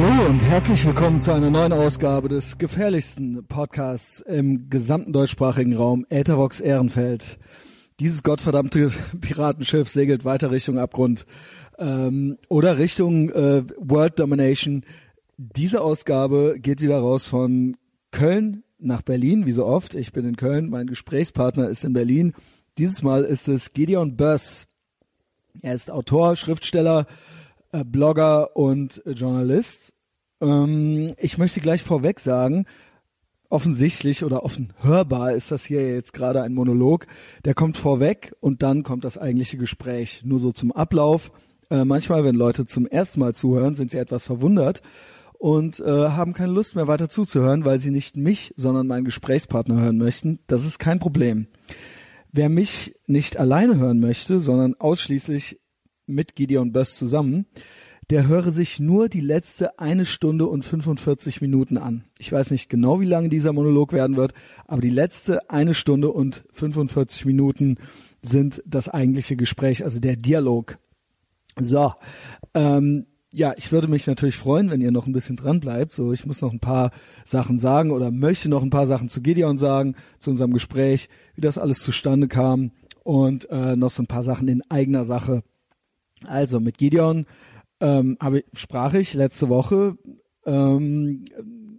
Hallo und herzlich willkommen zu einer neuen Ausgabe des gefährlichsten Podcasts im gesamten deutschsprachigen Raum, Äthervox Ehrenfeld. Dieses gottverdammte Piratenschiff segelt weiter Richtung Abgrund oder Richtung World Domination. Diese Ausgabe geht wieder raus von Köln nach Berlin, wie so oft. Ich bin in Köln, mein Gesprächspartner ist in Berlin. Dieses Mal ist es Gideon Böss. Er ist Autor, Schriftsteller, Blogger und Journalist. Ich möchte gleich vorweg sagen, offensichtlich oder offen hörbar ist das hier jetzt gerade ein Monolog. Der kommt vorweg und dann kommt das eigentliche Gespräch. Nur so zum Ablauf. Manchmal, wenn Leute zum ersten Mal zuhören, sind sie etwas verwundert und haben keine Lust mehr weiter zuzuhören, weil sie nicht mich, sondern meinen Gesprächspartner hören möchten. Das ist kein Problem. Wer mich nicht alleine hören möchte, sondern ausschließlich mit Gideon Böss zusammen, der höre sich nur die letzte 1 Stunde und 45 Minuten an. Ich weiß nicht genau, wie lange dieser Monolog werden wird, aber die letzte 1 Stunde und 45 Minuten sind das eigentliche Gespräch, also der Dialog. So, ja, ich würde mich natürlich freuen, wenn ihr noch ein bisschen dran bleibt. So, ich muss noch ein paar Sachen sagen oder möchte noch ein paar Sachen zu Gideon sagen, zu unserem Gespräch, wie das alles zustande kam und noch so ein paar Sachen in eigener Sache. Also mit Gideon sprach ich letzte Woche und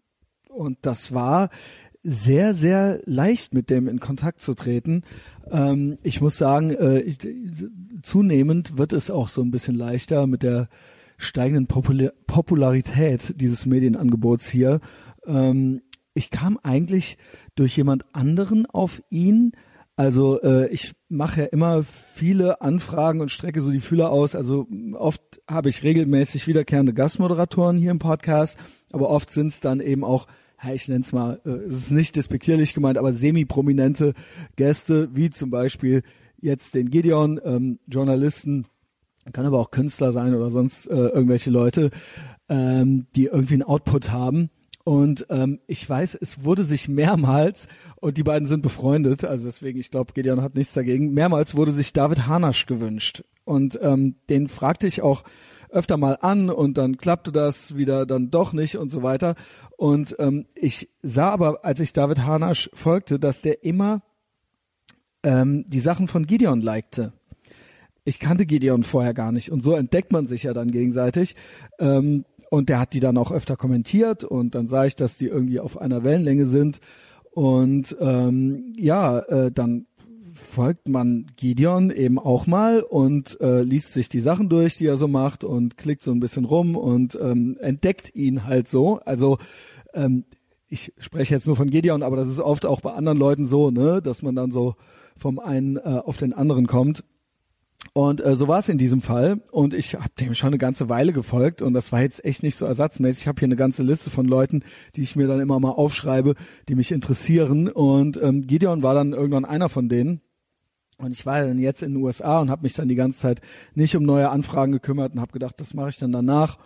das war sehr, sehr leicht, mit dem in Kontakt zu treten. Ich muss sagen, zunehmend wird es auch so ein bisschen leichter mit der steigenden Popularität dieses Medienangebots hier. Ich kam eigentlich durch jemand anderen auf ihn. Also ich mache ja immer viele Anfragen und strecke so die Fühler aus. Also oft habe ich regelmäßig wiederkehrende Gastmoderatoren hier im Podcast, aber oft sind es dann eben auch, ich nenne es mal, es ist nicht despektierlich gemeint, aber semi-prominente Gäste, wie zum Beispiel jetzt den Gideon, Journalisten, kann aber auch Künstler sein oder sonst irgendwelche Leute, die irgendwie einen Output haben. Und ich weiß, es wurde sich mehrmals, und die beiden sind befreundet, also deswegen, ich glaube, Gideon hat nichts dagegen, mehrmals wurde sich David Harnasch gewünscht. Und den fragte ich auch öfter mal an und dann klappte das wieder dann doch nicht und so weiter. Und ich sah aber, als ich David Harnasch folgte, dass der immer die Sachen von Gideon likte. Ich kannte Gideon vorher gar nicht und so entdeckt man sich ja dann gegenseitig. Und der hat die dann auch öfter kommentiert und dann sah ich, dass die irgendwie auf einer Wellenlänge sind und dann folgt man Gideon eben auch mal und liest sich die Sachen durch, die er so macht und klickt so ein bisschen rum und entdeckt ihn halt so. Also ich spreche jetzt nur von Gideon, aber das ist oft auch bei anderen Leuten so, ne, dass man dann so vom einen auf den anderen kommt. Und so war es in diesem Fall und ich habe dem schon eine ganze Weile gefolgt und das war jetzt echt nicht so ersatzmäßig. Ich habe hier eine ganze Liste von Leuten, die ich mir dann immer mal aufschreibe, die mich interessieren und Gideon war dann irgendwann einer von denen und ich war dann jetzt in den USA und habe mich dann die ganze Zeit nicht um neue Anfragen gekümmert und habe gedacht, das mache ich dann danach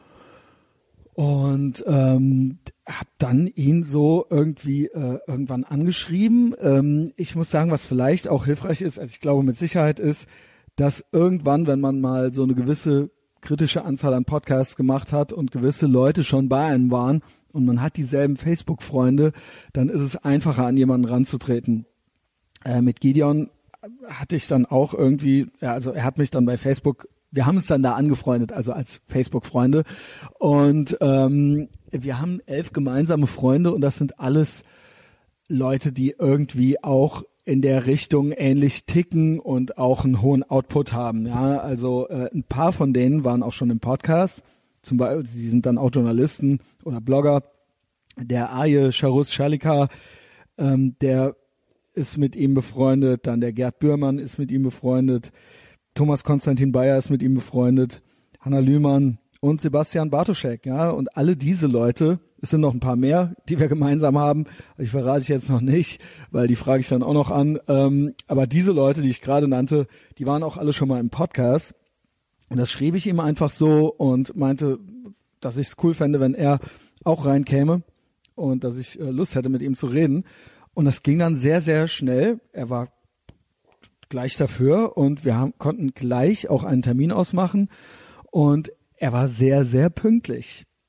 und habe dann ihn so irgendwie irgendwann angeschrieben. Ich muss sagen, was vielleicht auch hilfreich ist, also ich glaube mit Sicherheit ist, dass irgendwann, wenn man mal so eine gewisse kritische Anzahl an Podcasts gemacht hat und gewisse Leute schon bei einem waren und man hat dieselben Facebook-Freunde, dann ist es einfacher, an jemanden ranzutreten. Mit Gideon hatte ich dann auch irgendwie, also er hat mich dann bei Facebook, wir haben uns dann da angefreundet, also als Facebook-Freunde und wir haben 11 gemeinsame Freunde und das sind alles Leute, die irgendwie auch in der Richtung ähnlich ticken und auch einen hohen Output haben. Ja, also ein paar von denen waren auch schon im Podcast. Zum Beispiel, sie sind dann auch Journalisten oder Blogger. Der Arje Charus Schalika, der ist mit ihm befreundet. Dann der Gerd Bührmann ist mit ihm befreundet. Thomas Konstantin Bayer ist mit ihm befreundet. Hanna Lühmann und Sebastian Bartoschek. Ja, und alle diese Leute, es sind noch ein paar mehr, die wir gemeinsam haben. Ich verrate ich jetzt noch nicht, weil die frage ich dann auch noch an. Aber diese Leute, die ich gerade nannte, die waren auch alle schon mal im Podcast. Und das schrieb ich ihm einfach so und meinte, dass ich es cool fände, wenn er auch reinkäme und dass ich Lust hätte, mit ihm zu reden. Und das ging dann sehr, sehr schnell. Er war gleich dafür und wir konnten gleich auch einen Termin ausmachen. Und er war sehr, sehr pünktlich.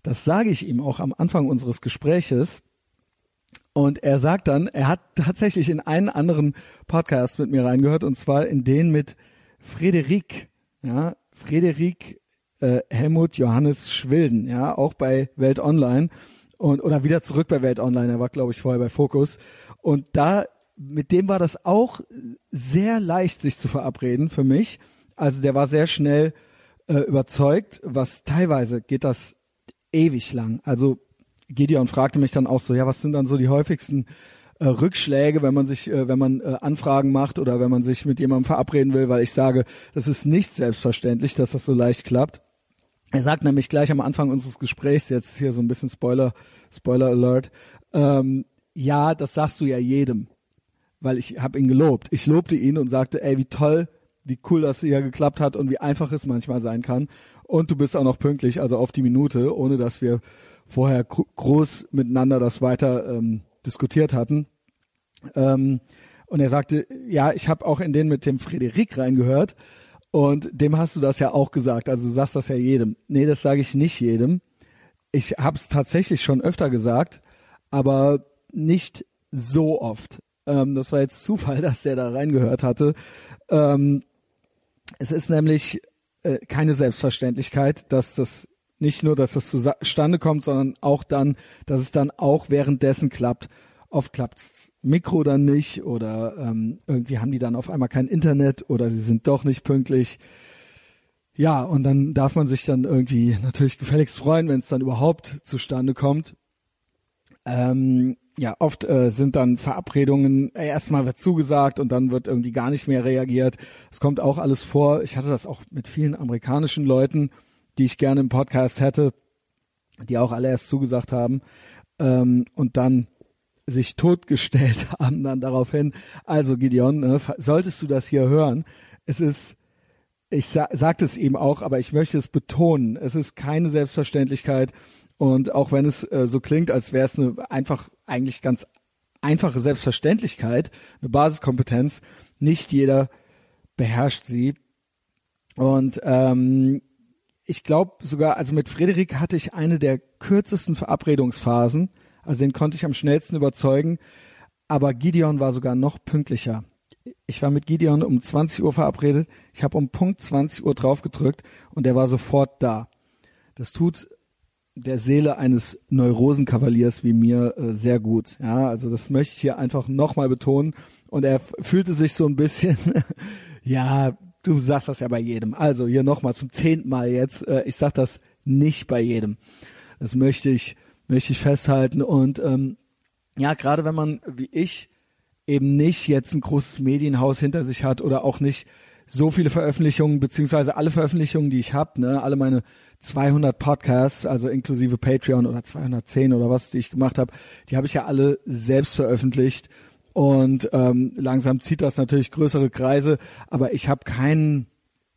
Das sage ich ihm auch am Anfang unseres Gespräches. Und er sagt dann, er hat tatsächlich in einen anderen Podcast mit mir reingehört, und zwar in den mit Frederik, ja, Frederik Helmut Johannes Schwilden, ja, auch bei Welt Online oder wieder zurück bei Welt Online, er war, glaube ich, vorher bei Focus. Und mit dem war das auch sehr leicht, sich zu verabreden für mich. Also der war sehr schnell überzeugt, was teilweise geht das ewig lang. Also Gideon fragte mich dann auch so, ja, was sind dann so die häufigsten Rückschläge, wenn man Anfragen macht oder wenn man sich mit jemandem verabreden will, weil ich sage, das ist nicht selbstverständlich, dass das so leicht klappt. Er sagt nämlich gleich am Anfang unseres Gesprächs, jetzt hier so ein bisschen Spoiler Alert, ja, das sagst du ja jedem, weil ich habe ihn gelobt. Ich lobte ihn und sagte, ey, wie toll, wie cool das hier geklappt hat und wie einfach es manchmal sein kann. Und du bist auch noch pünktlich, also auf die Minute, ohne dass wir vorher groß miteinander das weiter diskutiert hatten. Und er sagte, ja, ich habe auch in den mit dem Frederik reingehört und dem hast du das ja auch gesagt. Also du sagst das ja jedem. Nee, das sage ich nicht jedem. Ich habe es tatsächlich schon öfter gesagt, aber nicht so oft. Das war jetzt Zufall, dass der da reingehört hatte. Es ist nämlich keine Selbstverständlichkeit, dass das nicht nur, dass das zustande kommt, sondern auch dann, dass es dann auch währenddessen klappt. Oft klappt's Mikro dann nicht oder irgendwie haben die dann auf einmal kein Internet oder sie sind doch nicht pünktlich. Ja, und dann darf man sich dann irgendwie natürlich gefälligst freuen, wenn es dann überhaupt zustande kommt. Ja, oft sind dann Verabredungen, erstmal wird zugesagt und dann wird irgendwie gar nicht mehr reagiert. Es kommt auch alles vor. Ich hatte das auch mit vielen amerikanischen Leuten, die ich gerne im Podcast hätte, die auch alle erst zugesagt haben und dann sich totgestellt haben dann daraufhin. Also Gideon, ne, solltest du das hier hören, es ist, ich sagte es ihm auch, aber ich möchte es betonen, es ist keine Selbstverständlichkeit und auch wenn es so klingt, als wäre es eigentlich ganz einfache Selbstverständlichkeit, eine Basiskompetenz, nicht jeder beherrscht sie und ich glaube sogar, also mit Frederik hatte ich eine der kürzesten Verabredungsphasen, also den konnte ich am schnellsten überzeugen, aber Gideon war sogar noch pünktlicher. Ich war mit Gideon um 20 Uhr verabredet, ich habe um Punkt 20 Uhr draufgedrückt und der war sofort da. Das tut der Seele eines Neurosenkavaliers wie mir sehr gut. Ja, also das möchte ich hier einfach nochmal betonen und er fühlte sich so ein bisschen, ja, du sagst das ja bei jedem. Also hier nochmal zum 10. Mal jetzt. Ich sag das nicht bei jedem. Das möchte ich festhalten. Und ja, gerade wenn man, wie ich, eben nicht jetzt ein großes Medienhaus hinter sich hat oder auch nicht so viele Veröffentlichungen, beziehungsweise alle Veröffentlichungen, die ich habe, ne, alle meine 200 Podcasts, also inklusive Patreon oder 210 oder was, die ich gemacht habe, die habe ich ja alle selbst veröffentlicht. Und langsam zieht das natürlich größere Kreise, aber ich hatte nie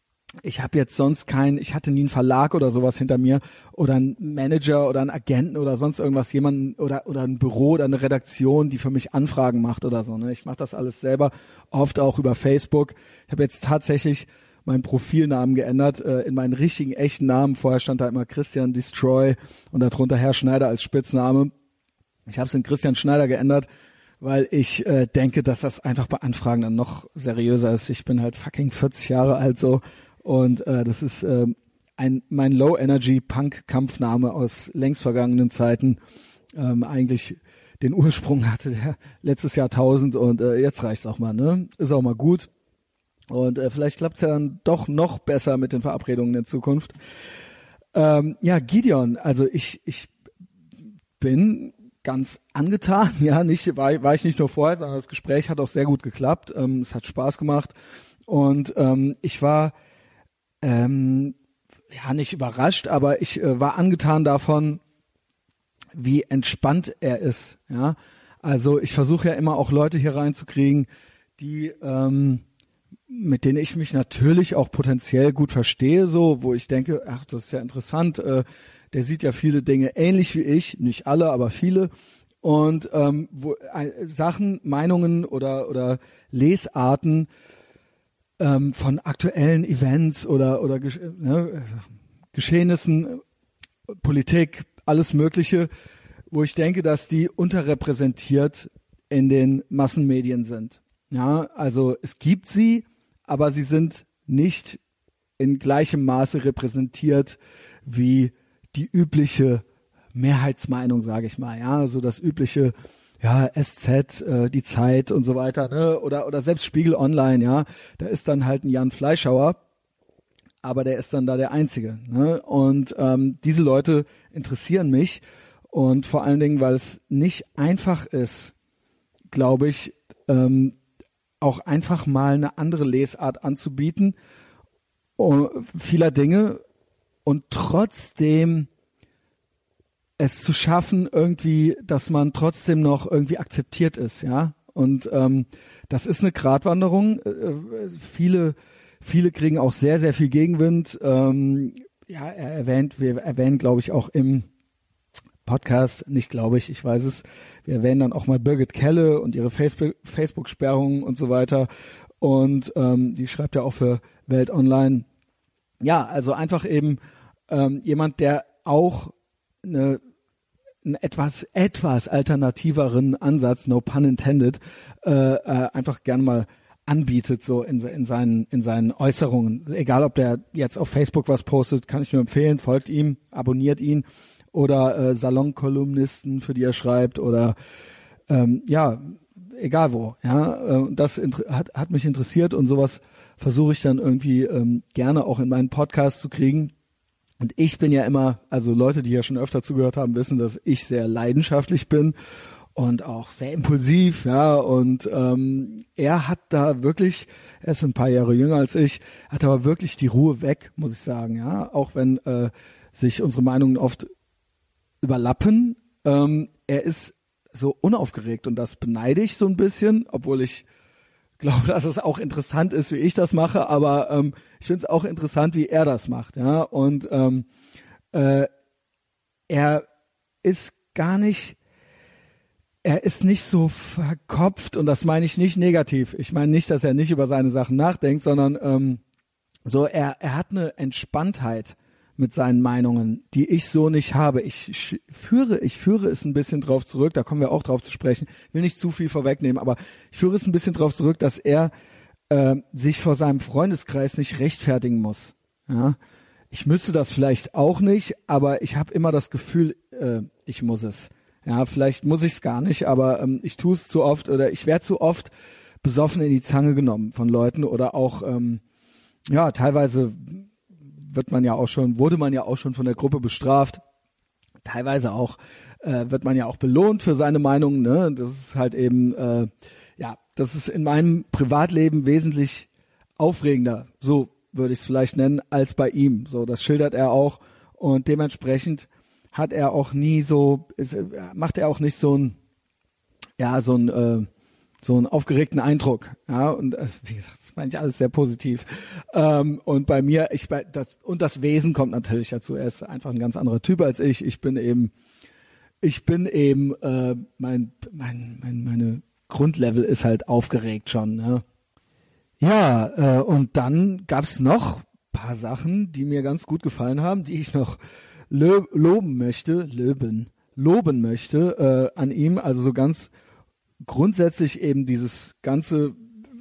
einen Verlag oder sowas hinter mir oder einen Manager oder einen Agenten oder sonst irgendwas, jemanden oder ein Büro oder eine Redaktion, die für mich Anfragen macht oder so. Ne? Ich mache das alles selber, oft auch über Facebook. Ich habe jetzt tatsächlich meinen Profilnamen geändert, in meinen richtigen, echten Namen. Vorher stand da immer Christian Destroy und darunter Herr Schneider als Spitzname. Ich habe es in Christian Schneider geändert, weil ich denke, dass das einfach bei Anfragen dann noch seriöser ist. Ich bin halt fucking 40 Jahre alt so und das ist mein Low-Energy-Punk-Kampfname aus längst vergangenen Zeiten. Eigentlich den Ursprung hatte der letztes Jahrtausend und jetzt reicht's auch mal, ne? Ist auch mal gut. Und vielleicht klappt's ja dann doch noch besser mit den Verabredungen in Zukunft. Ja, Gideon, also ich bin ganz angetan, ja, war ich nicht nur vorher, sondern das Gespräch hat auch sehr gut geklappt, es hat Spaß gemacht und ich war ja nicht überrascht, aber ich war angetan davon, wie entspannt er ist, ja, also ich versuche ja immer auch Leute hier reinzukriegen, die mit denen ich mich natürlich auch potenziell gut verstehe, so, wo ich denke, ach, das ist ja interessant, der sieht ja viele Dinge ähnlich wie ich, nicht alle, aber viele. Und Sachen, Meinungen oder Lesarten von aktuellen Events oder Geschehnissen, Politik, alles Mögliche, wo ich denke, dass die unterrepräsentiert in den Massenmedien sind. Ja, also es gibt sie, aber sie sind nicht in gleichem Maße repräsentiert wie die übliche Mehrheitsmeinung, sage ich mal. Ja, so das übliche, ja, SZ, die Zeit und so weiter, ne? Oder selbst Spiegel Online, ja. Da ist dann halt ein Jan Fleischhauer, aber der ist dann da der Einzige. Ne? Und diese Leute interessieren mich und vor allen Dingen, weil es nicht einfach ist, glaube ich, auch einfach mal eine andere Lesart anzubieten, vieler Dinge und trotzdem es zu schaffen, irgendwie, dass man trotzdem noch irgendwie akzeptiert ist, ja. Und das ist eine Gratwanderung. Viele kriegen auch sehr, sehr viel Gegenwind. Wir erwähnen, glaube ich, auch im Podcast, nicht glaube ich weiß es, wir erwähnen dann auch mal Birgit Kelle und ihre Facebook-Sperrungen und so weiter. Und die schreibt ja auch für Welt Online. Ja, also einfach eben jemand, der auch einen etwas alternativeren Ansatz, no pun intended, einfach gerne mal anbietet, so in seinen Äußerungen. Egal, ob der jetzt auf Facebook was postet, kann ich nur empfehlen, folgt ihm, abonniert ihn oder Salonkolumnisten, für die er schreibt oder ja, egal wo. Ja, das hat mich interessiert und sowas versuche ich dann irgendwie gerne auch in meinen Podcast zu kriegen. Und ich bin ja immer, also Leute, die ja schon öfter zugehört haben, wissen, dass ich sehr leidenschaftlich bin und auch sehr impulsiv, ja, und er hat da wirklich, er ist ein paar Jahre jünger als ich, hat aber wirklich die Ruhe weg, muss ich sagen, ja, auch wenn sich unsere Meinungen oft überlappen, er ist so unaufgeregt und das beneide ich so ein bisschen, obwohl ich glaube, dass es auch interessant ist, wie ich das mache, aber ich finde es auch interessant, wie er das macht, ja, und er ist nicht so verkopft und das meine ich nicht negativ. Ich meine nicht, dass er nicht über seine Sachen nachdenkt, sondern so er hat eine Entspanntheit mit seinen Meinungen, die ich so nicht habe. Ich führe es ein bisschen drauf zurück, da kommen wir auch drauf zu sprechen, will nicht zu viel vorwegnehmen, aber ich führe es ein bisschen drauf zurück, dass er sich vor seinem Freundeskreis nicht rechtfertigen muss. Ja? Ich müsste das vielleicht auch nicht, aber ich habe immer das Gefühl, ich muss es. Ja, vielleicht muss ich es gar nicht, aber ich tue es zu oft oder ich werde zu oft besoffen in die Zange genommen von Leuten oder auch, ja, teilweise wurde man ja auch schon von der Gruppe bestraft. Teilweise auch wird man ja auch belohnt für seine Meinung. Ne? Das ist halt eben, ja, das ist in meinem Privatleben wesentlich aufregender, so würde ich es vielleicht nennen, als bei ihm. So, das schildert er auch und dementsprechend hat er auch nie so, macht er auch nicht so einen aufgeregten Eindruck. Ja, und wie gesagt, das meine ich alles sehr positiv. Und bei mir, das Wesen kommt natürlich dazu. Er ist einfach ein ganz anderer Typ als ich. Ich bin eben meine Grundlevel ist halt aufgeregt schon. Ne? Ja, und dann gab's noch paar Sachen, die mir ganz gut gefallen haben, die ich noch loben möchte an ihm. Also so ganz grundsätzlich eben dieser ganze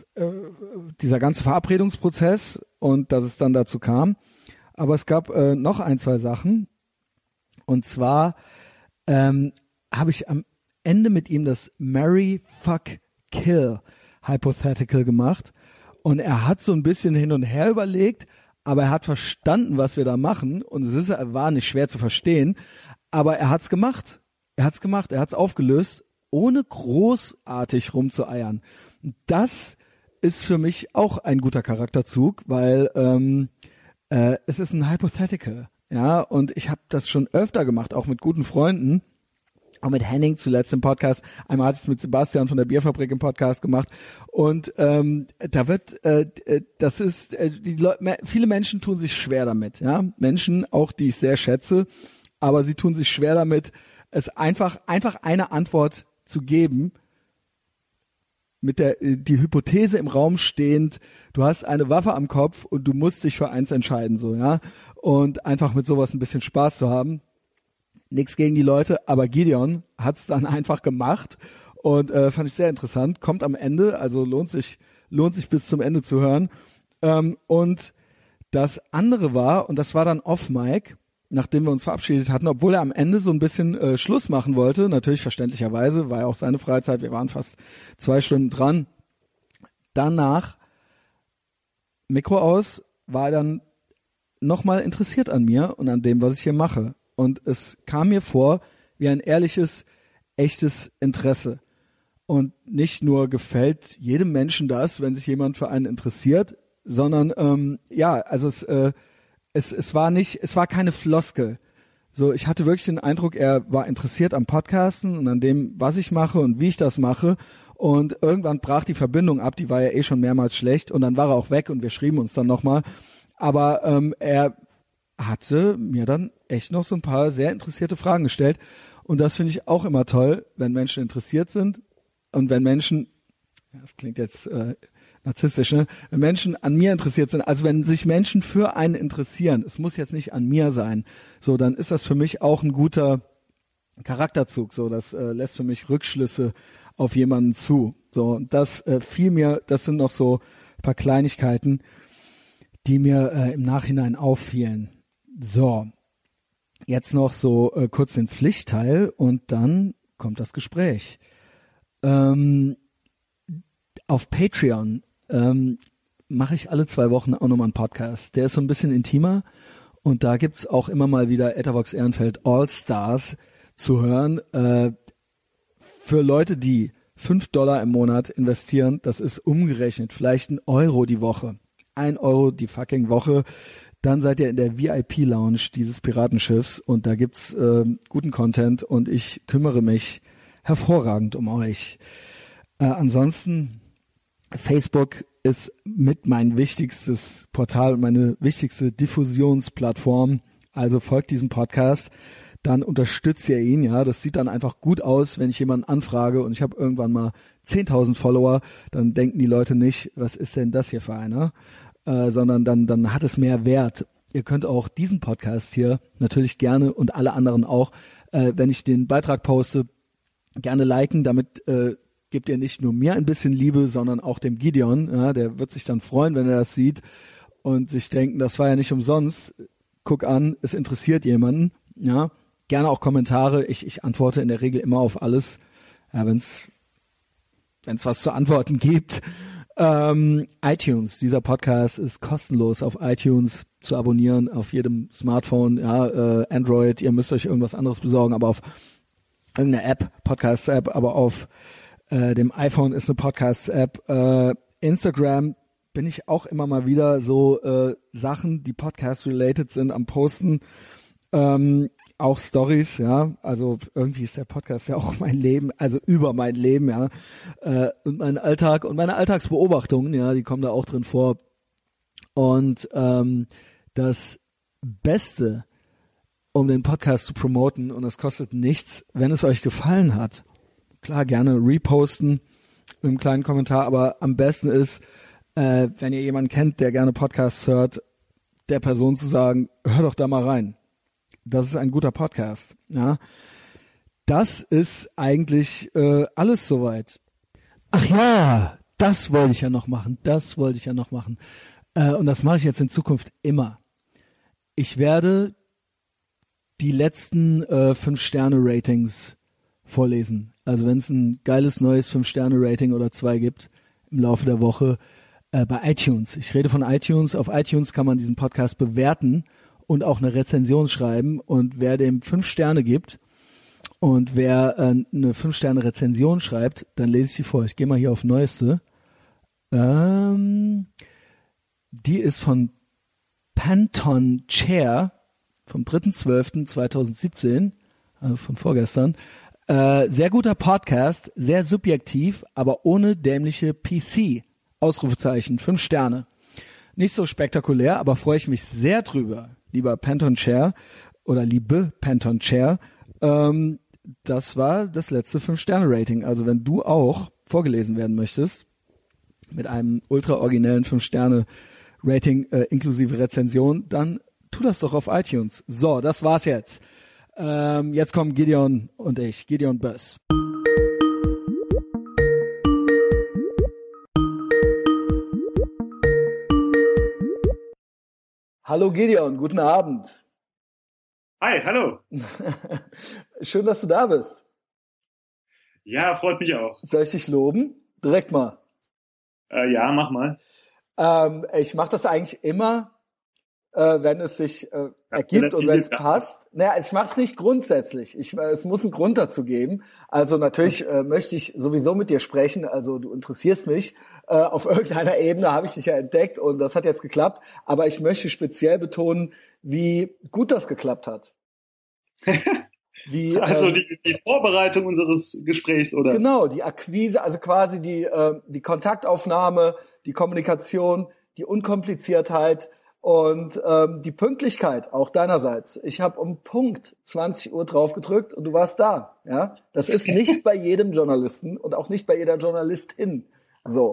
Verabredungsprozess und dass es dann dazu kam. Aber es gab noch ein, zwei Sachen. Und zwar habe ich am Ende mit ihm das Marry, Fuck, Kill Hypothetical gemacht. Und er hat so ein bisschen hin und her überlegt, aber er hat verstanden, was wir da machen. Und war nicht schwer zu verstehen, aber er hat's gemacht. Er hat's aufgelöst, ohne großartig rumzueiern. Und das ist für mich auch ein guter Charakterzug, weil es ist ein Hypothetical. Ja, und ich habe das schon öfter gemacht, auch mit guten Freunden. Auch mit Henning zuletzt im Podcast. Einmal hatte ich es mit Sebastian von der Bierfabrik im Podcast gemacht. Und da wird, viele Menschen tun sich schwer damit. Ja, Menschen, auch die ich sehr schätze, aber sie tun sich schwer damit, es einfach eine Antwort zu geben, mit die Hypothese im Raum stehend, du hast eine Waffe am Kopf und du musst dich für eins entscheiden, so, ja. Und einfach mit sowas ein bisschen Spaß zu haben. Nichts gegen die Leute, aber Gideon hat's dann einfach gemacht und fand ich sehr interessant. Kommt am Ende, also lohnt sich bis zum Ende zu hören. Und das andere war, und das war dann off-Mic, nachdem wir uns verabschiedet hatten, obwohl er am Ende so ein bisschen Schluss machen wollte, natürlich verständlicherweise, war ja auch seine Freizeit, wir waren fast 2 Stunden dran. Danach, Mikro aus, war er dann nochmal interessiert an mir und an dem, was ich hier mache. Und es kam mir vor wie ein ehrliches, echtes Interesse. Und nicht nur gefällt jedem Menschen das, wenn sich jemand für einen interessiert, sondern also es war keine Floskel. So, ich hatte wirklich den Eindruck, er war interessiert am Podcasten und an dem, was ich mache und wie ich das mache. Und irgendwann brach die Verbindung ab, die war ja eh schon mehrmals schlecht. Und dann war er auch weg und wir schrieben uns dann nochmal. Aber er hatte mir dann echt noch so ein paar sehr interessierte Fragen gestellt. Und das finde ich auch immer toll, wenn Menschen interessiert sind und wenn Menschen, das klingt jetzt narzisstisch, ne? Wenn Menschen an mir interessiert sind, also wenn sich Menschen für einen interessieren, es muss jetzt nicht an mir sein, so, dann ist das für mich auch ein guter Charakterzug, so, das lässt für mich Rückschlüsse auf jemanden zu, so, und das fiel mir, das sind noch so ein paar Kleinigkeiten, die mir im Nachhinein auffielen. So, jetzt noch so kurz den Pflichtteil und dann kommt das Gespräch. Auf Patreon mache ich alle 2 Wochen auch nochmal einen Podcast. Der ist so ein bisschen intimer und da gibt's auch immer mal wieder Etavox Ehrenfeld All-Stars zu hören. Für Leute, die $5 im Monat investieren, das ist umgerechnet vielleicht €1 die Woche. €1 die fucking Woche. Dann seid ihr in der VIP-Lounge dieses Piratenschiffs und da gibt's guten Content und ich kümmere mich hervorragend um euch. Ansonsten, Facebook ist mit mein wichtigstes Portal und meine wichtigste Diffusionsplattform. Also folgt diesem Podcast, dann unterstützt ihr ihn. Ja, das sieht dann einfach gut aus, wenn ich jemanden anfrage und ich habe irgendwann mal 10.000 Follower, dann denken die Leute nicht, was ist denn das hier für einer, sondern dann hat es mehr Wert. Ihr könnt auch diesen Podcast hier natürlich gerne und alle anderen auch, wenn ich den Beitrag poste, gerne liken, damit gebt ihr nicht nur mir ein bisschen Liebe, sondern auch dem Gideon. Ja, der wird sich dann freuen, wenn er das sieht und sich denken, das war ja nicht umsonst. Guck an, es interessiert jemanden. Ja, gerne auch Kommentare. Ich antworte in der Regel immer auf alles, ja, wenn's was zu antworten gibt. iTunes, dieser Podcast ist kostenlos auf iTunes zu abonnieren, auf jedem Smartphone, ja, Android, ihr müsst euch irgendwas anderes besorgen, aber auf irgendeine App, Podcast-App, aber auf dem iPhone ist eine Podcast-App. Instagram bin ich auch immer mal wieder so Sachen, die Podcast-related sind, am Posten. Auch Stories, ja. Also irgendwie ist der Podcast ja auch mein Leben, also über mein Leben, ja. Und mein Alltag und meine Alltagsbeobachtungen, ja, die kommen da auch drin vor. Und das Beste, um den Podcast zu promoten, und es kostet nichts, wenn es euch gefallen hat, klar, gerne reposten mit einem kleinen Kommentar, aber am besten ist, wenn ihr jemanden kennt, der gerne Podcasts hört, der Person zu sagen, hör doch da mal rein. Das ist ein guter Podcast. Ja, das ist eigentlich alles soweit. Ach ja, das wollte ich ja noch machen. Und das mache ich jetzt in Zukunft immer. Ich werde die letzten 5-Sterne-Ratings vorlesen. Also wenn es ein geiles neues 5-Sterne-Rating oder 2 gibt im Laufe der Woche bei iTunes. Ich rede von iTunes. Auf iTunes kann man diesen Podcast bewerten und auch eine Rezension schreiben. Und wer dem 5 Sterne gibt und wer eine 5-Sterne-Rezension schreibt, dann lese ich die vor. Ich gehe mal hier auf Neueste. Die ist von Panton Chair vom 3.12.2017, also von vorgestern. Sehr guter Podcast, sehr subjektiv, aber ohne dämliche PC. Ausrufezeichen, 5 Sterne. Nicht so spektakulär, aber freue ich mich sehr drüber, lieber Panton Chair oder liebe Panton Chair. Das war das letzte 5-Sterne-Rating. Also wenn du auch vorgelesen werden möchtest, mit einem ultra originellen 5-Sterne-Rating inklusive Rezension, dann tu das doch auf iTunes. So, das war's jetzt. Jetzt kommen Gideon und ich, Gideon Böss. Hallo Gideon, guten Abend. Hi, hallo. Schön, dass du da bist. Ja, freut mich auch. Soll ich dich loben? Direkt mal. Ja, mach mal. Ich mache das eigentlich immer, wenn es sich ergibt und Relativ, wenn es ja. passt. Naja, ich mache es nicht grundsätzlich. Es muss einen Grund dazu geben. Also natürlich möchte ich sowieso mit dir sprechen. Also du interessierst mich. Auf irgendeiner Ebene habe ich dich ja entdeckt und das hat jetzt geklappt. Aber ich möchte speziell betonen, wie gut das geklappt hat. Wie, Also die Vorbereitung unseres Gesprächs, oder? genau, die Akquise, also quasi die Kontaktaufnahme, die Kommunikation, die Unkompliziertheit und die Pünktlichkeit auch deinerseits. Ich habe um Punkt 20 Uhr drauf gedrückt und du warst da. Ja, das ist nicht bei jedem Journalisten und auch nicht bei jeder Journalistin so.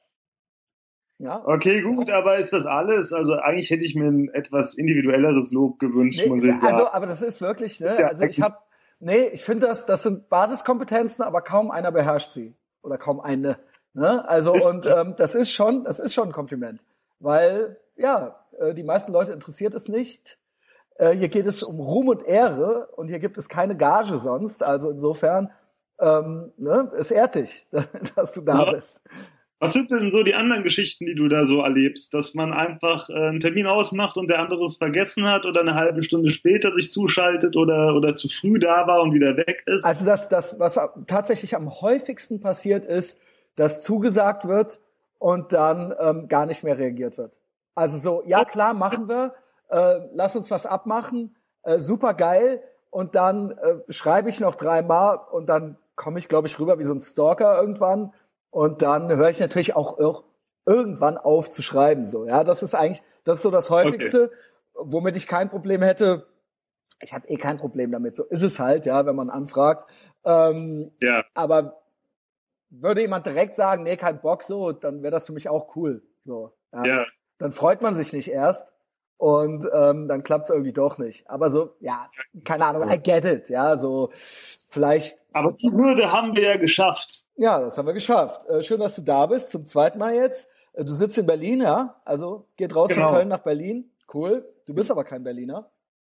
Ja. Okay, gut, aber ist das alles? Also eigentlich hätte ich mir ein etwas individuelleres Lob gewünscht, Nee, muss ich sagen. also, aber das ist wirklich, Ist ne? ja Also eigentlich- ich finde das sind Basiskompetenzen, aber kaum einer beherrscht sie. Oder kaum eine. Ne? Also, ist, und das ist schon ein Kompliment. Weil, ja, die meisten Leute interessiert es nicht. Hier geht es um Ruhm und Ehre und hier gibt es keine Gage sonst. Also insofern, ne, es ehrt dich, dass du da bist. Was sind denn so die anderen Geschichten, die du da so erlebst? Dass man einfach einen Termin ausmacht und der andere es vergessen hat oder eine halbe Stunde später sich zuschaltet oder zu früh da war und wieder weg ist? Also was tatsächlich am häufigsten passiert ist, dass zugesagt wird und dann gar nicht mehr reagiert wird. Also so, ja klar, machen wir, lass uns was abmachen, super geil. Und dann schreibe ich noch 3-mal und dann komme ich, glaube ich, rüber wie so ein Stalker irgendwann. Und dann höre ich natürlich auch irgendwann auf zu schreiben. So, ja, das ist so das Häufigste, womit ich kein Problem hätte. Ich habe kein Problem damit. So ist es halt, ja, wenn man anfragt. Ja. Aber würde jemand direkt sagen, nee, kein Bock, so, dann wäre das für mich auch cool. So, ja. Ja. Dann freut man sich nicht erst und dann klappt es irgendwie doch nicht. Aber so, ja, keine Ahnung, I get it, ja, so vielleicht. Aber die Hürde haben wir ja geschafft. Ja, das haben wir geschafft. Schön, dass du da bist, zum zweiten Mal jetzt. Du sitzt in Berlin, ja? Also geht raus Genau. von Köln nach Berlin. Cool. Du bist aber kein Berliner.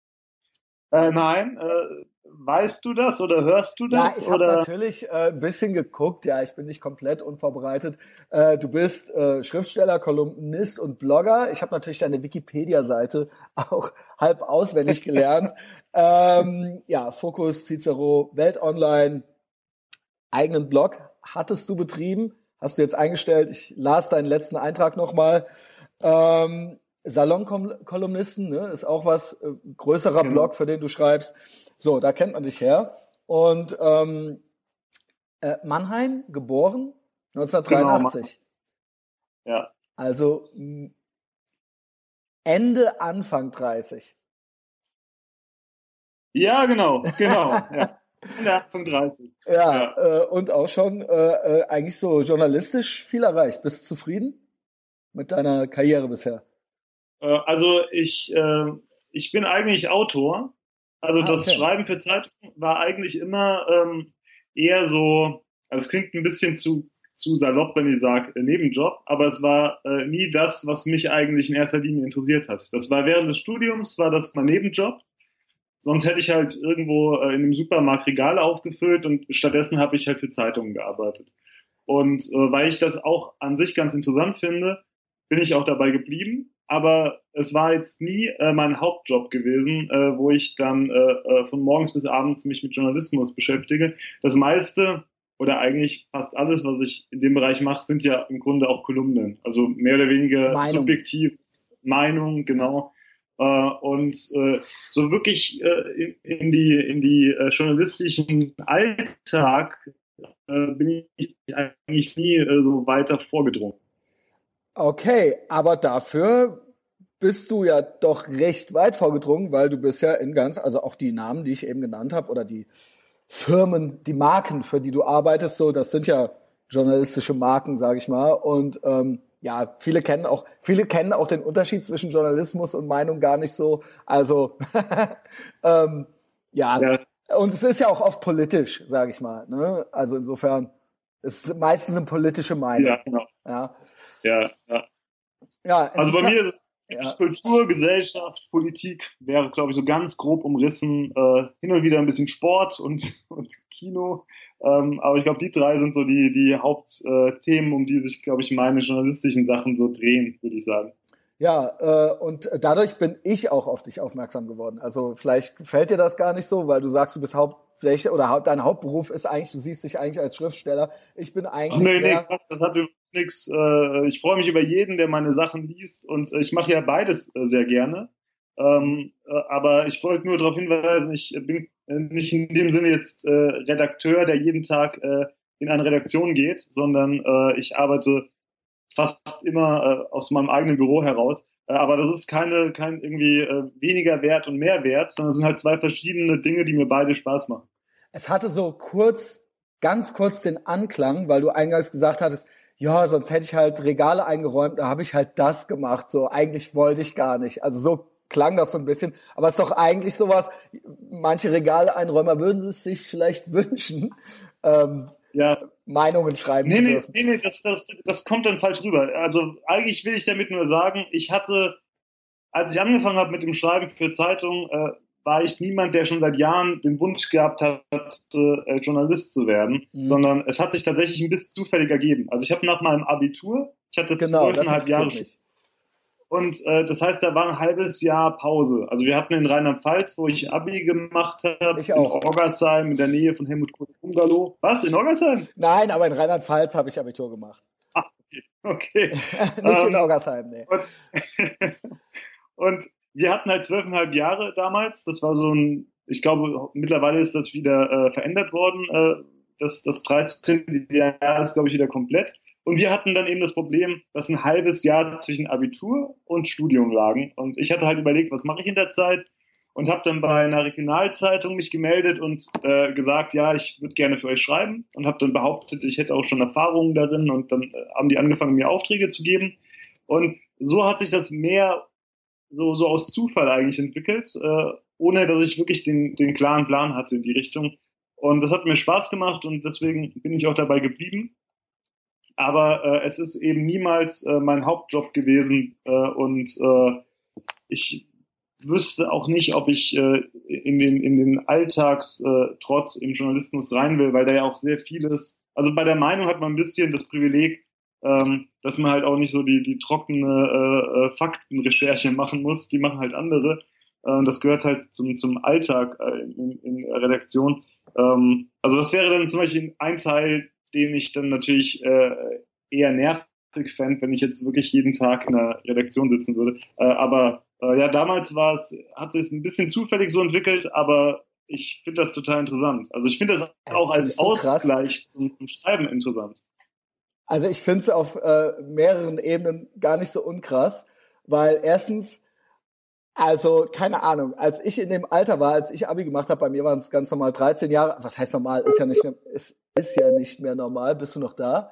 Nein, weißt du das oder hörst du Ja, das? ich habe oder? natürlich ein bisschen geguckt. Ja, ich bin nicht komplett unvorbereitet. Du bist Schriftsteller, Kolumnist und Blogger. Ich habe natürlich deine Wikipedia-Seite auch halb auswendig gelernt. Ja, Fokus, Cicero, Welt Online, eigenen Blog hattest du betrieben, hast du jetzt eingestellt. Ich las deinen letzten Eintrag nochmal. Salonkolumnisten, ne, ist auch was, größerer Genau. Blog, für den du schreibst. So, da kennt man dich her. Und Mannheim, geboren 1983. Genau. Ja. Also Ende, Anfang 30. Ja, genau. Ja. Anfang 30. Ja, und auch schon eigentlich so journalistisch viel erreicht. Bist du zufrieden mit deiner Karriere bisher? Also ich bin eigentlich Autor. Also das okay. Schreiben für Zeitungen war eigentlich immer eher so, also es klingt ein bisschen zu salopp, wenn ich sage Nebenjob, aber es war nie das, was mich eigentlich in erster Linie interessiert hat. Das war während des Studiums, war das mein Nebenjob. Sonst hätte ich halt irgendwo in einem Supermarkt Regale aufgefüllt und stattdessen habe ich halt für Zeitungen gearbeitet. Und weil ich das auch an sich ganz interessant finde, bin ich auch dabei geblieben. Aber es war jetzt nie mein Hauptjob gewesen, wo ich dann von morgens bis abends mich mit Journalismus beschäftige. Das meiste oder eigentlich fast alles, was ich in dem Bereich mache, sind ja im Grunde auch Kolumnen. Also mehr oder weniger Meinung. subjektiv Meinung, genau. Und so wirklich in die journalistischen Alltag bin ich eigentlich nie so weiter vorgedrungen. Okay, aber dafür bist du ja doch recht weit vorgedrungen, weil du bist ja also auch die Namen, die ich eben genannt habe, oder die Firmen, die Marken, für die du arbeitest, so, das sind ja journalistische Marken, sage ich mal. Und ja, viele kennen auch den Unterschied zwischen Journalismus und Meinung gar nicht so. Also Ja, Ja, und es ist ja auch oft politisch, sage ich mal. Ne? Also insofern, es ist meistens eine politische Meinung. ja, genau. Ja, Ja, ja. ja Also bei interessant. mir ist es Ja. Kultur, Gesellschaft, Politik wäre, glaube ich, so ganz grob umrissen. Hin und wieder ein bisschen Sport und Kino. Aber ich glaube, die drei sind so die Hauptthemen, um die sich, glaube ich, meine journalistischen Sachen so drehen, würde ich sagen. Ja, und dadurch bin ich auch auf dich aufmerksam geworden. Also vielleicht gefällt dir das gar nicht so, weil du sagst, du bist hauptsächlich oder dein Hauptberuf ist eigentlich, du siehst dich eigentlich als Schriftsteller. Ich bin Ach eigentlich nee, mehr, Quatsch, das hat überhaupt nichts. Ich freue mich über jeden, der meine Sachen liest und ich mache ja beides sehr gerne. Aber ich wollte nur darauf hinweisen, ich bin nicht in dem Sinne jetzt Redakteur, der jeden Tag in eine Redaktion geht, sondern ich arbeite fast immer aus meinem eigenen Büro heraus. Aber das ist kein irgendwie weniger Wert und mehr Wert, sondern es sind halt zwei verschiedene Dinge, die mir beide Spaß machen. es hatte so ganz kurz den Anklang, weil du eingangs gesagt hattest, ja, sonst hätte ich halt Regale eingeräumt, da habe ich halt das gemacht. So, eigentlich wollte ich gar nicht. Also so klang das so ein bisschen. Aber es ist doch eigentlich sowas, manche Regale-Einräumer würden es sich vielleicht wünschen, ähm, Ja, Meinungen schreiben zu dürfen. Nee, das kommt dann falsch rüber. Also eigentlich will ich damit nur sagen, ich hatte, als ich angefangen habe mit dem Schreiben für Zeitungen, war ich niemand, der schon seit Jahren den Wunsch gehabt hat, Journalist zu werden, Mhm. sondern es hat sich tatsächlich ein bisschen zufällig ergeben. Also ich habe nach meinem Abitur, ich hatte Genau, das 12,5 Jahre interessiert mich. und das heißt, da war ein halbes Jahr Pause. Also wir hatten in Rheinland-Pfalz, wo ich Abi gemacht habe, Ich in auch. Oggersheim, in der Nähe von Helmut Kohl Bungalow. Was? In Oggersheim? Nein, aber in Rheinland-Pfalz habe ich Abitur gemacht. Ach, okay. Okay. Nicht in Oggersheim, nee. Und, und wir hatten halt 12,5 Jahre damals. Das war so ein, ich glaube, mittlerweile ist das wieder verändert worden. Das 13. Jahr ist, glaube ich, wieder komplett. Und wir hatten dann eben das Problem, dass ein halbes Jahr zwischen Abitur und Studium lagen. Und ich hatte halt überlegt, was mache ich in der Zeit? Und habe dann bei einer Regionalzeitung mich gemeldet und gesagt, ja, ich würde gerne für euch schreiben. Und habe dann behauptet, ich hätte auch schon Erfahrungen darin. Und dann haben die angefangen, mir Aufträge zu geben. Und so hat sich das mehr so aus Zufall eigentlich entwickelt, ohne dass ich wirklich den klaren Plan hatte in die Richtung. Und das hat mir Spaß gemacht und deswegen bin ich auch dabei geblieben. Aber es ist eben niemals mein Hauptjob gewesen und ich wüsste auch nicht, ob ich in den Alltagstrotz im Journalismus rein will, weil da ja auch sehr vieles, also bei der Meinung hat man ein bisschen das Privileg, dass man halt auch nicht so die trockene Faktenrecherche machen muss, die machen halt andere. Das gehört halt zum Alltag in Redaktion. Also das wäre dann zum Beispiel ein Teil, den ich dann natürlich eher nervig fände, wenn ich jetzt wirklich jeden Tag in der Redaktion sitzen würde. Aber ja, damals hat es ein bisschen zufällig so entwickelt, aber ich finde das total interessant. Also ich finde das Das auch finde ich als so krass. Ausgleich zum Schreiben interessant. Also ich finde es auf mehreren Ebenen gar nicht so unkrass, weil erstens, also keine Ahnung, als ich in dem Alter war, als ich Abi gemacht habe, bei mir waren es ganz normal 13 Jahre, was heißt normal, ist ja nicht mehr normal, bist du noch da?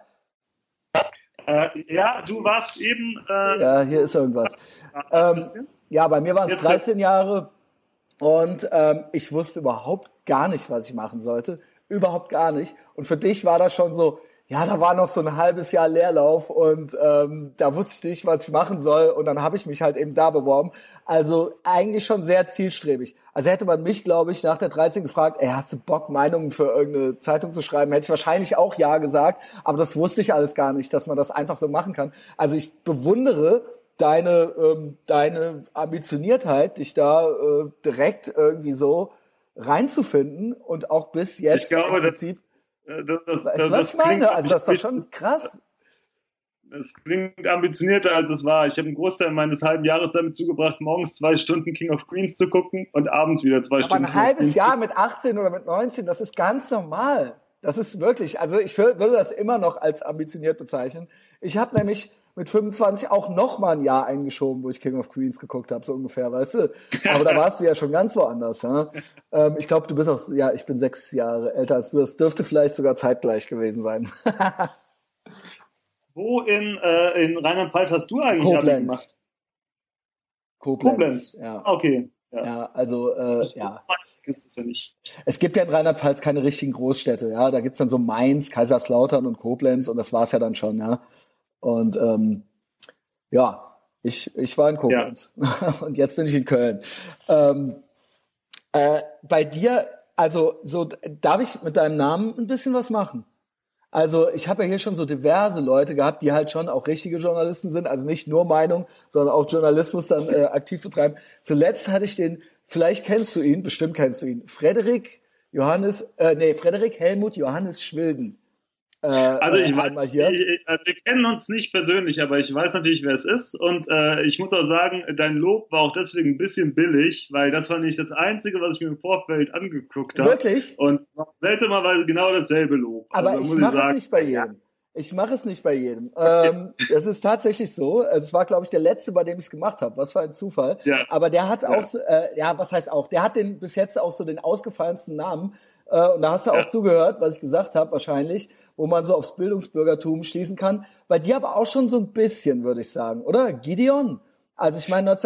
Ja, du warst eben Ja, hier ist irgendwas. ein Ähm, bisschen. ja, bei mir waren es Jetzt hört 13 Jahre und ich wusste überhaupt gar nicht, was ich machen sollte. Überhaupt gar nicht. Und für dich war das schon so, ja, da war noch so ein halbes Jahr Leerlauf und da wusste ich nicht, was ich machen soll. Und dann habe ich mich halt eben da beworben. Also eigentlich schon sehr zielstrebig. Also hätte man mich, glaube ich, nach der 13 gefragt, ey, hast du Bock, Meinungen für irgendeine Zeitung zu schreiben, hätte ich wahrscheinlich auch ja gesagt. Aber das wusste ich alles gar nicht, dass man das einfach so machen kann. Also ich bewundere deine Ambitioniertheit, dich da direkt irgendwie so reinzufinden und auch bis Ich jetzt im glaube, Prinzip, weißt du, was ich das klingt meine? Also das ist doch schon krass. das klingt ambitionierter, als es war. Ich habe einen Großteil meines halben Jahres damit zugebracht, morgens 2 Stunden King of Queens zu gucken und abends wieder zwei Aber Stunden ein King of halbes Queens zu Jahr gucken. mit 18 oder mit 19, das ist ganz normal. Das ist wirklich, also ich würde das immer noch als ambitioniert bezeichnen. Ich habe nämlich mit 25 auch noch mal ein Jahr eingeschoben, wo ich King of Queens geguckt habe, so ungefähr, weißt du. Aber da warst du ja schon ganz woanders. Ja? Ich glaube, du bist auch, ja, ich bin 6 Jahre älter als du. Das dürfte vielleicht sogar zeitgleich gewesen sein. Wo in Rheinland-Pfalz hast du eigentlich Abi Koblenz. gemacht? Koblenz, Koblenz. ja. Ah, okay. Ja, also ja. Ist es ja nicht. Es gibt ja in Rheinland-Pfalz keine richtigen Großstädte, ja. Da gibt's dann so Mainz, Kaiserslautern und Koblenz und das war's ja dann schon, ja. Und ja, ich war in Koblenz und jetzt bin ich in Köln. Bei dir, also so darf ich mit deinem Namen ein bisschen was machen? Also ich habe ja hier schon so diverse Leute gehabt, die halt schon auch richtige Journalisten sind, also nicht nur Meinung, sondern auch Journalismus dann aktiv betreiben. Zuletzt hatte ich den, vielleicht kennst du ihn, bestimmt kennst du ihn, Frederik Helmut Johannes Schwilden. Also ich einmal weiß, hier. wir kennen uns nicht persönlich, aber ich weiß natürlich, wer es ist. Und ich muss auch sagen, dein Lob war auch deswegen ein bisschen billig, weil das war nicht das Einzige, was ich mir im Vorfeld angeguckt habe. Wirklich? Und seltsamerweise genau dasselbe Lob. Aber also, ich mache es nicht bei jedem. Ich mache es nicht bei jedem. Es ist tatsächlich so. Es war, glaube ich, der letzte, bei dem ich es gemacht habe. Was für ein Zufall. Ja. Aber der hat auch, was heißt auch? Der hat den bis jetzt auch so den ausgefallensten Namen. Und da hast du auch zugehört, was ich gesagt habe, wahrscheinlich, wo man so aufs Bildungsbürgertum schließen kann. Bei dir aber auch schon so ein bisschen, würde ich sagen, oder? Gideon. Also ich meine,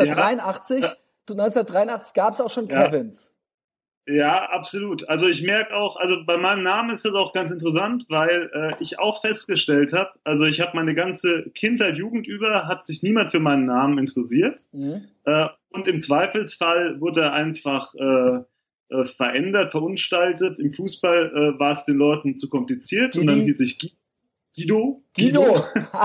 1983 gab es auch schon Kevins. Ja, absolut. Also ich merke auch, also bei meinem Namen ist das auch ganz interessant, weil ich auch festgestellt habe, also ich habe meine ganze Kindheit, Jugend über, hat sich niemand für meinen Namen interessiert. Und im Zweifelsfall wurde er einfach verändert, verunstaltet. Im Fußball war es den Leuten zu kompliziert und dann hieß ich Guido. Guido.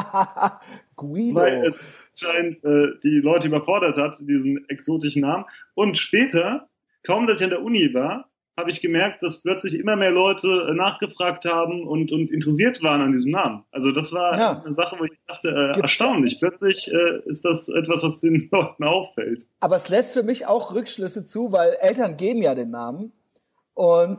Weil es anscheinend die Leute überfordert hat, diesen exotischen Namen. Und später, kaum dass ich an der Uni war, habe ich gemerkt, dass plötzlich immer mehr Leute nachgefragt haben und interessiert waren an diesem Namen. Also das war eine Sache, wo ich dachte, erstaunlich. Plötzlich ist das etwas, was den Leuten auffällt. Aber es lässt für mich auch Rückschlüsse zu, weil Eltern geben ja den Namen und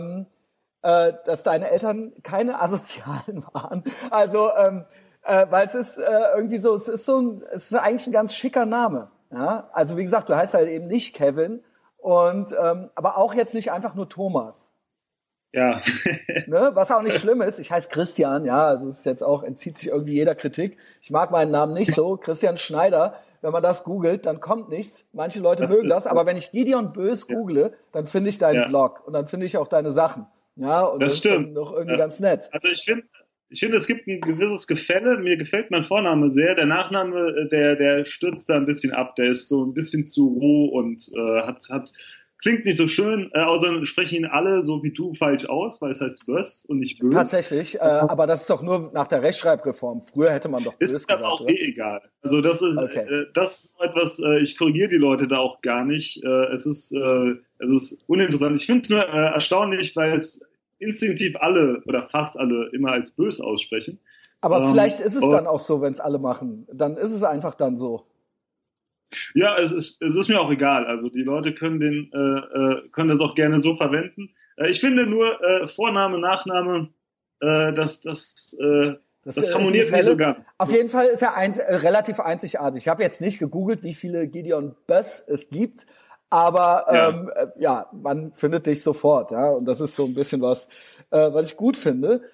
dass deine Eltern keine Asozialen waren. Also weil es ist irgendwie so, es ist eigentlich ein ganz schicker Name. Ja? Also wie gesagt, du heißt halt eben nicht Kevin. Und aber auch jetzt nicht einfach nur Thomas. Ja. Ne? Was auch nicht schlimm ist, ich heiße Christian, ja, also es ist jetzt auch, entzieht sich irgendwie jeder Kritik. Ich mag meinen Namen nicht so, Christian Schneider. Wenn man das googelt, dann kommt nichts. Manche Leute mögen das, aber wenn ich Gideon Bös google, dann finde ich deinen Blog und dann finde ich auch deine Sachen. Ja, und das stimmt. Ist doch irgendwie ganz nett. Also ich finde, es gibt ein gewisses Gefälle. Mir gefällt mein Vorname sehr. Der Nachname, der stürzt da ein bisschen ab. Der ist so ein bisschen zu roh und klingt nicht so schön. Außerdem sprechen ihn alle so wie du falsch aus, weil es heißt Bös und nicht Bös. Tatsächlich, aber das ist doch nur nach der Rechtschreibreform. Früher hätte man doch Bös gesagt. Ist aber auch egal. Also das ist so etwas, ich korrigiere die Leute da auch gar nicht. Es ist uninteressant. Ich finde es nur erstaunlich, weil es instinktiv alle oder fast alle immer als bös aussprechen. Aber vielleicht ist es dann auch so, wenn es alle machen. Dann ist es einfach dann so. Ja, es ist mir auch egal. Also die Leute können das auch gerne so verwenden. Ich finde nur Vorname, Nachname, das harmoniert nicht so ganz. Auf jeden Fall ist er relativ einzigartig. Ich habe jetzt nicht gegoogelt, wie viele Gideon Böss es gibt. Aber man findet dich sofort, ja, und das ist so ein bisschen was ich gut finde.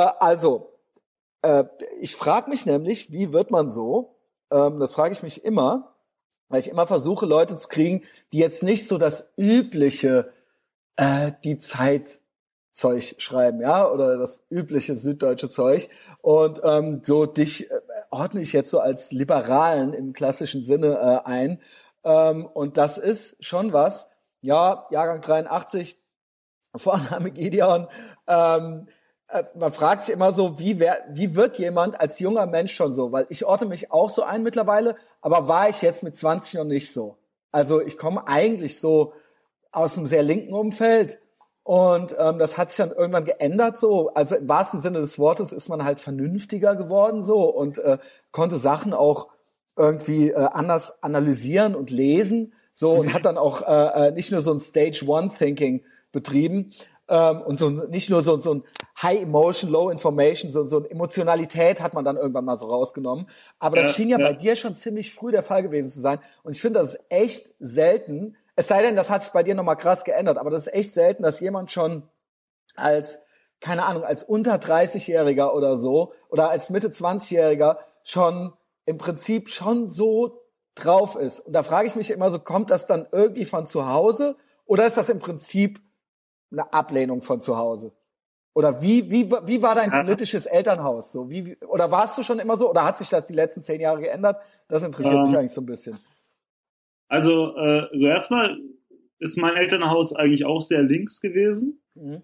Ich frage mich nämlich, wie wird man so? Das frage ich mich immer, weil ich immer versuche, Leute zu kriegen, die jetzt nicht so das übliche die Zeit-Zeug schreiben, ja, oder das übliche süddeutsche Zeug. Und so dich ordne ich jetzt so als Liberalen im klassischen Sinne ein. Und das ist schon was, ja, Jahrgang 83, Vorname Gideon, man fragt sich immer so, wie wird jemand als junger Mensch schon so? Weil ich orte mich auch so ein mittlerweile, aber war ich jetzt mit 20 noch nicht so. Also ich komme eigentlich so aus einem sehr linken Umfeld und das hat sich dann irgendwann geändert so. Also im wahrsten Sinne des Wortes ist man halt vernünftiger geworden so und konnte Sachen auch irgendwie anders analysieren und lesen so und hat dann auch nicht nur so ein Stage One Thinking betrieben und so nicht nur so ein High Emotion, Low Information, so eine Emotionalität hat man dann irgendwann mal so rausgenommen. Aber das schien ja bei dir schon ziemlich früh der Fall gewesen zu sein und ich finde, das ist echt selten, es sei denn, das hat sich bei dir nochmal krass geändert, aber das ist echt selten, dass jemand schon als, keine Ahnung, als unter 30-Jähriger oder so oder als Mitte 20-Jähriger schon im Prinzip schon so drauf ist. Und da frage ich mich immer so, kommt das dann irgendwie von zu Hause oder ist das im Prinzip eine Ablehnung von zu Hause? Oder wie war dein politisches Elternhaus so? Oder warst du schon immer so? Oder hat sich das die letzten 10 Jahre geändert? Das interessiert mich eigentlich so ein bisschen. Also, so erstmal ist mein Elternhaus eigentlich auch sehr links gewesen. Mhm.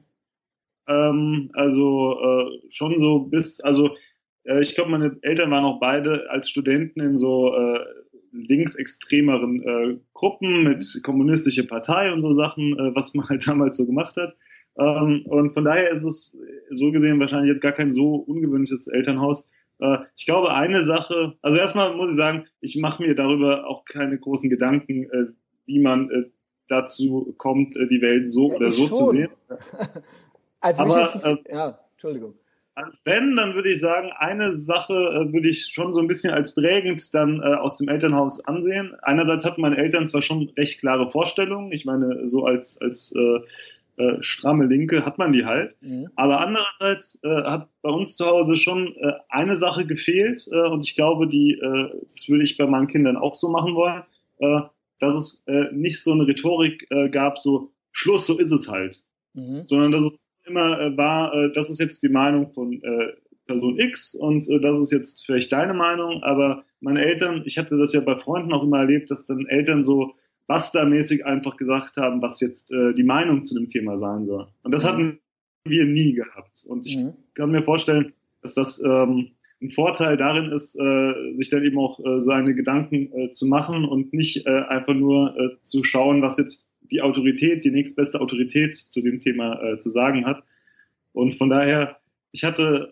Schon so ich glaube, meine Eltern waren auch beide als Studenten in so linksextremeren Gruppen mit kommunistischer Partei und so Sachen, was man halt damals so gemacht hat. Und von daher ist es so gesehen wahrscheinlich jetzt gar kein so ungewöhnliches Elternhaus. Ich glaube, eine Sache, also erstmal muss ich sagen, ich mache mir darüber auch keine großen Gedanken, wie man dazu kommt, die Welt so oder so zu sehen. Also Entschuldigung. Wenn, dann würde ich sagen, eine Sache würde ich schon so ein bisschen als prägend dann aus dem Elternhaus ansehen. Einerseits hatten meine Eltern zwar schon recht klare Vorstellungen, ich meine, so als stramme Linke hat man die halt, aber andererseits hat bei uns zu Hause schon eine Sache gefehlt und ich glaube, das würde ich bei meinen Kindern auch so machen wollen, dass es nicht so eine Rhetorik gab, so Schluss, so ist es halt, sondern dass es immer war, das ist jetzt die Meinung von Person X und das ist jetzt vielleicht deine Meinung, aber meine Eltern, ich hatte das ja bei Freunden auch immer erlebt, dass dann Eltern so Basta-mäßig einfach gesagt haben, was jetzt die Meinung zu dem Thema sein soll. Und das hatten wir nie gehabt. Und ich kann mir vorstellen, dass das ein Vorteil darin ist, sich dann eben auch seine Gedanken zu machen und nicht einfach nur zu schauen, was jetzt die nächstbeste Autorität zu dem Thema zu sagen hat. Und von daher, ich habe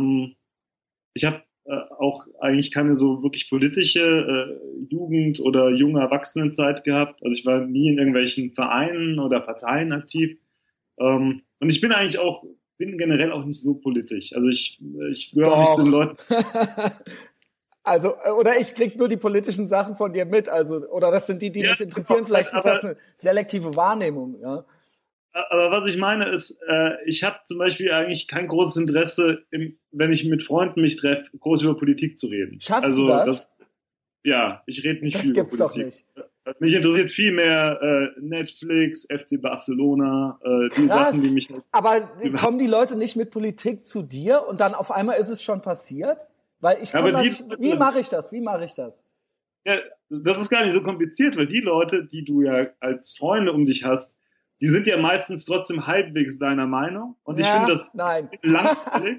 auch eigentlich keine so wirklich politische Jugend- oder junge Erwachsenenzeit gehabt. Also ich war nie in irgendwelchen Vereinen oder Parteien aktiv. Und ich bin generell auch nicht so politisch. Also ich gehöre auch nicht zu den Leuten. Also, oder ich krieg nur die politischen Sachen von dir mit, also, oder das sind die mich interessieren, vielleicht ist das eine selektive Wahrnehmung, ja. Aber was ich meine ist, ich habe zum Beispiel eigentlich kein großes Interesse, wenn ich mit Freunden mich treffe, groß über Politik zu reden. Schaffst du das? Ja, ich rede nicht viel über Politik. Das gibt's doch nicht. Mich interessiert viel mehr Netflix, FC Barcelona, die Krass. Sachen, die mich... Aber kommen die Leute nicht mit Politik zu dir und dann auf einmal ist es schon passiert? Weil wie mache ich das? Ja, das ist gar nicht so kompliziert, weil die Leute, die du ja als Freunde um dich hast, die sind ja meistens trotzdem halbwegs deiner Meinung. Und ich finde das langweilig.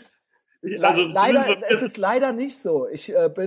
Es ist leider nicht so. Es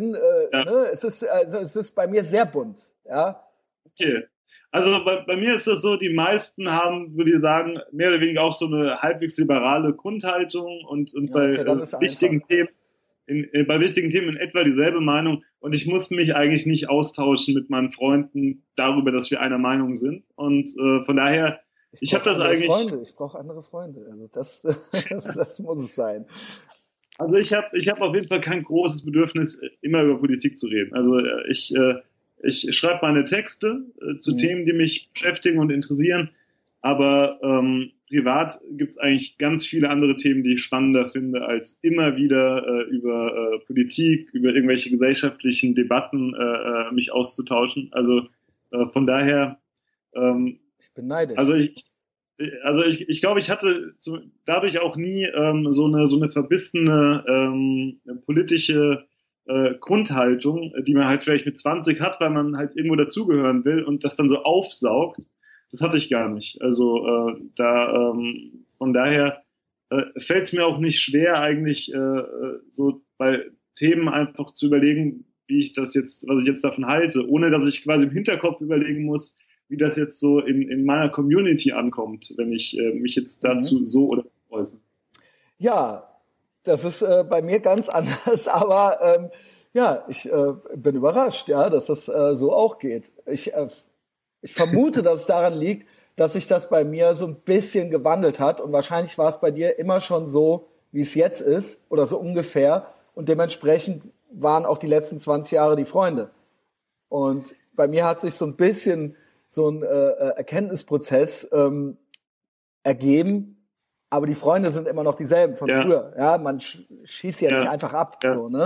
ist bei mir sehr bunt, ja. Okay. Also bei mir ist das so, die meisten haben, würde ich sagen, mehr oder weniger auch so eine halbwegs liberale Grundhaltung und bei wichtigen Themen in etwa dieselbe Meinung und ich muss mich eigentlich nicht austauschen mit meinen Freunden darüber, dass wir einer Meinung sind und von daher, ich habe das eigentlich... Ich brauche andere Freunde, also das muss es sein. Also ich hab auf jeden Fall kein großes Bedürfnis, immer über Politik zu reden. Also ich schreibe meine Texte zu Themen, die mich beschäftigen und interessieren, aber privat gibt's eigentlich ganz viele andere Themen, die ich spannender finde, als immer wieder über Politik, über irgendwelche gesellschaftlichen Debatten mich auszutauschen. Also von daher ich bin neidisch. Also ich glaube, ich hatte dadurch auch nie so eine verbissene politische Grundhaltung, die man halt vielleicht mit 20 hat, weil man halt irgendwo dazugehören will und das dann so aufsaugt. Das hatte ich gar nicht. Also von daher fällt es mir auch nicht schwer, eigentlich so bei Themen einfach zu überlegen, was ich jetzt davon halte, ohne dass ich quasi im Hinterkopf überlegen muss, wie das jetzt so in meiner Community ankommt, wenn ich mich jetzt dazu so oder so äußere. Ja, das ist bei mir ganz anders, aber ich bin überrascht, ja, dass das so auch geht. Ich vermute, dass es daran liegt, dass sich das bei mir so ein bisschen gewandelt hat und wahrscheinlich war es bei dir immer schon so, wie es jetzt ist oder so ungefähr und dementsprechend waren auch die letzten 20 Jahre die Freunde. Und bei mir hat sich so ein bisschen so ein Erkenntnisprozess ergeben, aber die Freunde sind immer noch dieselben von früher. Ja, man schießt ja nicht einfach ab. Ja. So, ne?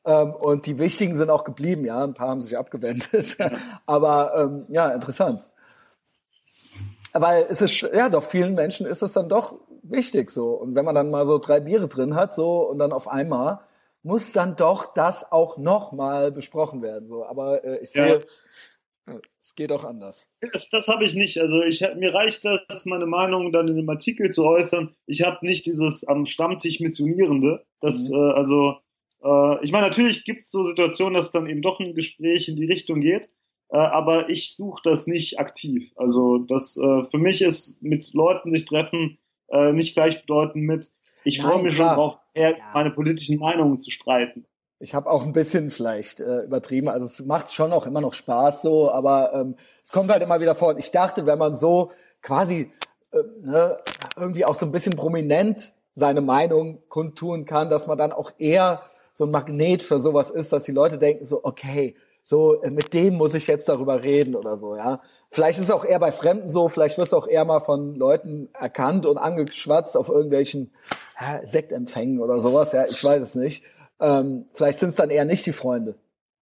Und die wichtigen sind auch geblieben, ja, ein paar haben sich abgewendet. Aber ja, interessant. Weil es ist, ja doch, vielen Menschen ist es dann doch wichtig so. Und wenn man dann mal so 3 Biere drin hat, so, und dann auf einmal muss dann doch das auch nochmal besprochen werden. So. Aber ich sehe, es geht auch anders. Das habe ich nicht. Also mir reicht das, meine Meinung dann in einem Artikel zu äußern. Ich habe nicht dieses am Stammtisch Missionierende. Ich meine, natürlich gibt es so Situationen, dass dann eben doch ein Gespräch in die Richtung geht. Aber ich suche das nicht aktiv. Also das für mich ist mit Leuten sich treffen nicht gleichbedeutend mit, ich freue mich schon drauf, meine politischen Meinungen zu streiten. Ich habe auch ein bisschen vielleicht übertrieben. Also es macht schon auch immer noch Spaß so, aber es kommt halt immer wieder vor. Und ich dachte, wenn man so quasi irgendwie auch so ein bisschen prominent seine Meinung kundtun kann, dass man dann auch eher so ein Magnet für sowas ist, dass die Leute denken so, okay, so mit dem muss ich jetzt darüber reden oder so, ja. Vielleicht ist es auch eher bei Fremden so, vielleicht wirst du auch eher mal von Leuten erkannt und angeschwatzt auf irgendwelchen Sektempfängen oder sowas, ja, ich weiß es nicht. Vielleicht sind es dann eher nicht die Freunde.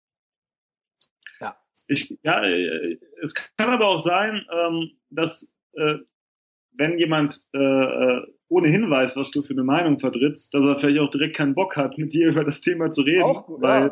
Ja. Es kann aber auch sein, dass wenn jemand ohnehin weiß, was du für eine Meinung vertrittst, dass er vielleicht auch direkt keinen Bock hat, mit dir über das Thema zu reden, auch gut, weil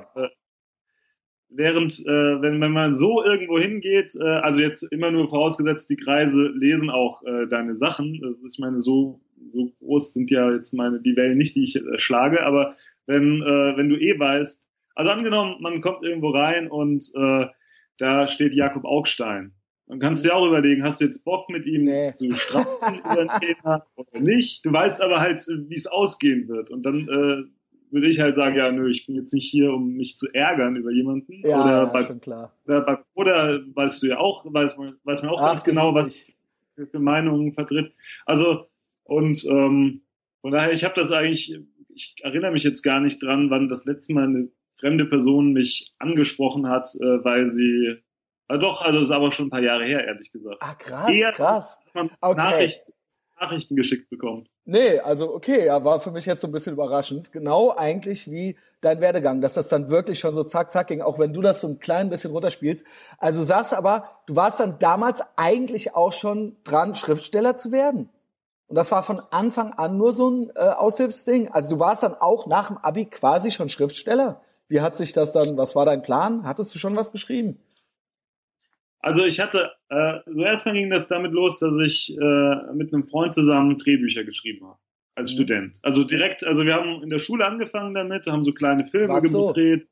wenn man so irgendwo hingeht, also jetzt immer nur vorausgesetzt, die Kreise lesen auch deine Sachen. Ich meine, so groß sind ja jetzt die Wellen nicht, die ich schlage, aber wenn du weißt, also angenommen, man kommt irgendwo rein und da steht Jakob Augstein, dann kannst du dir auch überlegen, hast du jetzt Bock mit ihm zu streiten über ein Thema oder nicht? Du weißt aber halt, wie es ausgehen wird, und dann würde ich halt sagen, ja, nö, ich bin jetzt nicht hier, um mich zu ärgern über jemanden. Ja, schon klar. Oder weißt du ja auch, weiß man auch ganz genau, was für Meinungen vertritt. Also, und von daher, ich erinnere mich jetzt gar nicht dran, wann das letzte Mal eine fremde Person mich angesprochen hat, weil sie, also es ist aber schon ein paar Jahre her, ehrlich gesagt. Ah, krass. Dass man Nachrichten geschickt bekommt. Nee, also okay, ja, war für mich jetzt so ein bisschen überraschend. Genau eigentlich wie dein Werdegang, dass das dann wirklich schon so zack ging, auch wenn du das so ein klein bisschen runterspielst. Also du sagst aber, du warst dann damals eigentlich auch schon dran, Schriftsteller zu werden. Und das war von Anfang an nur so ein Aushilfsding. Also du warst dann auch nach dem Abi quasi schon Schriftsteller. Wie hat sich das dann, was war dein Plan? Hattest du schon was geschrieben? Also ich hatte, so erstmal ging das damit los, dass ich mit einem Freund zusammen Drehbücher geschrieben habe, als Student. Also wir haben in der Schule angefangen damit, haben so kleine Filme gedreht.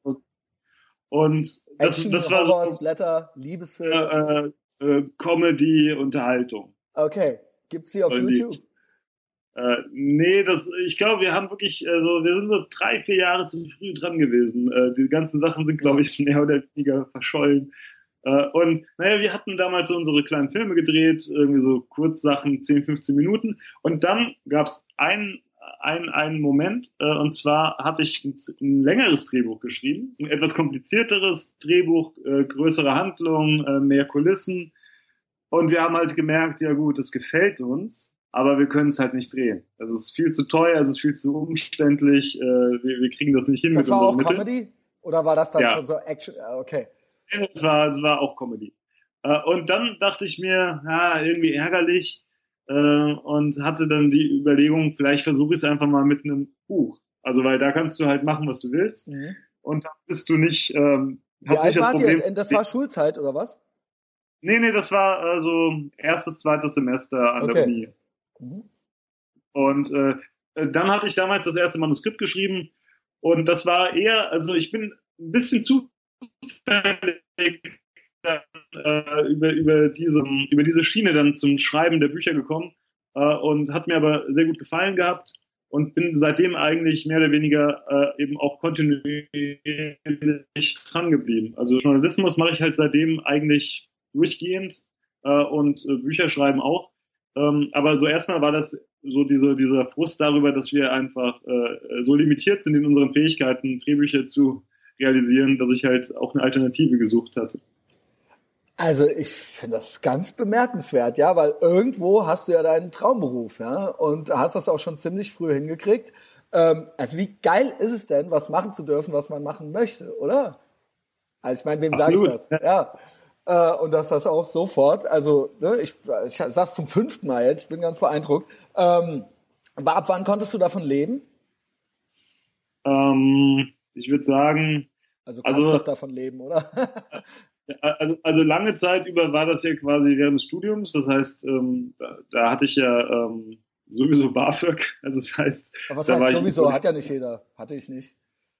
Und das war Horror, so Splatter, Liebesfilme. Comedy, Unterhaltung. Okay. Gibt's die auf YouTube? Nee, ich glaube, wir haben wirklich, wir sind so 3-4 Jahre zu früh dran gewesen. Die ganzen Sachen sind, glaube ich, mehr oder weniger verschollen. Und naja, wir hatten damals so unsere kleinen Filme gedreht, irgendwie so Kurzsachen, 10-15 Minuten. Und dann gab's einen Moment, und zwar hatte ich ein längeres Drehbuch geschrieben, ein etwas komplizierteres Drehbuch, größere Handlung, mehr Kulissen. Und wir haben halt gemerkt, ja gut, das gefällt uns, aber wir können es halt nicht drehen. Also es ist viel zu teuer, es ist viel zu umständlich, wir kriegen das nicht hin mit unseren Mitteln. Das war auch Comedy? Oder war das dann schon so Action? Okay. Es war auch Comedy. Und dann dachte ich mir, irgendwie ärgerlich, und hatte dann die Überlegung, vielleicht versuche ich es einfach mal mit einem Buch. Also weil da kannst du halt machen, was du willst. Mhm. Und da bist du nicht, hast nicht das Problem. Das war Schulzeit oder was? Nee, das war so erstes, zweites Semester an der Uni. Mhm. Und dann hatte ich damals das erste Manuskript geschrieben, und das war eher, also ich bin ein bisschen zufällig über diese Schiene dann zum Schreiben der Bücher gekommen, und hat mir aber sehr gut gefallen gehabt und bin seitdem eigentlich mehr oder weniger eben auch kontinuierlich dran geblieben. Also Journalismus mache ich halt seitdem eigentlich durchgehend, und Bücher schreiben auch. Aber so erstmal war das so dieser Frust darüber, dass wir einfach so limitiert sind in unseren Fähigkeiten, Drehbücher zu realisieren, dass ich halt auch eine Alternative gesucht hatte. Also ich finde das ganz bemerkenswert, ja, weil irgendwo hast du ja deinen Traumberuf, ja, und hast das auch schon ziemlich früh hingekriegt. Also wie geil ist es denn, was machen zu dürfen, was man machen möchte, oder? Also ich meine, wem sage ich Absolut. das? Ja. Und dass das auch sofort, also ne, ich sag's zum 5. Mal jetzt, ich bin ganz beeindruckt. Aber ab wann konntest du davon leben? Ich würde sagen, Also kannst also, doch davon leben, oder? also lange Zeit über war das ja quasi während des Studiums. Das heißt, da hatte ich ja sowieso BAföG. Also das heißt, Aber was da heißt war ich sowieso? Hat ja nicht jeder. Hatte ich nicht.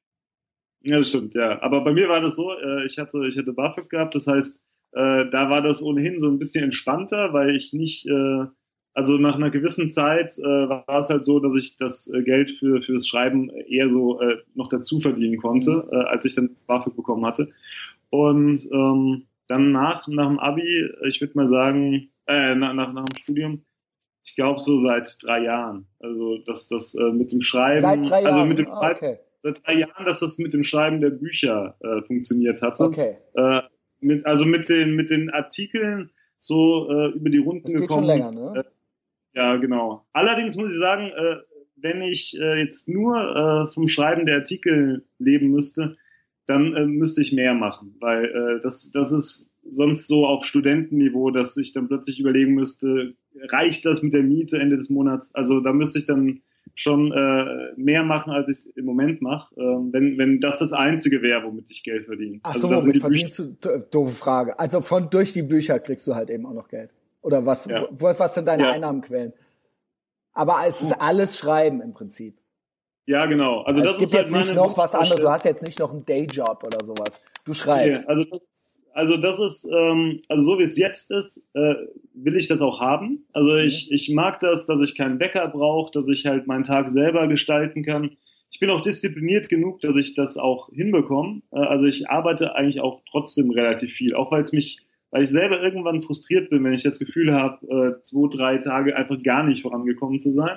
ja, das stimmt, ja. Aber bei mir war das so, ich hatte BAföG gehabt, das heißt, da war das ohnehin so ein bisschen entspannter, weil ich nicht, also nach einer gewissen Zeit war es halt so, dass ich das Geld fürs Schreiben eher so noch dazu verdienen konnte, als ich dann das BAföG bekommen hatte. Und dann nach dem Abi, ich würde mal sagen, nach dem Studium, ich glaube so seit 3 Jahren. Also dass das mit dem Seit Schreiben, 3 Jahren. mit dem Ah, Schreiben, okay. seit 3 Jahren, dass das mit dem Schreiben der Bücher funktioniert hatte. Okay. Also mit den Artikeln so über die Runden Das geht schon länger, gekommen. ne? Ja, genau. Allerdings muss ich sagen, wenn ich jetzt nur vom Schreiben der Artikel leben müsste, dann müsste ich mehr machen, weil das ist sonst so auf Studentenniveau, dass ich dann plötzlich überlegen müsste, reicht das mit der Miete Ende des Monats? Also da müsste ich dann schon mehr machen, als ich es im Moment mache, wenn das Einzige wäre, womit ich Geld verdiene. Ach Also so, da sind womit die Bücher, verdienst du? Doofe Frage. Also durch die Bücher kriegst du halt eben auch noch Geld. Oder ja, was sind deine ja, Einnahmenquellen? Aber es ist alles Schreiben im Prinzip. ja, genau. Also Es das gibt ist halt jetzt nicht meine noch was anderes. Du Wunschvorstellung. hast jetzt nicht noch einen Dayjob oder sowas. Du Nee, schreibst. also das ist, also so wie es jetzt ist, will ich das auch haben. Also Mhm. ich mag das, dass ich keinen Wecker brauche, dass ich halt meinen Tag selber gestalten kann. Ich bin auch diszipliniert genug, dass ich das auch hinbekomme. Also ich arbeite eigentlich auch trotzdem relativ viel, auch weil ich selber irgendwann frustriert bin, wenn ich das Gefühl habe, 2, 3 Tage einfach gar nicht vorangekommen zu sein.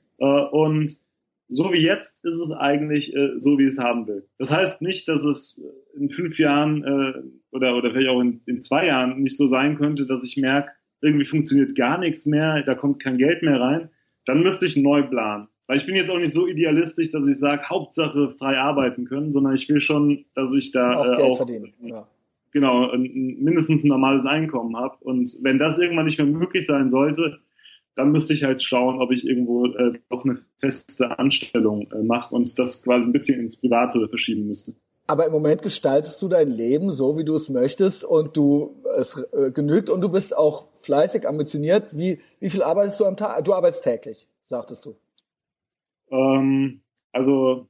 Und so wie jetzt ist es eigentlich so, wie ich es haben will. Das heißt nicht, dass es in 5 Jahren oder vielleicht auch in 2 Jahren nicht so sein könnte, dass ich merke, irgendwie funktioniert gar nichts mehr, da kommt kein Geld mehr rein. Dann müsste ich neu planen. Weil ich bin jetzt auch nicht so idealistisch, dass ich sage, Hauptsache frei arbeiten können, sondern ich will schon, dass ich Auch da Geld auch verdienen. Ja. genau mindestens ein normales Einkommen habe. Und wenn das irgendwann nicht mehr möglich sein sollte, dann müsste ich halt schauen, ob ich irgendwo doch eine feste Anstellung mache und das quasi ein bisschen ins Private verschieben müsste. Aber im Moment gestaltest du dein Leben so, wie du es möchtest und es genügt und du bist auch fleißig, ambitioniert. Wie viel arbeitest du am Tag? Du arbeitest täglich, sagtest du. Also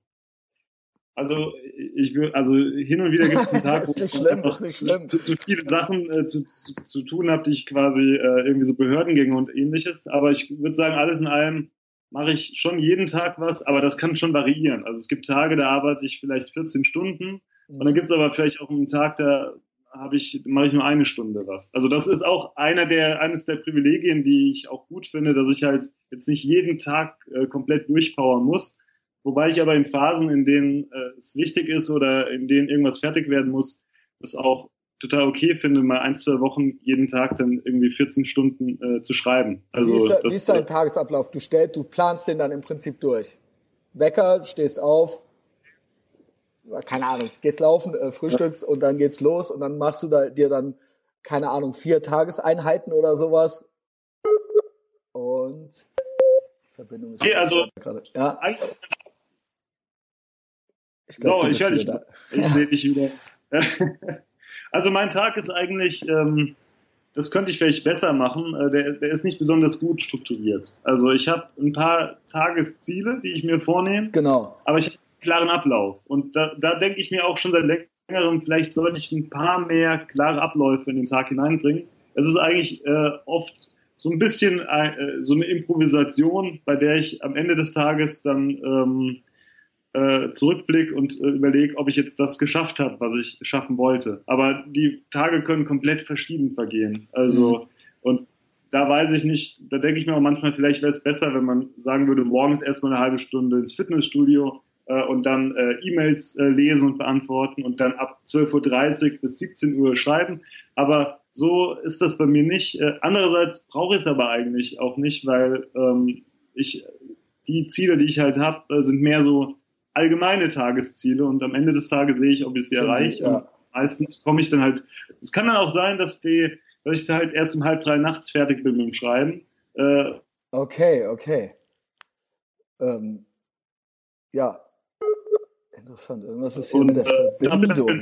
also hin und wieder gibt es einen Tag, wo Ist nicht ich schlimm, einfach ist nicht schlimm. zu viele Sachen zu tun habe, die ich quasi irgendwie so Behördengänge und ähnliches. Aber ich würde sagen, alles in allem mache ich schon jeden Tag was, aber das kann schon variieren. Also es gibt Tage, da arbeite ich vielleicht 14 Stunden und dann Mhm. gibt es aber vielleicht auch einen Tag, da mache ich nur eine Stunde was. Also das ist auch eines der Privilegien, die ich auch gut finde, dass ich halt jetzt nicht jeden Tag komplett durchpowern muss. Wobei ich aber in Phasen, in denen es wichtig ist oder in denen irgendwas fertig werden muss, das auch total okay finde, mal 1, 2 Wochen jeden Tag dann irgendwie 14 Stunden zu schreiben. Also Wie das, ist dein Tagesablauf? Du planst den dann im Prinzip durch. Wecker, stehst auf, keine Ahnung, gehst laufen, frühstückst und dann geht's los und dann machst du dir dann, keine Ahnung, 4 Tageseinheiten oder sowas und die Verbindung ist okay, also gerade. Ja, eigentlich, ich glaube, so, du ich bist höre wieder dich da. wieder. Ich sehe dich wieder. Also mein Tag ist eigentlich, das könnte ich vielleicht besser machen, der ist nicht besonders gut strukturiert. Also ich habe ein paar Tagesziele, die ich mir vornehme, Genau. aber ich habe einen klaren Ablauf. Und da denke ich mir auch schon seit längerem, vielleicht sollte ich ein paar mehr klare Abläufe in den Tag hineinbringen. Es ist eigentlich oft so ein bisschen so eine Improvisation, bei der ich am Ende des Tages dann zurückblicke und überlege, ob ich jetzt das geschafft habe, was ich schaffen wollte. Aber die Tage können komplett verschieden vergehen. Also, und da weiß ich nicht, da denke ich mir auch manchmal, vielleicht wäre es besser, wenn man sagen würde, morgens erstmal eine halbe Stunde ins Fitnessstudio und dann E-Mails lesen und beantworten und dann ab 12:30 bis 17 Uhr schreiben. Aber so ist das bei mir nicht. Andererseits brauche ich es aber eigentlich auch nicht, weil ich die Ziele, die ich halt habe, sind mehr so allgemeine Tagesziele und am Ende des Tages sehe ich, ob ich sie erreiche. Ja. Und meistens komme ich dann halt, es kann dann auch sein, dass ich halt erst um 2:30 nachts fertig bin mit dem Schreiben. Okay. Ja, interessant. Irgendwas ist hier mit der Verbindung.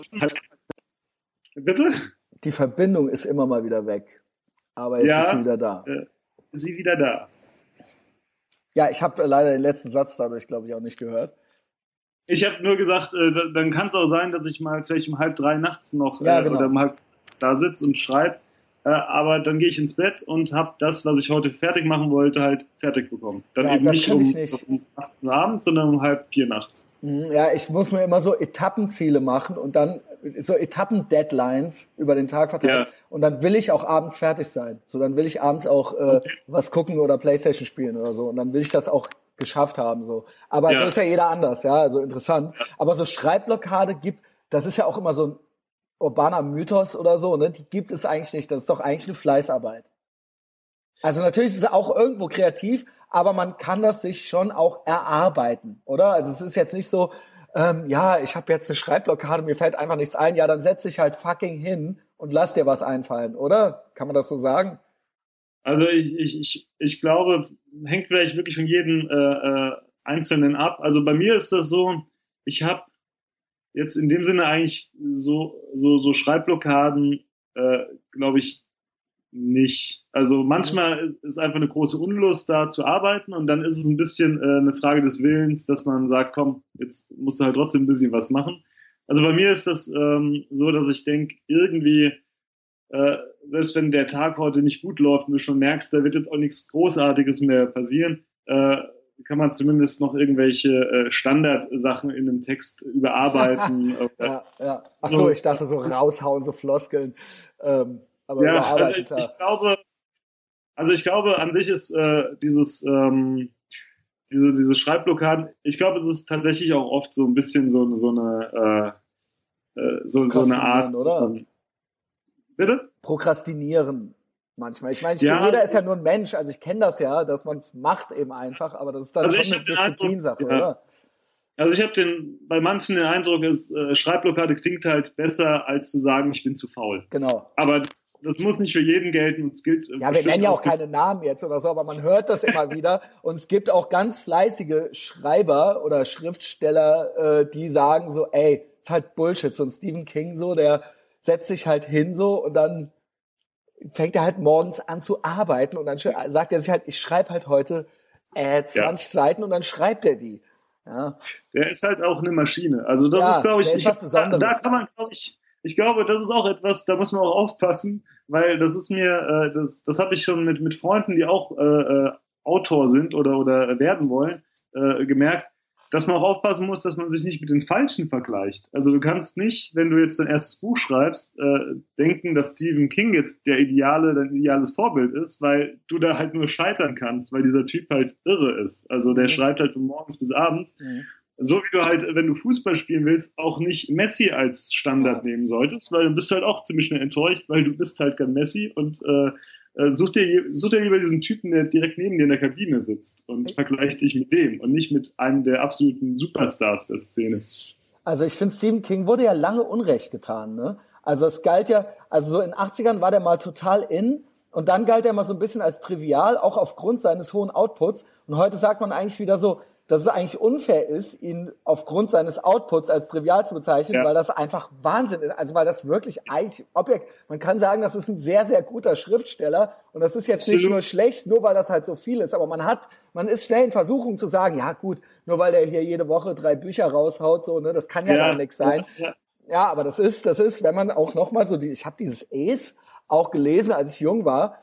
Bitte? Die Verbindung ist immer mal wieder weg. Aber jetzt ist sie wieder da. Ist sie wieder da. Ja, ich habe leider den letzten Satz dadurch, glaube ich, auch nicht gehört. Ich habe nur gesagt, dann kann es auch sein, dass ich mal vielleicht um 2:30 nachts noch genau. oder um 2:30 da sitze und schreibe. Aber dann gehe ich ins Bett und habe das, was ich heute fertig machen wollte, halt fertig bekommen. Dann eben nicht um 8 Uhr abends, sondern um 3:30 nachts. Ja, ich muss mir immer so Etappenziele machen und dann so Etappen-Deadlines über den Tag verteilen. Ja. Und dann will ich auch abends fertig sein. So, dann will ich abends auch was gucken oder Playstation spielen oder so. Und dann will ich das auch geschafft haben. So. Aber so ist ja jeder anders, ja, also interessant. Ja. Aber so Schreibblockade das ist ja auch immer so ein urbaner Mythos oder so, ne? Die gibt es eigentlich nicht. Das ist doch eigentlich eine Fleißarbeit. Also natürlich ist es auch irgendwo kreativ, aber man kann das sich schon auch erarbeiten, oder? Also es ist jetzt nicht so, ich habe jetzt eine Schreibblockade, mir fällt einfach nichts ein. Ja, dann setz dich halt fucking hin und lass dir was einfallen, oder? Kann man das so sagen? Also ich glaube, hängt vielleicht wirklich von jedem Einzelnen ab. Also bei mir ist das so, ich habe jetzt in dem Sinne eigentlich so Schreibblockaden, glaube ich, nicht. Also manchmal ist einfach eine große Unlust da zu arbeiten und dann ist es ein bisschen eine Frage des Willens, dass man sagt, komm, jetzt musst du halt trotzdem ein bisschen was machen. Also bei mir ist das so, dass ich denke, irgendwie, selbst wenn der Tag heute nicht gut läuft und du schon merkst, da wird jetzt auch nichts Großartiges mehr passieren, kann man zumindest noch irgendwelche Standardsachen in einem Text überarbeiten. Ja. Ach so, ich dachte so raushauen, so Floskeln. Aber ja, also ich glaube, an sich ist diese Schreibblockaden, ich glaube, es ist tatsächlich auch oft so ein bisschen so eine Art, oder? Bitte? Prokrastinieren manchmal. Ich meine, jeder ist ja nur ein Mensch, also ich kenne das ja, dass man es macht eben einfach, aber das ist dann schon eine Disziplinsache, oder? Also ich habe bei manchen den Eindruck, Schreibblockade klingt halt besser, als zu sagen, ich bin zu faul. Genau. Aber das muss nicht für jeden gelten und es gilt. Ja, wir nennen ja auch keine Namen jetzt oder so, aber man hört das immer wieder und es gibt auch ganz fleißige Schreiber oder Schriftsteller, die sagen so, ey, ist halt Bullshit. So ein Stephen King so, der setzt sich halt hin so und dann fängt er halt morgens an zu arbeiten und dann sagt er sich halt, ich schreibe halt heute 20 Seiten und dann schreibt er die. Ja. Der ist halt auch eine Maschine. Also das ist, glaube ich, was Besonderes. Da kann man, glaube ich glaube, das ist auch etwas, da muss man auch aufpassen, weil das ist mir, das habe ich schon mit Freunden, die auch Autor sind oder werden wollen, gemerkt, dass man auch aufpassen muss, dass man sich nicht mit den Falschen vergleicht. Also du kannst nicht, wenn du jetzt dein erstes Buch schreibst, denken, dass Stephen King jetzt dein ideales Vorbild ist, weil du da halt nur scheitern kannst, weil dieser Typ halt irre ist. Also der schreibt halt von morgens bis abends. Mhm. So wie du halt, wenn du Fußball spielen willst, auch nicht Messi als Standard nehmen solltest, weil du bist halt auch ziemlich schnell enttäuscht, weil du bist halt kein Messi und such dir lieber diesen Typen, der direkt neben dir in der Kabine sitzt und vergleich dich mit dem und nicht mit einem der absoluten Superstars der Szene. Also ich finde, Stephen King wurde ja lange Unrecht getan, ne? Also es galt ja, also so in den 80ern war der mal total in und dann galt er mal so ein bisschen als trivial, auch aufgrund seines hohen Outputs und heute sagt man eigentlich wieder so, dass es eigentlich unfair ist, ihn aufgrund seines Outputs als trivial zu bezeichnen, weil das einfach Wahnsinn ist. Also weil das wirklich eigentlich man kann sagen, das ist ein sehr, sehr guter Schriftsteller und das ist jetzt nicht nur schlecht, nur weil das halt so viel ist, aber man ist schnell in Versuchung zu sagen, ja gut, nur weil der hier jede Woche 3 Bücher raushaut, so, ne, das kann ja gar nichts sein. Ja, aber das ist, wenn man auch nochmal so ich habe dieses Ace auch gelesen, als ich jung war,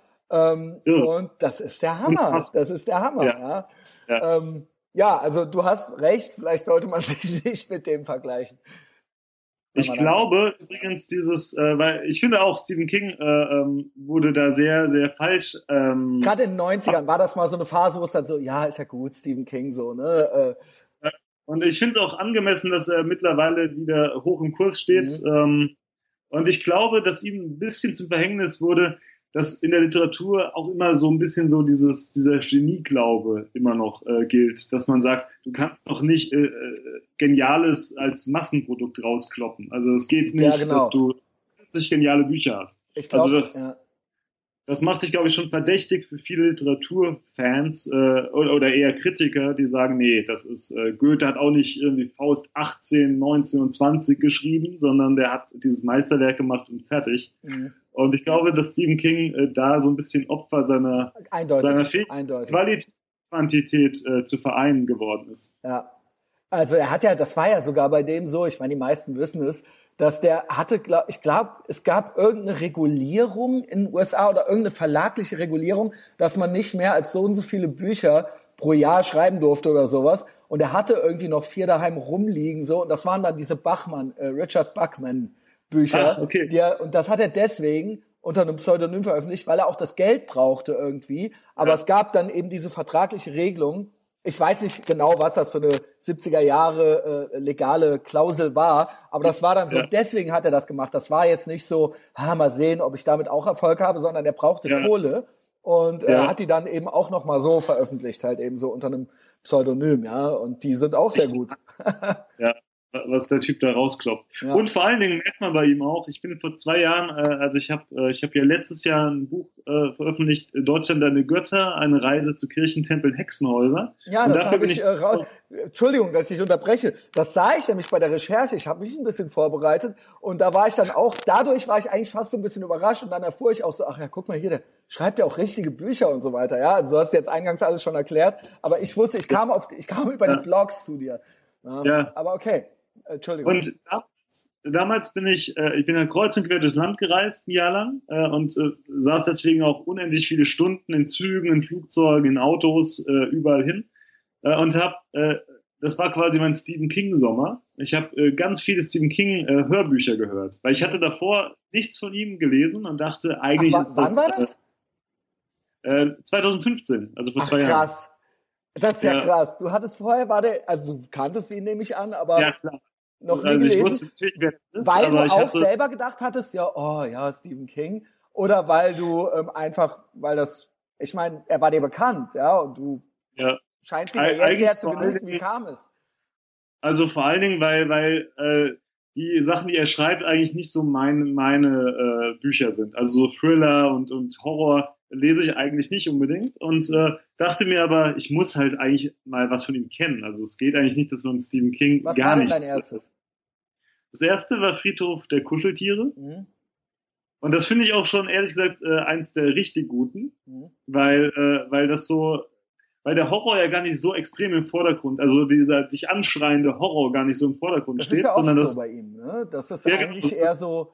und das ist der Hammer. Das ist der Hammer, ja, also du hast recht, vielleicht sollte man sich nicht mit dem vergleichen. Ich glaube übrigens weil ich finde auch Stephen King wurde da sehr, sehr falsch. Gerade in den 90ern war das mal so eine Phase, wo es dann so, ja, ist ja gut, Stephen King so, ne? Und ich finde es auch angemessen, dass er mittlerweile wieder hoch im Kurs steht. Und ich glaube, dass ihm ein bisschen zum Verhängnis wurde, dass in der Literatur auch immer so ein bisschen so dieser Genieglaube immer noch gilt, dass man sagt, du kannst doch nicht Geniales als Massenprodukt rauskloppen. Also es geht nicht, genau. dass du 40 geniale Bücher hast. Ich glaub, also das macht dich, glaube ich, schon verdächtig für viele Literaturfans oder eher Kritiker, die sagen, nee, das ist Goethe hat auch nicht irgendwie Faust 18, 19 und 20 geschrieben, sondern der hat dieses Meisterwerk gemacht und fertig. Mhm. Und ich glaube, dass Stephen King da so ein bisschen Opfer seiner Fähigkeit, Qualität, Quantität zu vereinen geworden ist. Ja, also er hat ja, das war ja sogar bei dem so, ich meine, die meisten wissen es, dass der hatte, ich glaube, es gab irgendeine Regulierung in den USA oder irgendeine verlagliche Regulierung, dass man nicht mehr als so und so viele Bücher pro Jahr schreiben durfte oder sowas. Und er hatte irgendwie noch 4 daheim rumliegen, so. Und das waren dann diese Richard Bachman Bücher. Ach, okay. Und das hat er deswegen unter einem Pseudonym veröffentlicht, weil er auch das Geld brauchte irgendwie. Aber es gab dann eben diese vertragliche Regelung. Ich weiß nicht genau, was das für eine 70er Jahre legale Klausel war, aber das war dann so, deswegen hat er das gemacht. Das war jetzt nicht so, mal sehen, ob ich damit auch Erfolg habe, sondern er brauchte Kohle und hat die dann eben auch nochmal so veröffentlicht, halt eben so unter einem Pseudonym, ja, und die sind auch sehr gut. Ja. Was der Typ da rauskloppt. Ja. Und vor allen Dingen merkt man bei ihm auch, ich bin vor 2 Jahren, also ich habe ja letztes Jahr ein Buch veröffentlicht, Deutschland deine Götter, eine Reise zu Kirchen, Tempeln, Hexenhäuser. Ja, und das habe ich Entschuldigung, dass ich unterbreche. Das sah ich nämlich bei der Recherche. Ich habe mich ein bisschen vorbereitet und da war ich dann auch, dadurch war ich eigentlich fast so ein bisschen überrascht und dann erfuhr ich auch so, ach ja, guck mal hier, der schreibt ja auch richtige Bücher und so weiter. Ja, also du hast jetzt eingangs alles schon erklärt, aber ich wusste, ich kam über die Blogs zu dir. Ja. Aber okay. Entschuldigung. Und damals bin ich bin ja kreuz und quer durchs Land gereist, ein Jahr lang, und saß deswegen auch unendlich viele Stunden in Zügen, in Flugzeugen, in Autos, überall hin. Und das war quasi mein Stephen King-Sommer. Ich habe ganz viele Stephen King-Hörbücher gehört, weil ich hatte davor nichts von ihm gelesen und dachte, eigentlich ist das... Wann war das? 2015, also vor 2 Jahren. Krass. Das ist ja krass. Du hattest vorher, also du kanntest ihn, nehme ich an, aber... Ja, klar. Noch nie gelesen, ich wusste natürlich, wer das ist, weil aber du auch selber gedacht hattest, Stephen King, oder weil du ich meine, er war dir bekannt, ja, und du scheinst ihn ja jetzt sehr zu genießen. Wie kam es? Also vor allen Dingen, weil die Sachen, die er schreibt, eigentlich nicht so meine Bücher sind. Also so Thriller und Horror lese ich eigentlich nicht unbedingt und dachte mir aber, ich muss halt eigentlich mal was von ihm kennen. Also es geht eigentlich nicht, dass man Stephen King was gar nichts... Was war denn dein erstes? Das erste war Friedhof der Kuscheltiere. Mhm. Und das finde ich auch schon, ehrlich gesagt, eins der richtig guten, weil der Horror ja gar nicht so extrem im Vordergrund, also dieser dich anschreiende Horror gar nicht so im Vordergrund steht. Das ist ja sondern so bei ihm, ne? Das ist eigentlich eher so,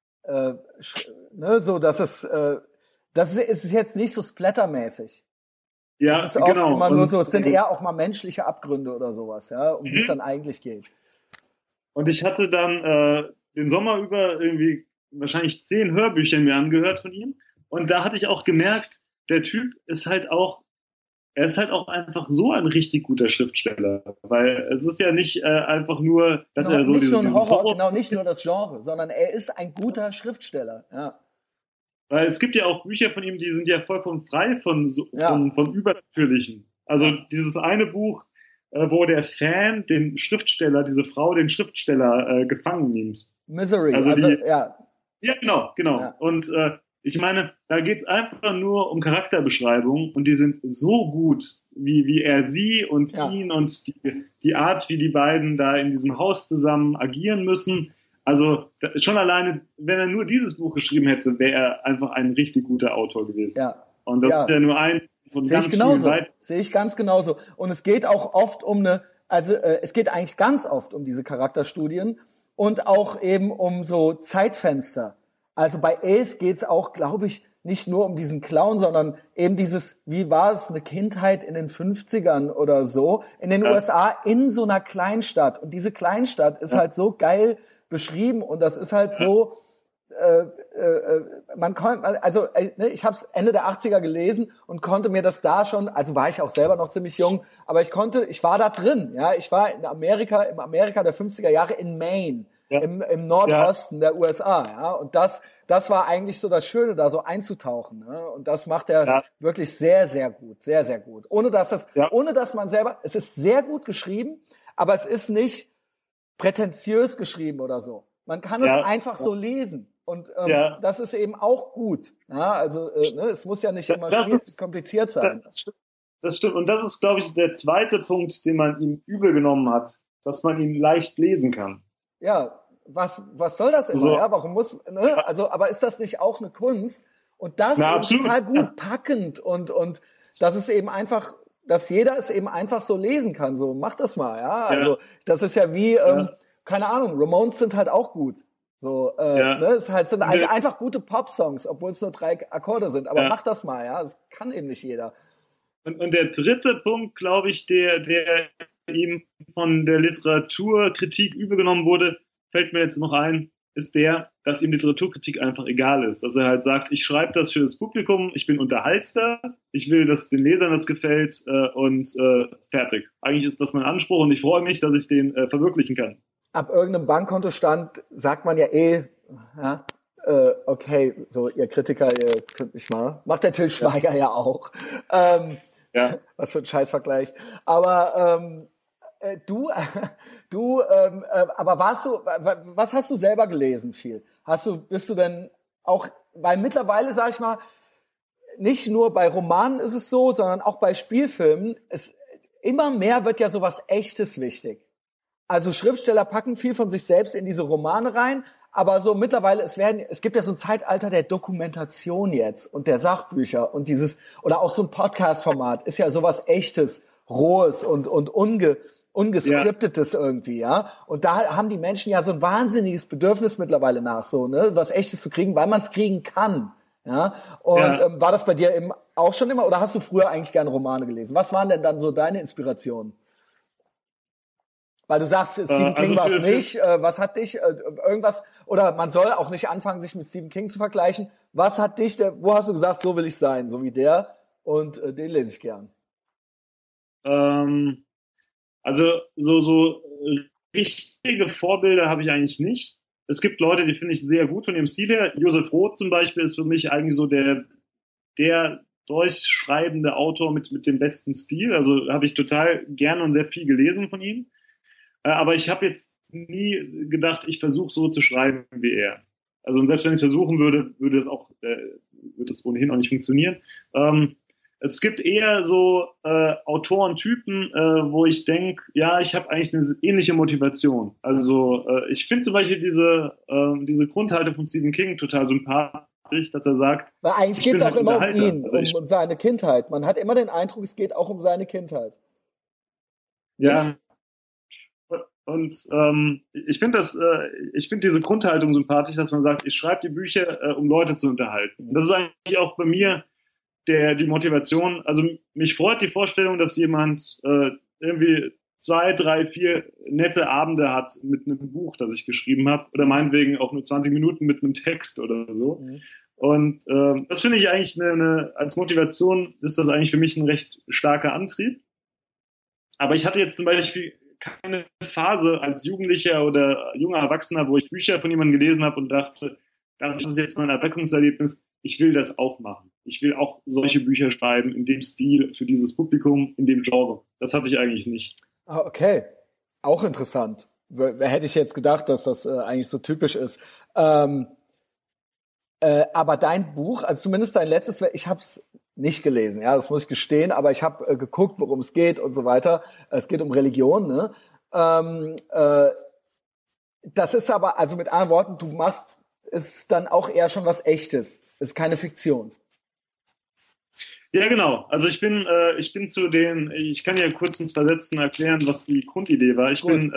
so, dass es ist jetzt nicht so splattermäßig. Ja, das ist oft immer nur so, es sind eher auch mal menschliche Abgründe oder sowas, ja, um die es dann eigentlich geht. Und ich hatte dann den Sommer über irgendwie wahrscheinlich 10 Hörbücher mir angehört von ihm. Und da hatte ich auch gemerkt, der Typ ist halt auch einfach so ein richtig guter Schriftsteller. Weil es ist ja nicht einfach nur, dass er so nicht nur ein Horror, genau, nicht nur das Genre, sondern er ist ein guter Schriftsteller, ja. Weil es gibt ja auch Bücher von ihm, die sind ja vollkommen frei von Übernatürlichen. Also dieses eine Buch, wo der Fan diese Frau den Schriftsteller gefangen nimmt. Misery, Ja, genau. Ja. Und ich meine, da geht es einfach nur um Charakterbeschreibungen und die sind so gut, wie er sie und ihn und die Art, wie die beiden da in diesem Haus zusammen agieren müssen. Also schon alleine, wenn er nur dieses Buch geschrieben hätte, wäre er einfach ein richtig guter Autor gewesen. Ja. Und das ist ja nur eins von ganz vielen Seiten. Sehe ich ganz genauso. Und es geht auch oft es geht eigentlich ganz oft um diese Charakterstudien und auch eben um so Zeitfenster. Also bei Ace geht's auch, glaube ich, nicht nur um diesen Clown, sondern eben wie war es, eine Kindheit in den 50ern oder so, in den USA in so einer Kleinstadt. Und diese Kleinstadt ist halt so geil beschrieben und das ist halt so, ich habe es Ende der 80er gelesen und konnte mir das da schon, also war ich auch selber noch ziemlich jung, aber ich war da drin, ja, ich war im Amerika der 50er Jahre in Maine, im Nordosten der USA, ja. Und das war eigentlich so das Schöne, da so einzutauchen, ne? Und das macht er wirklich sehr, sehr gut, sehr, sehr gut. Ohne dass man selber, es ist sehr gut geschrieben, aber es ist nicht prätentiös geschrieben oder so. Man kann es einfach so lesen. Und das ist eben auch gut. Ja, also es muss ja nicht immer kompliziert sein. Das stimmt. Und das ist, glaube ich, der zweite Punkt, den man ihm übel genommen hat, dass man ihn leicht lesen kann. Ja, was soll das immer? Ja, warum muss, ne? Also, aber ist das nicht auch eine Kunst? Und das ist total gut packend und das ist eben einfach, dass jeder es eben einfach so lesen kann. So, mach das mal, ja. Also, das ist ja wie, keine Ahnung, Ramones sind halt auch gut. So, ne, es sind einfach gute Pop-Songs, obwohl es nur 3 Akkorde sind. Aber mach das mal, ja. Das kann eben nicht jeder. Und der dritte Punkt, glaube ich, der ihm von der Literaturkritik übelgenommen wurde, fällt mir jetzt noch ein, ist dass ihm Literaturkritik einfach egal ist. Dass er halt sagt, ich schreibe das für das Publikum, ich bin Unterhalter, ich will, dass den Lesern das gefällt und fertig. Eigentlich ist das mein Anspruch und ich freue mich, dass ich den verwirklichen kann. Ab irgendeinem Bankkontostand sagt man ja okay, so ihr Kritiker, ihr könnt mich mal. Macht der Til Schweiger ja auch. Was für ein Scheißvergleich. Aber aber was hast du selber gelesen viel? Bist du denn auch, weil mittlerweile, sag ich mal, nicht nur bei Romanen ist es so, sondern auch bei Spielfilmen, immer mehr wird ja sowas Echtes wichtig. Also Schriftsteller packen viel von sich selbst in diese Romane rein, aber so mittlerweile, es gibt ja so ein Zeitalter der Dokumentation jetzt und der Sachbücher und oder auch so ein Podcast-Format ist ja sowas Echtes, Rohes und ungescriptetes irgendwie, ja. Und da haben die Menschen ja so ein wahnsinniges Bedürfnis mittlerweile nach, so, ne, was Echtes zu kriegen, weil man es kriegen kann, ja. Und war das bei dir eben auch schon immer, oder hast du früher eigentlich gerne Romane gelesen? Was waren denn dann so deine Inspirationen? Weil du sagst, Stephen King war es nicht. Was hat dich irgendwas, oder man soll auch nicht anfangen, sich mit Stephen King zu vergleichen. Was hat dich, wo hast du gesagt, so will ich sein, so wie der, und den lese ich gern? Also so richtige Vorbilder habe ich eigentlich nicht. Es gibt Leute, die finde ich sehr gut von ihrem Stil her. Josef Roth zum Beispiel ist für mich eigentlich so der durchschreibende Autor mit dem besten Stil. Also habe ich total gerne und sehr viel gelesen von ihm. Aber ich habe jetzt nie gedacht, ich versuche so zu schreiben wie er. Also selbst wenn ich es versuchen würde, würde das ohnehin auch nicht funktionieren. Es gibt eher so Autorentypen, wo ich denke, ja, ich habe eigentlich eine ähnliche Motivation. Also ich finde zum Beispiel diese Grundhaltung von Stephen King total sympathisch, dass er sagt, weil eigentlich geht es auch immer um ihn, also um seine Kindheit. Man hat immer den Eindruck, es geht auch um seine Kindheit. Ja. Und ich finde diese Grundhaltung sympathisch, dass man sagt, ich schreibe die Bücher, um Leute zu unterhalten. Das ist eigentlich auch bei mir die Motivation. Also mich freut die Vorstellung, dass jemand irgendwie 2, 3, 4 nette Abende hat mit einem Buch, das ich geschrieben habe, oder meinetwegen auch nur 20 Minuten mit einem Text oder so. Mhm. Und das finde ich eigentlich als Motivation ist das eigentlich für mich ein recht starker Antrieb. Aber ich hatte jetzt zum Beispiel keine Phase als Jugendlicher oder junger Erwachsener, wo ich Bücher von jemandem gelesen habe und dachte, das ist jetzt mein Erweckungserlebnis, ich will das auch machen. Ich will auch solche Bücher schreiben, in dem Stil, für dieses Publikum, in dem Genre. Das hatte ich eigentlich nicht. Ah, okay. Auch interessant. Hätte ich jetzt gedacht, dass das eigentlich so typisch ist. Aber dein Buch, also zumindest dein letztes, ich habe es nicht gelesen, ja, das muss ich gestehen, aber ich habe geguckt, worum es geht und so weiter. Es geht um Religion, ne? Das ist aber, also mit anderen Worten, du machst es dann auch eher schon was Echtes. Es ist keine Fiktion. Ja, genau. Also ich kann ja kurz ins Versetzen erklären, was die Grundidee war. Ich bin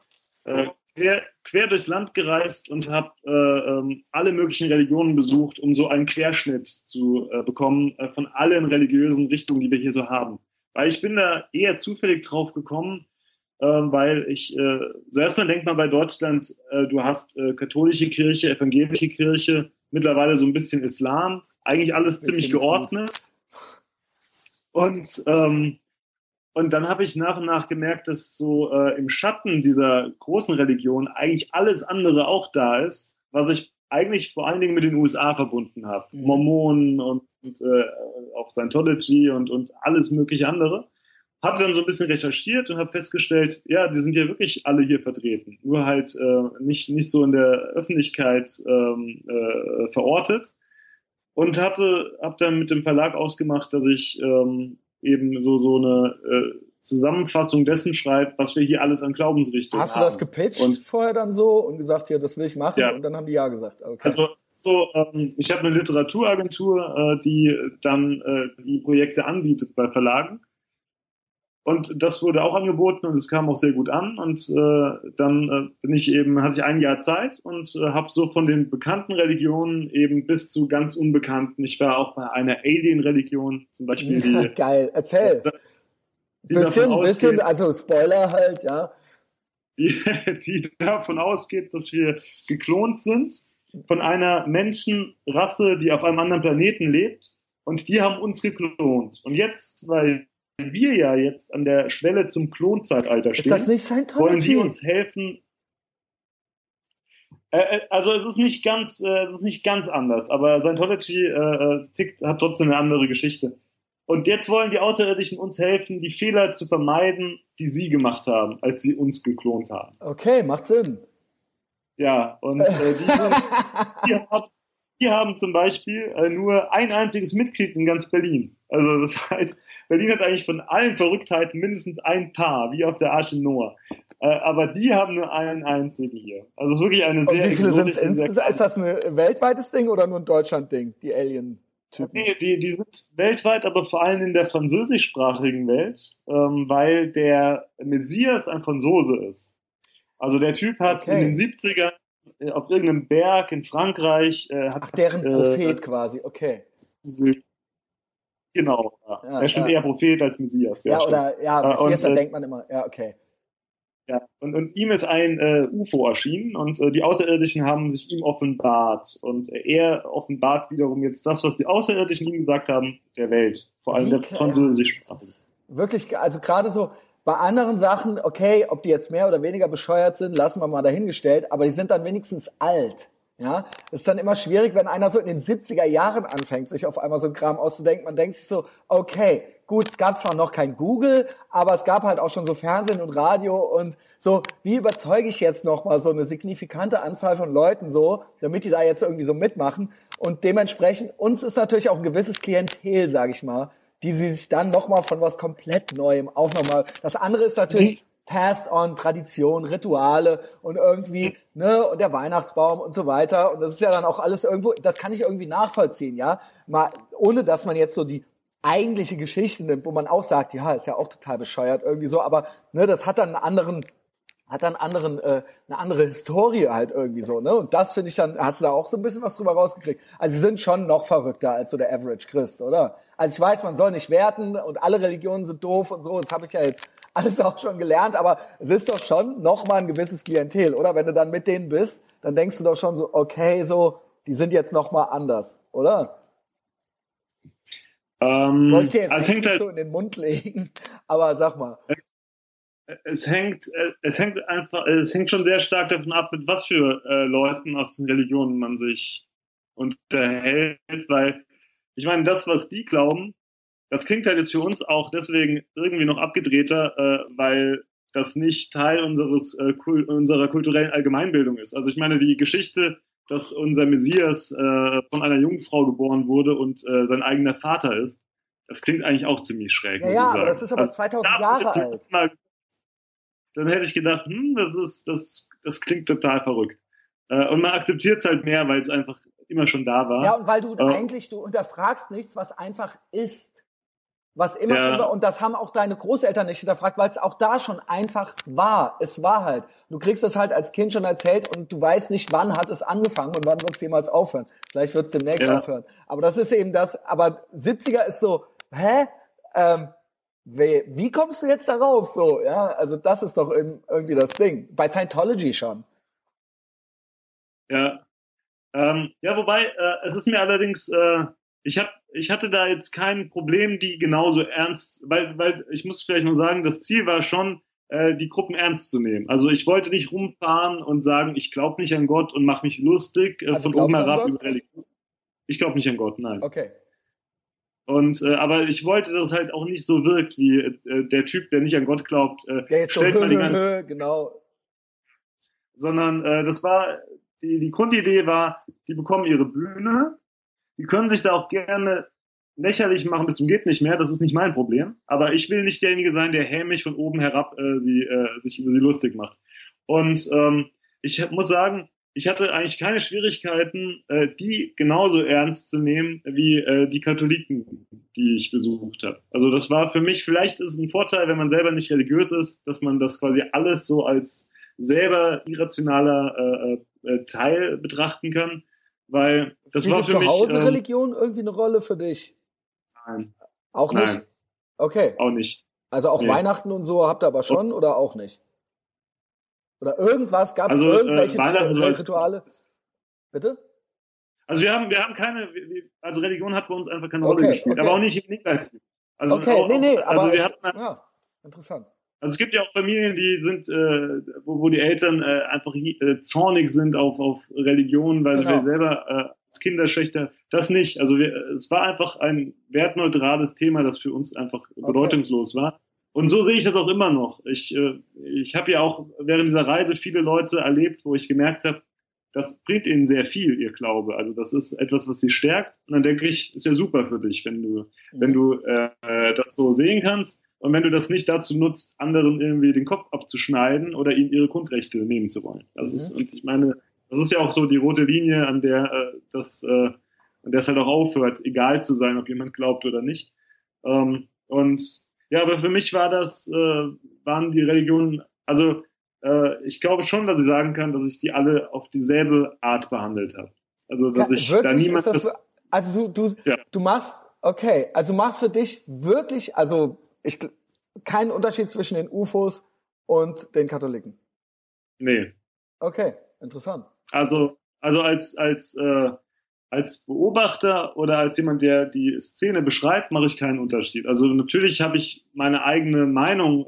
quer durchs Land gereist und habe alle möglichen Religionen besucht, um so einen Querschnitt zu bekommen von allen religiösen Richtungen, die wir hier so haben. Weil ich bin da eher zufällig drauf gekommen, weil so erstmal denkt man bei Deutschland, du hast katholische Kirche, evangelische Kirche, mittlerweile so ein bisschen Islam, eigentlich alles ziemlich geordnet. Und Und dann habe ich nach und nach gemerkt, dass so im Schatten dieser großen Religion eigentlich alles andere auch da ist, was ich eigentlich vor allen Dingen mit den USA verbunden habe. Mormonen und auch Scientology und alles mögliche andere. Habe dann so ein bisschen recherchiert und habe festgestellt, ja, die sind ja wirklich alle hier vertreten. Nur halt nicht so in der Öffentlichkeit verortet. Und habe dann mit dem Verlag ausgemacht, dass ich eben so eine Zusammenfassung dessen schreibe, was wir hier alles an Glaubensrichtungen haben. Hast du das gepitcht vorher dann so und gesagt, ja, das will ich machen? Ja. Und dann haben die ja gesagt. Okay. Also ich habe eine Literaturagentur, die dann die Projekte anbietet bei Verlagen. Und das wurde auch angeboten und es kam auch sehr gut an. Und dann hatte ich ein Jahr Zeit und habe so von den bekannten Religionen eben bis zu ganz unbekannten. Ich war auch bei einer Alien-Religion, zum Beispiel. Ja, geil, erzähl. Bisschen, also Spoiler halt, ja. Die davon ausgeht, dass wir geklont sind von einer Menschenrasse, die auf einem anderen Planeten lebt. Und die haben uns geklont. Und jetzt, weil wir ja jetzt an der Schwelle zum Klonzeitalter stehen, ist das nicht Scientology? wollen die uns helfen. Also es ist nicht ganz anders, aber Scientology hat trotzdem eine andere Geschichte. Und jetzt wollen die Außerirdischen uns helfen, die Fehler zu vermeiden, die sie gemacht haben, als sie uns geklont haben. Okay, macht Sinn. Ja, und die haben zum Beispiel nur ein einziges Mitglied in ganz Berlin. Also das heißt, Berlin hat eigentlich von allen Verrücktheiten mindestens ein Paar, wie auf der Arche Noah. Aber die haben nur einen einzigen hier. Also es ist wirklich eine sehr... Und wie viele sind es insgesamt? Ist das ein weltweites Ding oder nur ein Deutschland-Ding, die Alien-Typen? Nee, die sind weltweit, aber vor allem in der französischsprachigen Welt, weil der Messias ein Franzose ist. Also der Typ hat in den 70ern auf irgendeinem Berg in Frankreich... deren Prophet quasi, okay. Genau, ja. Er ist schon eher Prophet als Messias. Messias, da denkt man immer, ja, okay. Ja, und ihm ist ein UFO erschienen und die Außerirdischen haben sich ihm offenbart. Und er offenbart wiederum jetzt das, was die Außerirdischen ihm gesagt haben, der Welt. Vor allem der französischsprachigen. Wirklich, also gerade so bei anderen Sachen, okay, ob die jetzt mehr oder weniger bescheuert sind, lassen wir mal dahingestellt, aber die sind dann wenigstens alt. Ja, ist dann immer schwierig, wenn einer so in den 70er Jahren anfängt, sich auf einmal so ein Kram auszudenken. Man denkt sich so, okay, gut, es gab zwar noch kein Google, aber es gab halt auch schon so Fernsehen und Radio und so, wie überzeuge ich jetzt nochmal so eine signifikante Anzahl von Leuten so, damit die da jetzt irgendwie so mitmachen. Und dementsprechend, uns ist natürlich auch ein gewisses Klientel, sage ich mal, die sich dann nochmal von was komplett Neuem auch nochmal, das andere ist natürlich passed on, Tradition, Rituale und irgendwie, ne, und der Weihnachtsbaum und so weiter. Und das ist ja dann auch alles irgendwo, das kann ich irgendwie nachvollziehen, ja. Mal, ohne dass man jetzt so die eigentliche Geschichte nimmt, wo man auch sagt, ja, ist ja auch total bescheuert irgendwie so, aber, ne, das hat dann eine andere Historie halt irgendwie so, ne? Und das finde ich dann, hast du da auch so ein bisschen was drüber rausgekriegt? Also sie sind schon noch verrückter als so der Average Christ, oder? Also ich weiß, man soll nicht werten und alle Religionen sind doof und so, das habe ich ja jetzt alles auch schon gelernt, aber es ist doch schon nochmal ein gewisses Klientel, oder? Wenn du dann mit denen bist, dann denkst du doch schon so, okay, so, die sind jetzt nochmal anders, oder? Das wollte ich dir jetzt nicht so in den Mund legen, aber sag mal. Es hängt schon sehr stark davon ab, mit was für Leuten aus den Religionen man sich unterhält, weil ich meine, das, was die glauben, das klingt halt jetzt für uns auch deswegen irgendwie noch abgedrehter, weil das nicht Teil unserer kulturellen Allgemeinbildung ist. Also ich meine, die Geschichte, dass unser Messias von einer Jungfrau geboren wurde und sein eigener Vater ist, das klingt eigentlich auch ziemlich schräg. Ja, aber das ist aber 2000 Jahre alt. Dann hätte ich gedacht, das klingt total verrückt. Und man akzeptiert es halt mehr, weil es einfach immer schon da war. Ja, und weil du unterfragst nichts, was einfach ist. Was immer schon war. Und das haben auch deine Großeltern nicht hinterfragt, weil es auch da schon einfach war. Es war halt. Du kriegst es halt als Kind schon erzählt und du weißt nicht, wann hat es angefangen und wann wird es jemals aufhören. Vielleicht wird es demnächst aufhören. Aber das ist eben das. Aber 70er ist so, wie kommst du jetzt darauf? So, ja, also das ist doch irgendwie das Ding. Bei Scientology schon. Ja. Wobei, es ist mir allerdings ich hatte da jetzt kein Problem, die genauso ernst, weil ich muss vielleicht noch sagen, das Ziel war schon, die Gruppen ernst zu nehmen. Also ich wollte nicht rumfahren und sagen, ich glaube nicht an Gott und mache mich lustig Also von oben glaubst du an herab Gott? über Religion. Ich glaube nicht an Gott, nein. Okay. Und aber ich wollte, dass es halt auch nicht so wirkt wie der Typ, der nicht an Gott glaubt, Ja, jetzt so, stellt mal die ganze, genau. sondern das war die Grundidee war, die bekommen ihre Bühne, die können sich da auch gerne lächerlich machen bis zum geht nicht mehr, das ist nicht mein Problem, aber ich will nicht derjenige sein, der hämisch von oben herab sich über sie lustig macht. Und ich muss sagen, ich hatte eigentlich keine Schwierigkeiten, die genauso ernst zu nehmen wie die Katholiken, die ich besucht habe. Also das war für mich, vielleicht ist es ein Vorteil, wenn man selber nicht religiös ist, dass man das quasi alles so als selber irrationaler Teil betrachten kann, weil das war für zu mich... Hause Religion irgendwie eine Rolle für dich? Nein. Auch nicht? Nein. Okay. Auch nicht. Also auch Nee. Weihnachten und so habt ihr aber schon oder auch nicht? Oder irgendwas, gab es Also irgendwelche Weihnachten so als Rituale? Bitte? Also wir haben keine, also Religion hat bei uns einfach keine Rolle Okay, gespielt, okay. aber auch nicht im Negativen. Also Okay, auch, nee, also aber wir hatten, ja, interessant. also es gibt ja auch Familien, die sind, wo die Eltern einfach zornig sind auf Religion, weil Genau. sie selber als Kinder schlechter. Das nicht. Also es war einfach ein wertneutrales Thema, das für uns einfach bedeutungslos war. Und so sehe ich das auch immer noch. Ich habe ja auch während dieser Reise viele Leute erlebt, wo ich gemerkt habe, das bringt ihnen sehr viel, ihr Glaube. Also das ist etwas, was sie stärkt. Und dann denke ich, ist ja super für dich, wenn du das so sehen kannst. Und wenn du das nicht dazu nutzt, anderen irgendwie den Kopf abzuschneiden oder ihnen ihre Grundrechte nehmen zu wollen. Das ist, und ich meine, das ist ja auch so die rote Linie, an der es halt auch aufhört, egal zu sein, ob jemand glaubt oder nicht. Und ja, aber für mich waren die Religionen, also ich glaube schon, dass ich sagen kann, dass ich die alle auf dieselbe Art behandelt habe. Also dass ich wirklich, da niemand also du machst, okay, also machst für dich wirklich, also keinen Unterschied zwischen den UFOs und den Katholiken. Nee. Okay, interessant. Also als Beobachter oder als jemand, der die Szene beschreibt, mache ich keinen Unterschied. Also natürlich habe ich meine eigene Meinung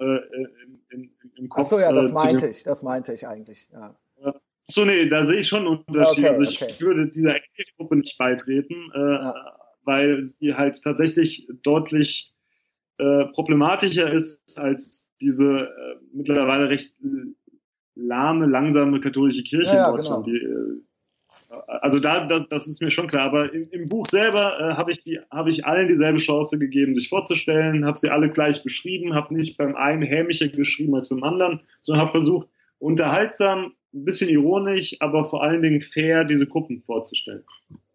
im Kopf. Ach so, ja, das meinte ich eigentlich, ja. So, nee, da sehe ich schon einen Unterschied. Okay, also ich würde dieser Gruppe nicht beitreten, weil sie halt tatsächlich deutlich problematischer ist als diese mittlerweile recht lahme, langsame katholische Kirche in Deutschland. Genau. Also das ist mir schon klar. Aber im Buch selber habe ich allen dieselbe Chance gegeben, sich vorzustellen, habe sie alle gleich beschrieben, habe nicht beim einen hämischer geschrieben als beim anderen, sondern habe versucht, unterhaltsam, ein bisschen ironisch, aber vor allen Dingen fair diese Gruppen vorzustellen.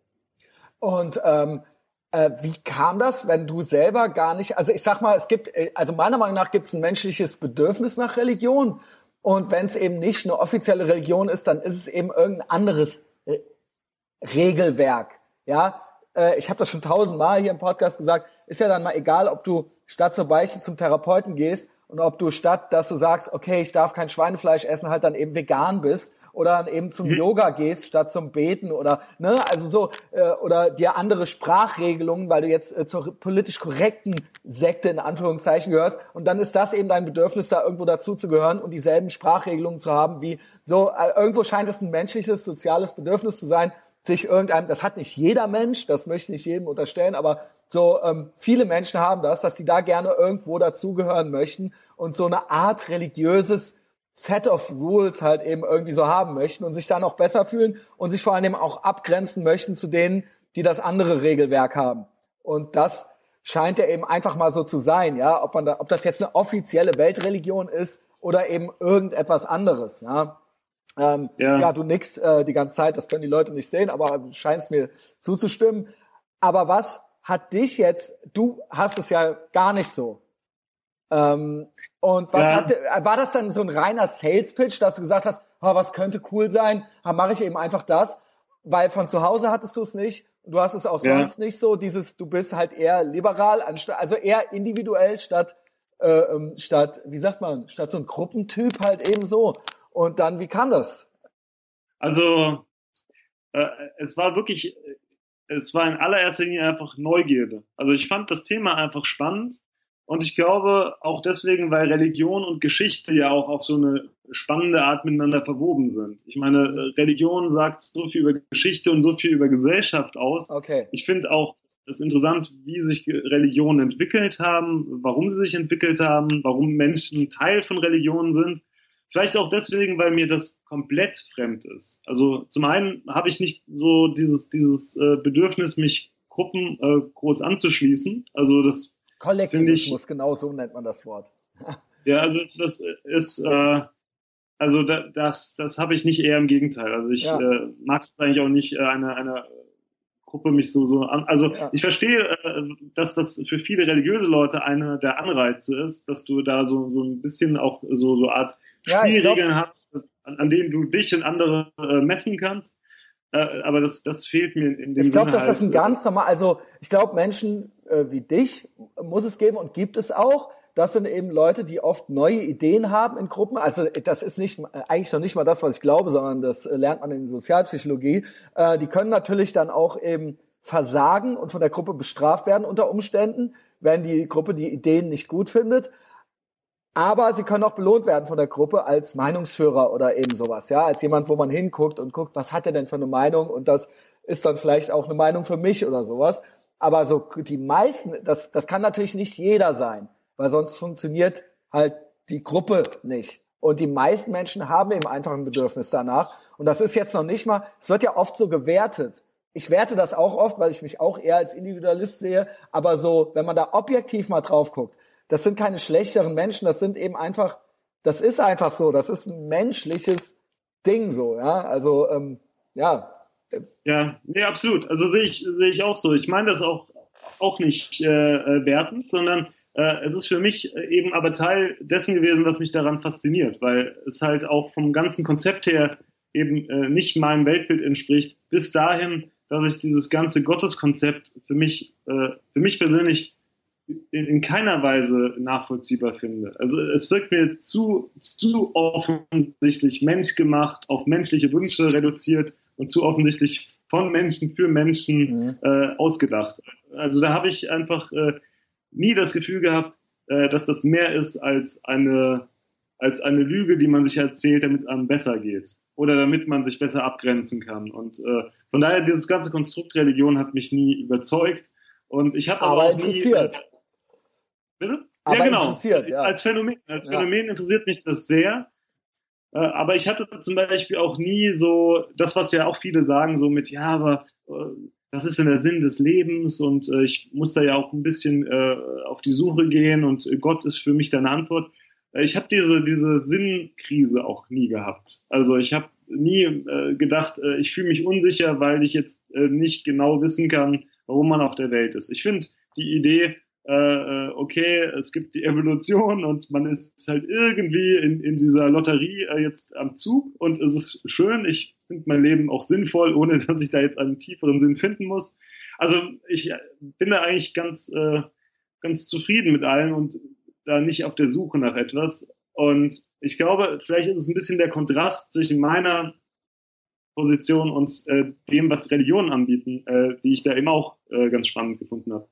Und wie kam das, wenn du selber gar nicht, also ich sag mal, also meiner Meinung nach gibt es ein menschliches Bedürfnis nach Religion, und wenn es eben nicht eine offizielle Religion ist, dann ist es eben irgendein anderes Regelwerk. Ja, ich habe das schon 1000-mal hier im Podcast gesagt, ist ja dann mal egal, ob du statt zur Beichte zum Therapeuten gehst und ob du statt, dass du sagst, okay, ich darf kein Schweinefleisch essen, halt dann eben vegan bist oder dann eben zum Yoga gehst statt zum Beten oder also so oder dir andere Sprachregelungen, weil du jetzt zur politisch korrekten Sekte in Anführungszeichen gehörst, und dann ist das eben dein Bedürfnis, da irgendwo dazu zu gehören und dieselben Sprachregelungen zu haben wie so, irgendwo scheint es ein menschliches, soziales Bedürfnis zu sein, sich das hat nicht jeder Mensch, das möchte ich nicht jedem unterstellen, aber so viele Menschen haben das, dass sie da gerne irgendwo dazugehören möchten und so eine Art religiöses Set of Rules halt eben irgendwie so haben möchten und sich dann auch besser fühlen und sich vor allem auch abgrenzen möchten zu denen, die das andere Regelwerk haben. Und das scheint ja eben einfach mal so zu sein, ja, ob das jetzt eine offizielle Weltreligion ist oder eben irgendetwas anderes, ja. Ja, du nickst die ganze Zeit, das können die Leute nicht sehen, aber du scheinst mir zuzustimmen. Aber was hat dich jetzt, du hast es ja gar nicht so. Und war das dann so ein reiner Sales-Pitch, dass du gesagt hast, was könnte cool sein, mache ich eben einfach das, weil von zu Hause hattest du es nicht, du hast es auch sonst nicht so, du bist halt eher liberal, also eher individuell statt wie sagt man, statt so ein Gruppentyp halt eben so. Und dann, wie kam das? Also es war wirklich es war in allererster Linie einfach Neugierde. Also ich fand das Thema einfach spannend und ich glaube auch deswegen, weil Religion und Geschichte ja auch auf so eine spannende Art miteinander verwoben sind. Ich meine, Religion sagt so viel über Geschichte und so viel über Gesellschaft aus. Okay. Ich finde auch es interessant, wie sich Religionen entwickelt haben, warum sie sich entwickelt haben, warum Menschen Teil von Religionen sind. Vielleicht auch deswegen, weil mir das komplett fremd ist. Also zum einen habe ich nicht so dieses Bedürfnis, mich Gruppen groß anzuschließen. Also das Kollektivismus, genau so nennt man das Wort. Ja, also das ist das habe ich nicht, eher im Gegenteil. Also ich mag es eigentlich auch nicht, eine Gruppe mich so an. Also ich verstehe, dass das für viele religiöse Leute einer der Anreize ist, dass du da so ein bisschen auch so Art Spielregeln hast, an denen du dich und andere messen kannst. Aber das fehlt mir in dem Sinne. Ich glaube, dass das ein ganz normal, also ich glaube, Menschen wie dich muss es geben und gibt es auch. Das sind eben Leute, die oft neue Ideen haben in Gruppen. Also das ist eigentlich noch nicht mal das, was ich glaube, sondern das lernt man in Sozialpsychologie. Die können natürlich dann auch eben versagen und von der Gruppe bestraft werden unter Umständen, wenn die Gruppe die Ideen nicht gut findet. Aber sie können auch belohnt werden von der Gruppe als Meinungsführer oder eben sowas, ja, als jemand, wo man hinguckt und guckt, was hat er denn für eine Meinung, und das ist dann vielleicht auch eine Meinung für mich oder sowas. Aber so die meisten, das kann natürlich nicht jeder sein, weil sonst funktioniert halt die Gruppe nicht. Und die meisten Menschen haben eben einfach ein Bedürfnis danach. Und das ist jetzt noch nicht mal, es wird ja oft so gewertet. Ich werte das auch oft, weil ich mich auch eher als Individualist sehe. Aber so, wenn man da objektiv mal drauf guckt, das sind keine schlechteren Menschen, das ist einfach so, das ist ein menschliches Ding so, ja, also, ja. Ja, nee, absolut, also sehe ich auch so. Ich meine das auch nicht wertend, sondern es ist für mich eben aber Teil dessen gewesen, was mich daran fasziniert, weil es halt auch vom ganzen Konzept her eben nicht meinem Weltbild entspricht, bis dahin, dass ich dieses ganze Gotteskonzept für mich persönlich in keiner Weise nachvollziehbar finde. Also es wirkt mir zu offensichtlich menschgemacht, auf menschliche Wünsche reduziert und zu offensichtlich von Menschen für Menschen ausgedacht. Also da habe ich einfach nie das Gefühl gehabt, dass das mehr ist als eine Lüge, die man sich erzählt, damit es einem besser geht oder damit man sich besser abgrenzen kann. Und von daher, dieses ganze Konstrukt Religion hat mich nie überzeugt. Und ich habe aber auch interessiert. Bitte? Aber ja, genau. Interessiert, ja. Als Phänomen interessiert mich das sehr. Aber ich hatte zum Beispiel auch nie so, das, was ja auch viele sagen, so mit, ja, aber das ist denn der Sinn des Lebens und ich muss da ja auch ein bisschen auf die Suche gehen und Gott ist für mich deine Antwort. Ich habe diese Sinnkrise auch nie gehabt. Also ich habe nie gedacht, ich fühle mich unsicher, weil ich jetzt nicht genau wissen kann, warum man auf der Welt ist. Ich finde die Idee, okay, es gibt die Evolution und man ist halt irgendwie in dieser Lotterie jetzt am Zug und es ist schön, ich finde mein Leben auch sinnvoll, ohne dass ich da jetzt einen tieferen Sinn finden muss. Also ich bin da eigentlich ganz zufrieden mit allem und da nicht auf der Suche nach etwas. Und ich glaube, vielleicht ist es ein bisschen der Kontrast zwischen meiner Position und dem, was Religionen anbieten, die ich da eben auch ganz spannend gefunden habe.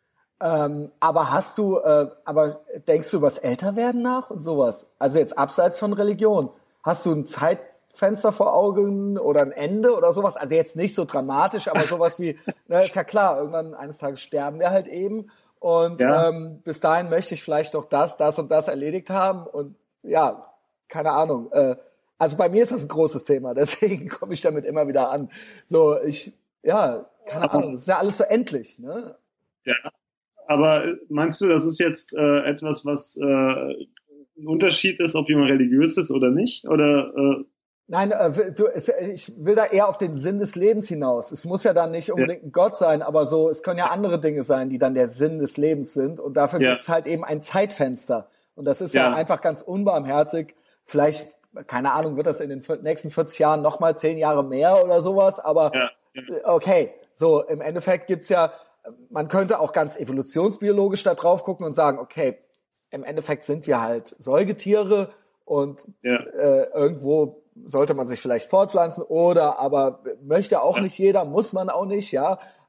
Aber denkst du über das Älterwerden nach und sowas? Also jetzt abseits von Religion. Hast du ein Zeitfenster vor Augen oder ein Ende oder sowas? Also jetzt nicht so dramatisch, aber sowas wie, ist ja klar, irgendwann eines Tages sterben wir halt eben und bis dahin möchte ich vielleicht noch das und das erledigt haben und ja, keine Ahnung. Also bei mir ist das ein großes Thema, deswegen komme ich damit immer wieder an. So, keine Ahnung, das ist ja alles so endlich, ne? Ja. Aber meinst du, das ist jetzt etwas, was ein Unterschied ist, ob jemand religiös ist oder nicht? Oder Nein, ich will da eher auf den Sinn des Lebens hinaus. Es muss ja dann nicht unbedingt ein Gott sein, aber so, es können ja andere Dinge sein, die dann der Sinn des Lebens sind. Und dafür gibt es halt eben ein Zeitfenster. Und das ist ja einfach ganz unbarmherzig. Vielleicht, keine Ahnung, wird das in den nächsten 40 Jahren nochmal 10 Jahre mehr oder sowas. Aber okay, so im Endeffekt gibt's ja, man könnte auch ganz evolutionsbiologisch da drauf gucken und sagen, okay, im Endeffekt sind wir halt Säugetiere und irgendwo sollte man sich vielleicht fortpflanzen aber möchte auch nicht jeder, muss man auch nicht, ja.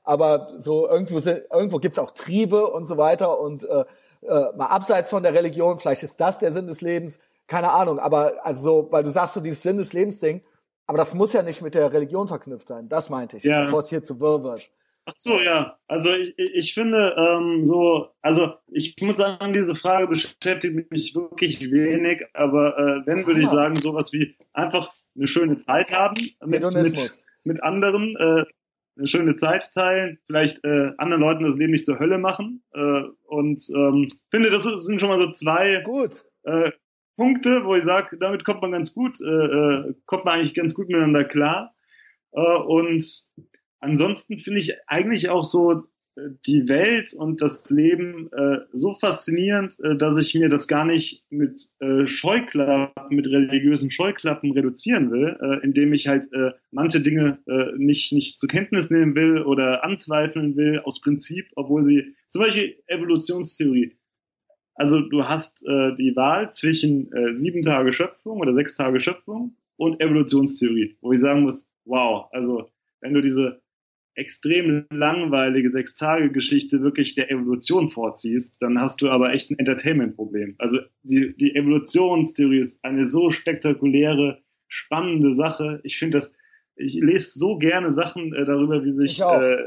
aber so irgendwo gibt's auch Triebe und so weiter und mal abseits von der Religion, vielleicht ist das der Sinn des Lebens, keine Ahnung, aber also so, weil du sagst so dieses Sinn des Lebens Ding, aber das muss ja nicht mit der Religion verknüpft sein, das meinte ich, Ja. bevor es hier zu wirr wird. Ach so, ja. Also ich finde also ich muss sagen, diese Frage beschäftigt mich wirklich wenig, aber wenn würde ich sagen, sowas wie einfach eine schöne Zeit haben mit anderen, eine schöne Zeit teilen, vielleicht anderen Leuten das Leben nicht zur Hölle machen und finde, das sind schon mal so zwei Punkte, wo ich sage, damit kommt man eigentlich ganz gut miteinander klar und ansonsten finde ich eigentlich auch so die Welt und das Leben so faszinierend, dass ich mir das gar nicht mit mit religiösen Scheuklappen reduzieren will, indem ich halt manche Dinge nicht zur Kenntnis nehmen will oder anzweifeln will aus Prinzip, obwohl sie, zum Beispiel Evolutionstheorie. Also du hast die Wahl zwischen 7 Tage Schöpfung oder 6 Tage Schöpfung und Evolutionstheorie, wo ich sagen muss, wow, also wenn du diese extrem langweilige 6-Tage-Geschichte wirklich der Evolution vorziehst, dann hast du aber echt ein Entertainment-Problem. Also die Evolutionstheorie ist eine so spektakuläre, spannende Sache. Ich lese so gerne Sachen darüber, wie sich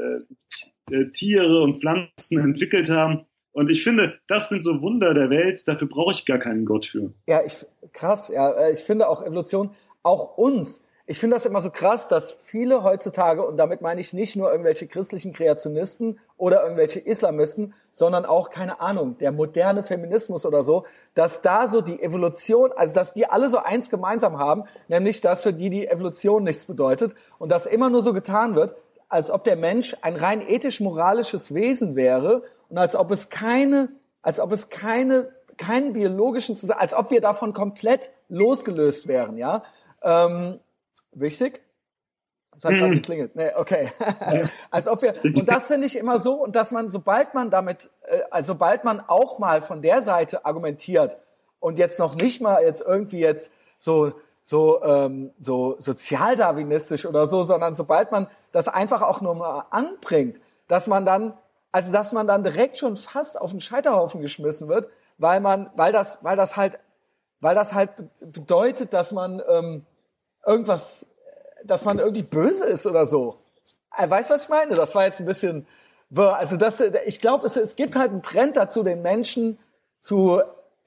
Tiere und Pflanzen entwickelt haben. Und ich finde, das sind so Wunder der Welt, dafür brauche ich gar keinen Gott für. Ja, krass, ja. Ich finde auch Evolution, auch uns. Ich finde das immer so krass, dass viele heutzutage, und damit meine ich nicht nur irgendwelche christlichen Kreationisten oder irgendwelche Islamisten, sondern auch, keine Ahnung, der moderne Feminismus oder so, dass da so die Evolution, also dass die alle so eins gemeinsam haben, nämlich, dass für die Evolution nichts bedeutet und dass immer nur so getan wird, als ob der Mensch ein rein ethisch-moralisches Wesen wäre und als ob es keinen biologischen Zusammenhang, als ob wir davon komplett losgelöst wären, ja. Wichtig? Das hat gerade geklingelt. Nee, okay. Als ob und das finde ich immer so, und dass man, sobald man auch mal von der Seite argumentiert und jetzt noch nicht mal jetzt irgendwie jetzt so sozialdarwinistisch oder so, sondern sobald man das einfach auch nur mal anbringt, dass man dann direkt schon fast auf den Scheiterhaufen geschmissen wird, weil das halt bedeutet, dass man irgendwie böse ist oder so. Weißt du, was ich meine? Das war jetzt ein bisschen, also ich glaube, es gibt halt einen Trend dazu, den Menschen zu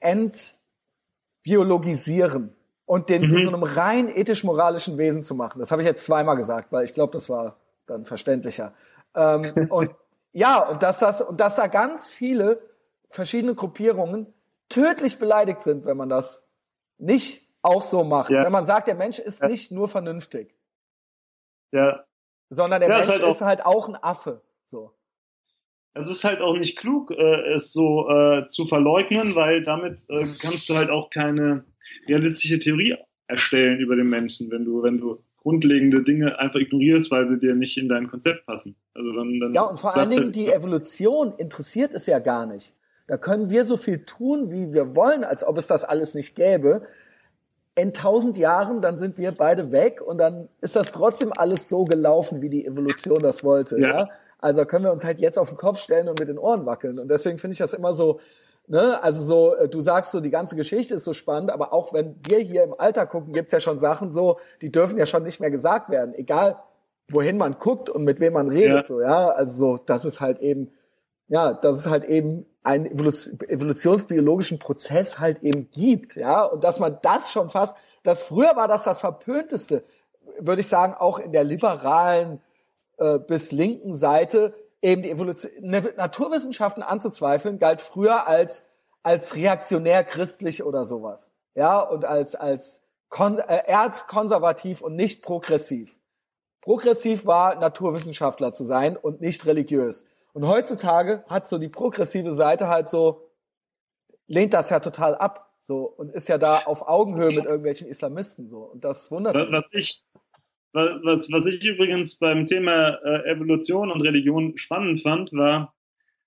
entbiologisieren und den zu so einem rein ethisch-moralischen Wesen zu machen. Das habe ich jetzt zweimal gesagt, weil ich glaube, das war dann verständlicher. Und dass da ganz viele verschiedene Gruppierungen tödlich beleidigt sind, wenn man das nicht auch so macht. Ja. Wenn man sagt, der Mensch ist nicht nur vernünftig. Ja. Sondern der Mensch ist halt auch ein Affe. So. Es ist halt auch nicht klug, es so zu verleugnen, weil damit kannst du halt auch keine realistische Theorie erstellen über den Menschen, wenn du grundlegende Dinge einfach ignorierst, weil sie dir nicht in dein Konzept passen. Also dann ja, und vor allen Dingen die Evolution interessiert es ja gar nicht. Da können wir so viel tun, wie wir wollen, als ob es das alles nicht gäbe. In 1000 Jahren, dann sind wir beide weg und dann ist das trotzdem alles so gelaufen, wie die Evolution das wollte. Ja. Also können wir uns halt jetzt auf den Kopf stellen und mit den Ohren wackeln. Und deswegen finde ich das immer so, ne, also so, du sagst so, die ganze Geschichte ist so spannend, aber auch wenn wir hier im Alltag gucken, gibt's ja schon Sachen so, die dürfen ja schon nicht mehr gesagt werden. Egal, wohin man guckt und mit wem man redet, so, ja. Also so, dass es halt eben einen evolutionsbiologischen Prozess halt eben gibt, ja, und dass man das schon fast, früher war das Verpönteste, würde ich sagen, auch in der liberalen bis linken Seite, eben die Naturwissenschaften anzuzweifeln, galt früher als reaktionär christlich oder sowas, ja, und als erzkonservativ und nicht progressiv. Progressiv war, Naturwissenschaftler zu sein und nicht religiös. Und heutzutage hat so die progressive Seite halt so, lehnt das ja total ab, so, und ist ja da auf Augenhöhe mit irgendwelchen Islamisten, so. Und das wundert mich. Was ich übrigens beim Thema Evolution und Religion spannend fand, war,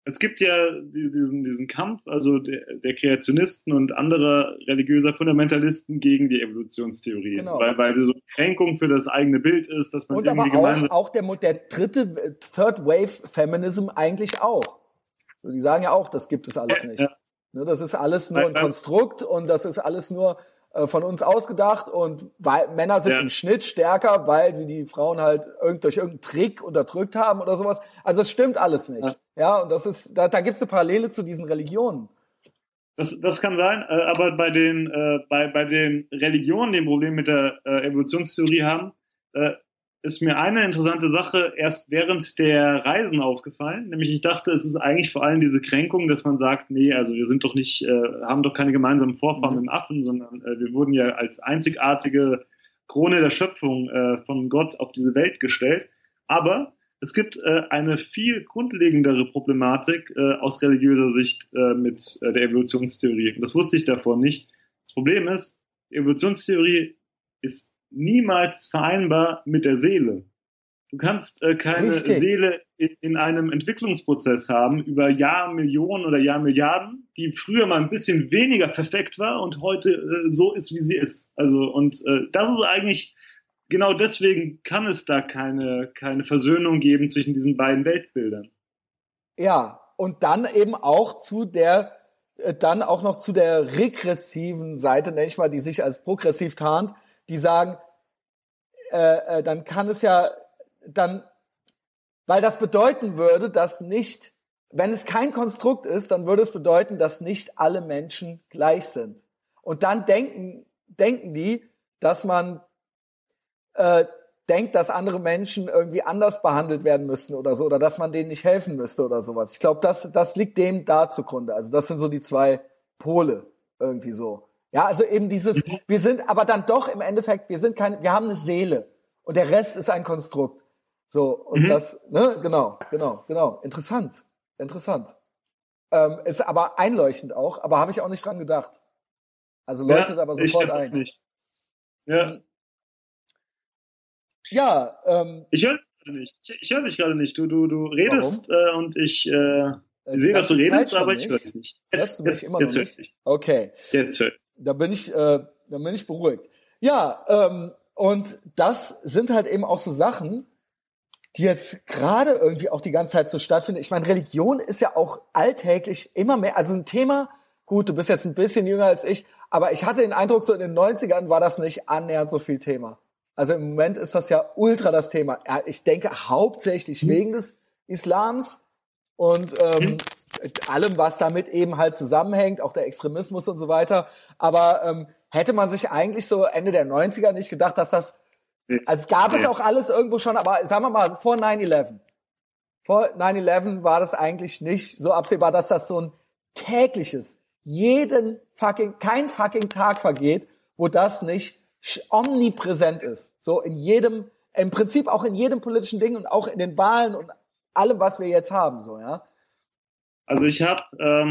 es gibt ja diesen Kampf, also der Kreationisten und anderer religiöser Fundamentalisten gegen die Evolutionstheorie, Genau. weil sie so eine Kränkung für das eigene Bild ist, dass man Und irgendwie aber gemeinsam... auch der dritte, Third Wave Feminism eigentlich auch. So, die sagen ja auch, das gibt es alles nicht. Ja. Ne, das ist alles nur ein Konstrukt und das ist alles nur von uns ausgedacht und weil Männer sind im Schnitt stärker, weil sie die Frauen halt durch irgendeinen Trick unterdrückt haben oder sowas. Also es stimmt alles nicht. Ja, und das ist, da gibt es eine Parallele zu diesen Religionen. Das kann sein, aber bei den Religionen, die ein Problem mit der Evolutionstheorie haben, ist mir eine interessante Sache erst während der Reisen aufgefallen. Nämlich ich dachte, es ist eigentlich vor allem diese Kränkung, dass man sagt, nee, also wir sind doch nicht, haben doch keine gemeinsamen Vorfahren mit Affen, sondern wir wurden ja als einzigartige Krone der Schöpfung von Gott auf diese Welt gestellt. Aber es gibt eine viel grundlegendere Problematik aus religiöser Sicht mit der Evolutionstheorie. Und das wusste ich davor nicht. Das Problem ist, die Evolutionstheorie ist niemals vereinbar mit der Seele. Du kannst keine Seele in einem Entwicklungsprozess haben über Jahrmillionen oder Jahrmilliarden, die früher mal ein bisschen weniger perfekt war und heute so ist, wie sie ist. Also und das ist eigentlich genau deswegen kann es da keine Versöhnung geben zwischen diesen beiden Weltbildern. Ja, und dann eben auch dann auch noch zu der regressiven Seite, nenne ich mal, die sich als progressiv tarnt, die sagen, dann kann es ja dann, weil das bedeuten würde, dass nicht, wenn es kein Konstrukt ist, dann würde es bedeuten, dass nicht alle Menschen gleich sind. Und dann denken die, dass man denkt, dass andere Menschen irgendwie anders behandelt werden müssten oder so, oder dass man denen nicht helfen müsste oder sowas. Ich glaube, das liegt dem da zugrunde. Also das sind so die zwei Pole irgendwie so. Ja, also eben dieses, wir sind aber dann doch im Endeffekt, wir haben eine Seele und der Rest ist ein Konstrukt. So, und das, ne, genau. Interessant. Ist aber einleuchtend auch, aber habe ich auch nicht dran gedacht. Also leuchtet aber sofort ein. Nicht. Ja. Ja, ich höre dich gerade nicht. Du redest und ich sehe, dass du redest, aber ich höre dich nicht. Jetzt höre ich dich. Okay. Jetzt höre ich. Da bin ich beruhigt. Ja, und das sind halt eben auch so Sachen, die jetzt gerade irgendwie auch die ganze Zeit so stattfinden. Ich meine, Religion ist ja auch alltäglich immer mehr, also ein Thema, gut, du bist jetzt ein bisschen jünger als ich, aber ich hatte den Eindruck, so in den 90ern war das nicht annähernd so viel Thema. Also im Moment ist das ja ultra das Thema. Ich denke hauptsächlich wegen des Islams und allem, was damit eben halt zusammenhängt, auch der Extremismus und so weiter. Aber hätte man sich eigentlich so Ende der 90er nicht gedacht, dass das, also gab es auch alles irgendwo schon, aber sagen wir mal, vor 9/11. Vor 9/11 war das eigentlich nicht so absehbar, dass das so ein tägliches, kein fucking Tag vergeht, wo das nicht omnipräsent ist. So im Prinzip auch in jedem politischen Ding und auch in den Wahlen und allem, was wir jetzt haben, so, ja. Also ich habe,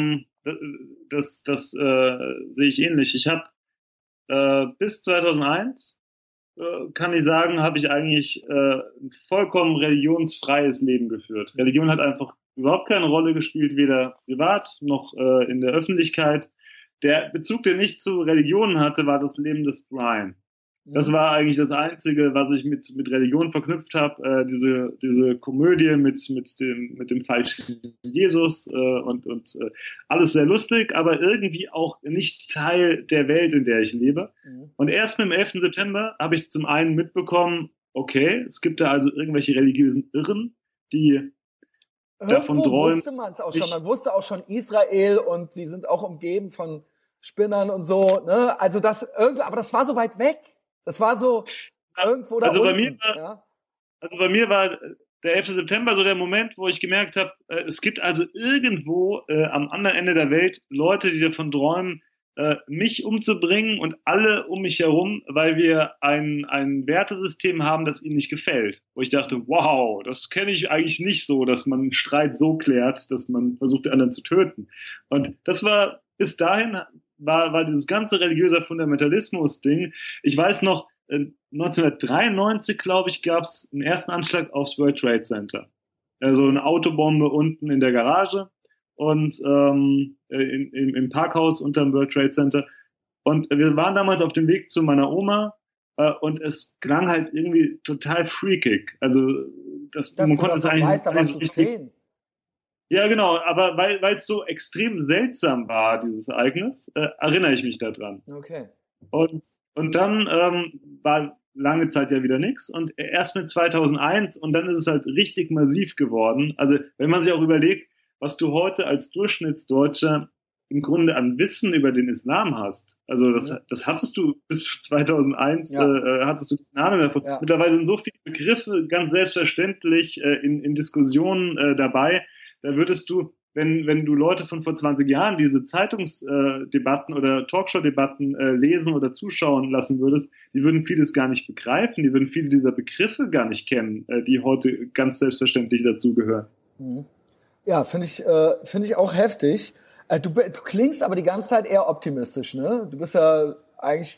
das sehe ich ähnlich. Ich habe bis 2001 kann ich sagen, habe ich eigentlich ein vollkommen religionsfreies Leben geführt. Religion hat einfach überhaupt keine Rolle gespielt, weder privat noch in der Öffentlichkeit. Der Bezug, den ich zu Religionen hatte, war das Leben des Brian. Das war eigentlich das Einzige, was ich mit Religion verknüpft habe. Diese Komödie mit dem falschen Jesus und alles sehr lustig, aber irgendwie auch nicht Teil der Welt, in der ich lebe. Und erst mit dem 11. September habe ich zum einen mitbekommen, okay, es gibt da also irgendwelche religiösen Irren, die davon träumen. Wusste man es auch schon. Man wusste auch schon Israel und die sind auch umgeben von Spinnern und so. Ne? Also aber das war so weit weg. Das war so irgendwo da unten. Bei mir war der 11. September so der Moment, wo ich gemerkt habe, es gibt also irgendwo am anderen Ende der Welt Leute, die davon träumen, mich umzubringen und alle um mich herum, weil wir ein Wertesystem haben, das ihnen nicht gefällt. Wo ich dachte, wow, das kenne ich eigentlich nicht so, dass man einen Streit so klärt, dass man versucht, den anderen zu töten. Und das war bis dahin war dieses ganze religiöse Fundamentalismus-Ding. Ich weiß noch, 1993, glaube ich, gab es einen ersten Anschlag aufs World Trade Center. Also eine Autobombe unten in der Garage. und im Parkhaus unterm World Trade Center. Und wir waren damals auf dem Weg zu meiner Oma und es klang halt irgendwie total freakig. Also man konnte es eigentlich nicht so richtig. Ja, genau, aber weil es so extrem seltsam war, dieses Ereignis, erinnere ich mich daran. Okay. Und dann war lange Zeit ja wieder nichts und erst mit 2001 und dann ist es halt richtig massiv geworden. Also wenn man sich auch überlegt, was du heute als Durchschnittsdeutscher im Grunde an Wissen über den Islam hast. Also das hattest du bis 2001, hattest du den Namen davon. Ja. Mittlerweile sind so viele Begriffe ganz selbstverständlich in Diskussionen dabei. Da würdest du, wenn du Leute von vor 20 Jahren diese Zeitungsdebatten oder Talkshow-Debatten lesen oder zuschauen lassen würdest, die würden vieles gar nicht begreifen, die würden viele dieser Begriffe gar nicht kennen, die heute ganz selbstverständlich dazugehören. Ja, finde ich auch heftig. Du klingst aber die ganze Zeit eher optimistisch, ne? Du bist ja eigentlich,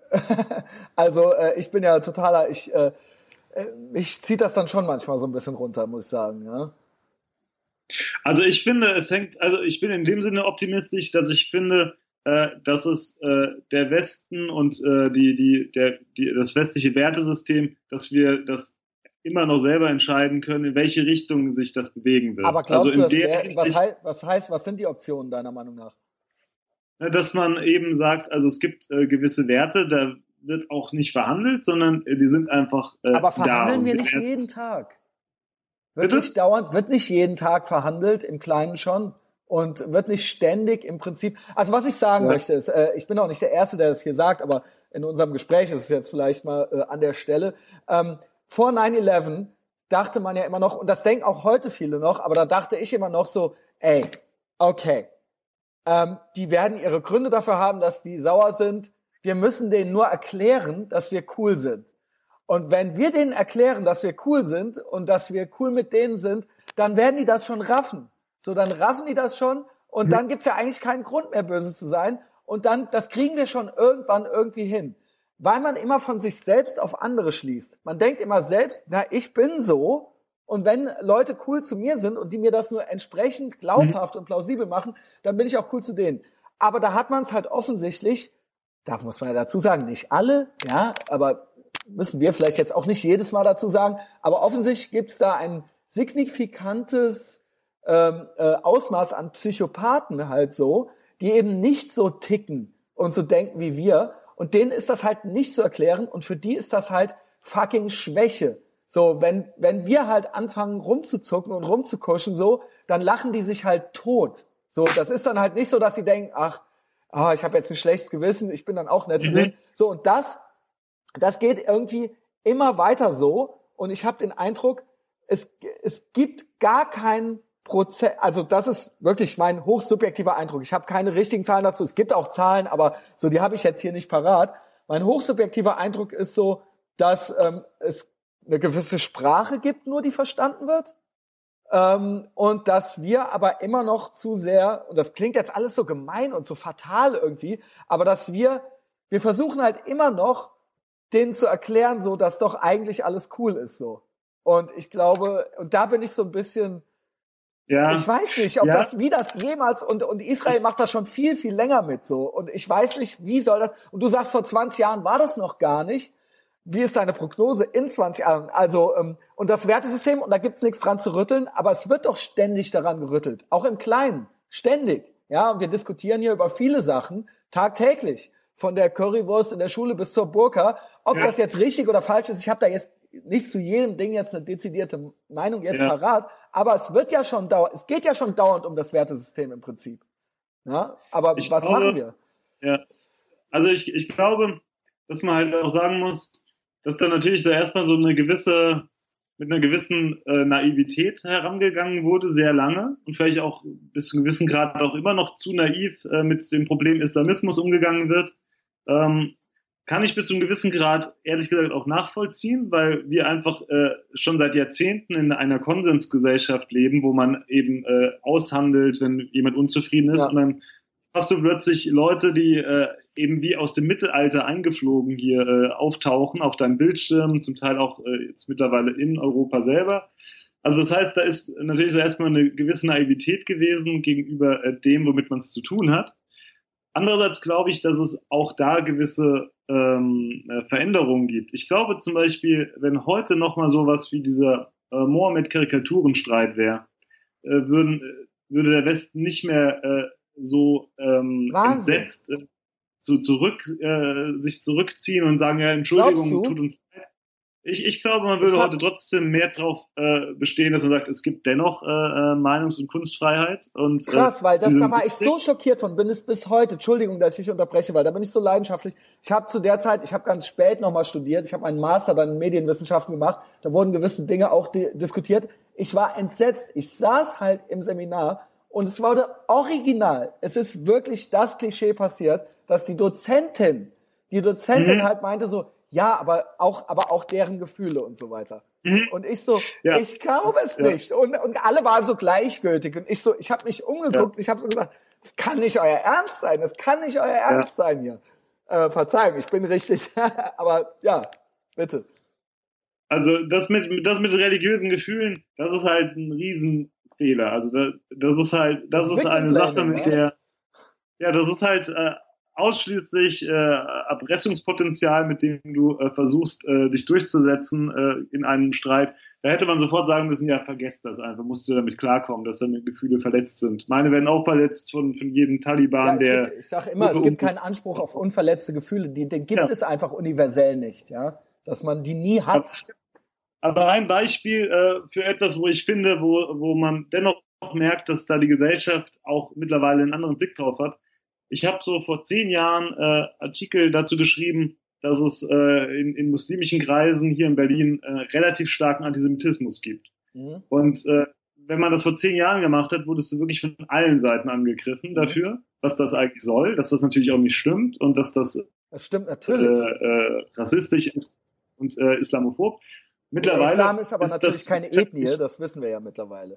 also ich bin ja totaler, ich ziehe das dann schon manchmal so ein bisschen runter, muss ich sagen, ja. Also ich finde, ich bin in dem Sinne optimistisch, dass ich finde, dass es der Westen und das westliche Wertesystem, dass wir das immer noch selber entscheiden können, in welche Richtung sich das bewegen wird. Aber glaubst du, was sind die Optionen deiner Meinung nach? Dass man eben sagt, also es gibt gewisse Werte, da wird auch nicht verhandelt, sondern die sind einfach aber verhandeln wir nicht jeden Tag? Wird nicht jeden Tag verhandelt, im Kleinen schon, und wird nicht ständig im Prinzip, also was ich sagen möchte ist, ich bin auch nicht der Erste, der das hier sagt, aber in unserem Gespräch ist es jetzt vielleicht mal an der Stelle, vor 9/11 dachte man ja immer noch, und das denken auch heute viele noch, aber da dachte ich immer noch so, okay, die werden ihre Gründe dafür haben, dass die sauer sind, wir müssen denen nur erklären, dass wir cool sind. Und wenn wir denen erklären, dass wir cool sind und dass wir cool mit denen sind, dann werden die das schon raffen. So, dann raffen die das schon und dann gibt's ja eigentlich keinen Grund mehr, böse zu sein. Und dann, das kriegen wir schon irgendwann irgendwie hin. Weil man immer von sich selbst auf andere schließt. Man denkt immer selbst, ich bin so. Und wenn Leute cool zu mir sind und die mir das nur entsprechend glaubhaft und plausibel machen, dann bin ich auch cool zu denen. Aber da hat man es halt offensichtlich, da muss man ja dazu sagen, nicht alle, ja, aber müssen wir vielleicht jetzt auch nicht jedes Mal dazu sagen, aber offensichtlich gibt es da ein signifikantes Ausmaß an Psychopathen halt so, die eben nicht so ticken und so denken wie wir, und denen ist das halt nicht zu erklären und für die ist das halt fucking Schwäche. So, wenn wir halt anfangen rumzuzucken und rumzukuschen so, dann lachen die sich halt tot. So, das ist dann halt nicht so, dass sie denken, ich habe jetzt ein schlechtes Gewissen, ich bin dann auch nett zu denen. So, und das geht irgendwie immer weiter so, und ich habe den Eindruck, es gibt gar keinen Prozess, also das ist wirklich mein hochsubjektiver Eindruck. Ich habe keine richtigen Zahlen dazu, es gibt auch Zahlen, aber so die habe ich jetzt hier nicht parat. Mein hochsubjektiver Eindruck ist so, dass es eine gewisse Sprache gibt, nur die verstanden wird, und dass wir aber immer noch zu sehr, und das klingt jetzt alles so gemein und so fatal irgendwie, aber dass wir versuchen halt immer noch, denen zu erklären, so, dass doch eigentlich alles cool ist, so. Und ich glaube, und da bin ich so ein bisschen, ich weiß nicht, wie das jemals, und Israel macht das schon viel, viel länger mit, so. Und ich weiß nicht, wie soll das, und du sagst, vor 20 Jahren war das noch gar nicht. Wie ist deine Prognose in 20 Jahren? Also, und das Wertesystem, und da gibt's nichts dran zu rütteln, aber es wird doch ständig daran gerüttelt. Auch im Kleinen. Ständig. Ja, und wir diskutieren hier über viele Sachen, tagtäglich. Von der Currywurst in der Schule bis zur Burka. Ob das jetzt richtig oder falsch ist, ich habe da jetzt nicht zu jedem Ding jetzt eine dezidierte Meinung jetzt parat, aber es geht ja schon dauernd um das Wertesystem im Prinzip. Ja, aber was machen wir? Ja, also ich glaube, dass man halt auch sagen muss, dass da natürlich so erstmal so mit einer gewissen Naivität herangegangen wurde, sehr lange, und vielleicht auch bis zu einem gewissen Grad auch immer noch zu naiv mit dem Problem Islamismus umgegangen wird. Kann ich bis zu einem gewissen Grad ehrlich gesagt auch nachvollziehen, weil wir einfach schon seit Jahrzehnten in einer Konsensgesellschaft leben, wo man eben aushandelt, wenn jemand unzufrieden ist. Ja. Und dann hast du plötzlich Leute, die eben wie aus dem Mittelalter eingeflogen hier auftauchen auf deinem Bildschirm, zum Teil auch jetzt mittlerweile in Europa selber. Also das heißt, da ist natürlich so erstmal eine gewisse Naivität gewesen gegenüber dem, womit man es zu tun hat. Andererseits glaube ich, dass es auch da gewisse Veränderungen gibt. Ich glaube zum Beispiel, wenn heute nochmal sowas wie dieser Mohammed-Karikaturenstreit wäre, würde der Westen nicht mehr so entsetzt sich zurückziehen und sagen, ja, Entschuldigung, tut uns leid. Ich glaube, man würde heute trotzdem mehr darauf bestehen, dass man sagt, es gibt dennoch Meinungs- und Kunstfreiheit. Und, krass, weil da war ich so schockiert von, bin es bis heute, Entschuldigung, dass ich dich unterbreche, weil da bin ich so leidenschaftlich. Ich habe zu der Zeit, ich habe ganz spät nochmal studiert, ich habe einen Master dann in Medienwissenschaften gemacht, da wurden gewisse Dinge auch diskutiert. Ich war entsetzt, ich saß halt im Seminar und es wurde original, es ist wirklich das Klischee passiert, dass die Dozentin halt meinte so, ja, aber auch deren Gefühle und so weiter. Und ich so, ja. Ich glaube es nicht. Und alle waren so gleichgültig. Und ich habe mich umgeguckt, ich habe so gesagt, das kann nicht euer Ernst sein, sein hier. Verzeihung, ich bin richtig, aber ja, bitte. Also das mit religiösen Gefühlen, das ist halt ein Riesenfehler. Also das ist eine Sache, mit der, ja, das ist halt ausschließlich Erpressungspotenzial, mit dem du versuchst, dich durchzusetzen in einem Streit. Da hätte man sofort sagen müssen, ja, vergesst das einfach, musst du damit klarkommen, dass deine Gefühle verletzt sind. Meine werden auch verletzt von jedem Taliban, ich sage immer, es gibt keinen Anspruch auf unverletzte Gefühle, den gibt es einfach universell nicht, ja, dass man die nie hat. Aber ein Beispiel für etwas, wo ich finde, wo man dennoch merkt, dass da die Gesellschaft auch mittlerweile einen anderen Blick drauf hat. Ich habe so vor 10 Jahren Artikel dazu geschrieben, dass es in muslimischen Kreisen hier in Berlin relativ starken Antisemitismus gibt. Und wenn man das vor 10 Jahren gemacht hat, wurdest du wirklich von allen Seiten angegriffen dafür, was das eigentlich soll, dass das natürlich auch nicht stimmt und dass das stimmt natürlich. Rassistisch ist und islamophob. Mittlerweile Islam ist aber natürlich keine Ethnie, das wissen wir ja mittlerweile.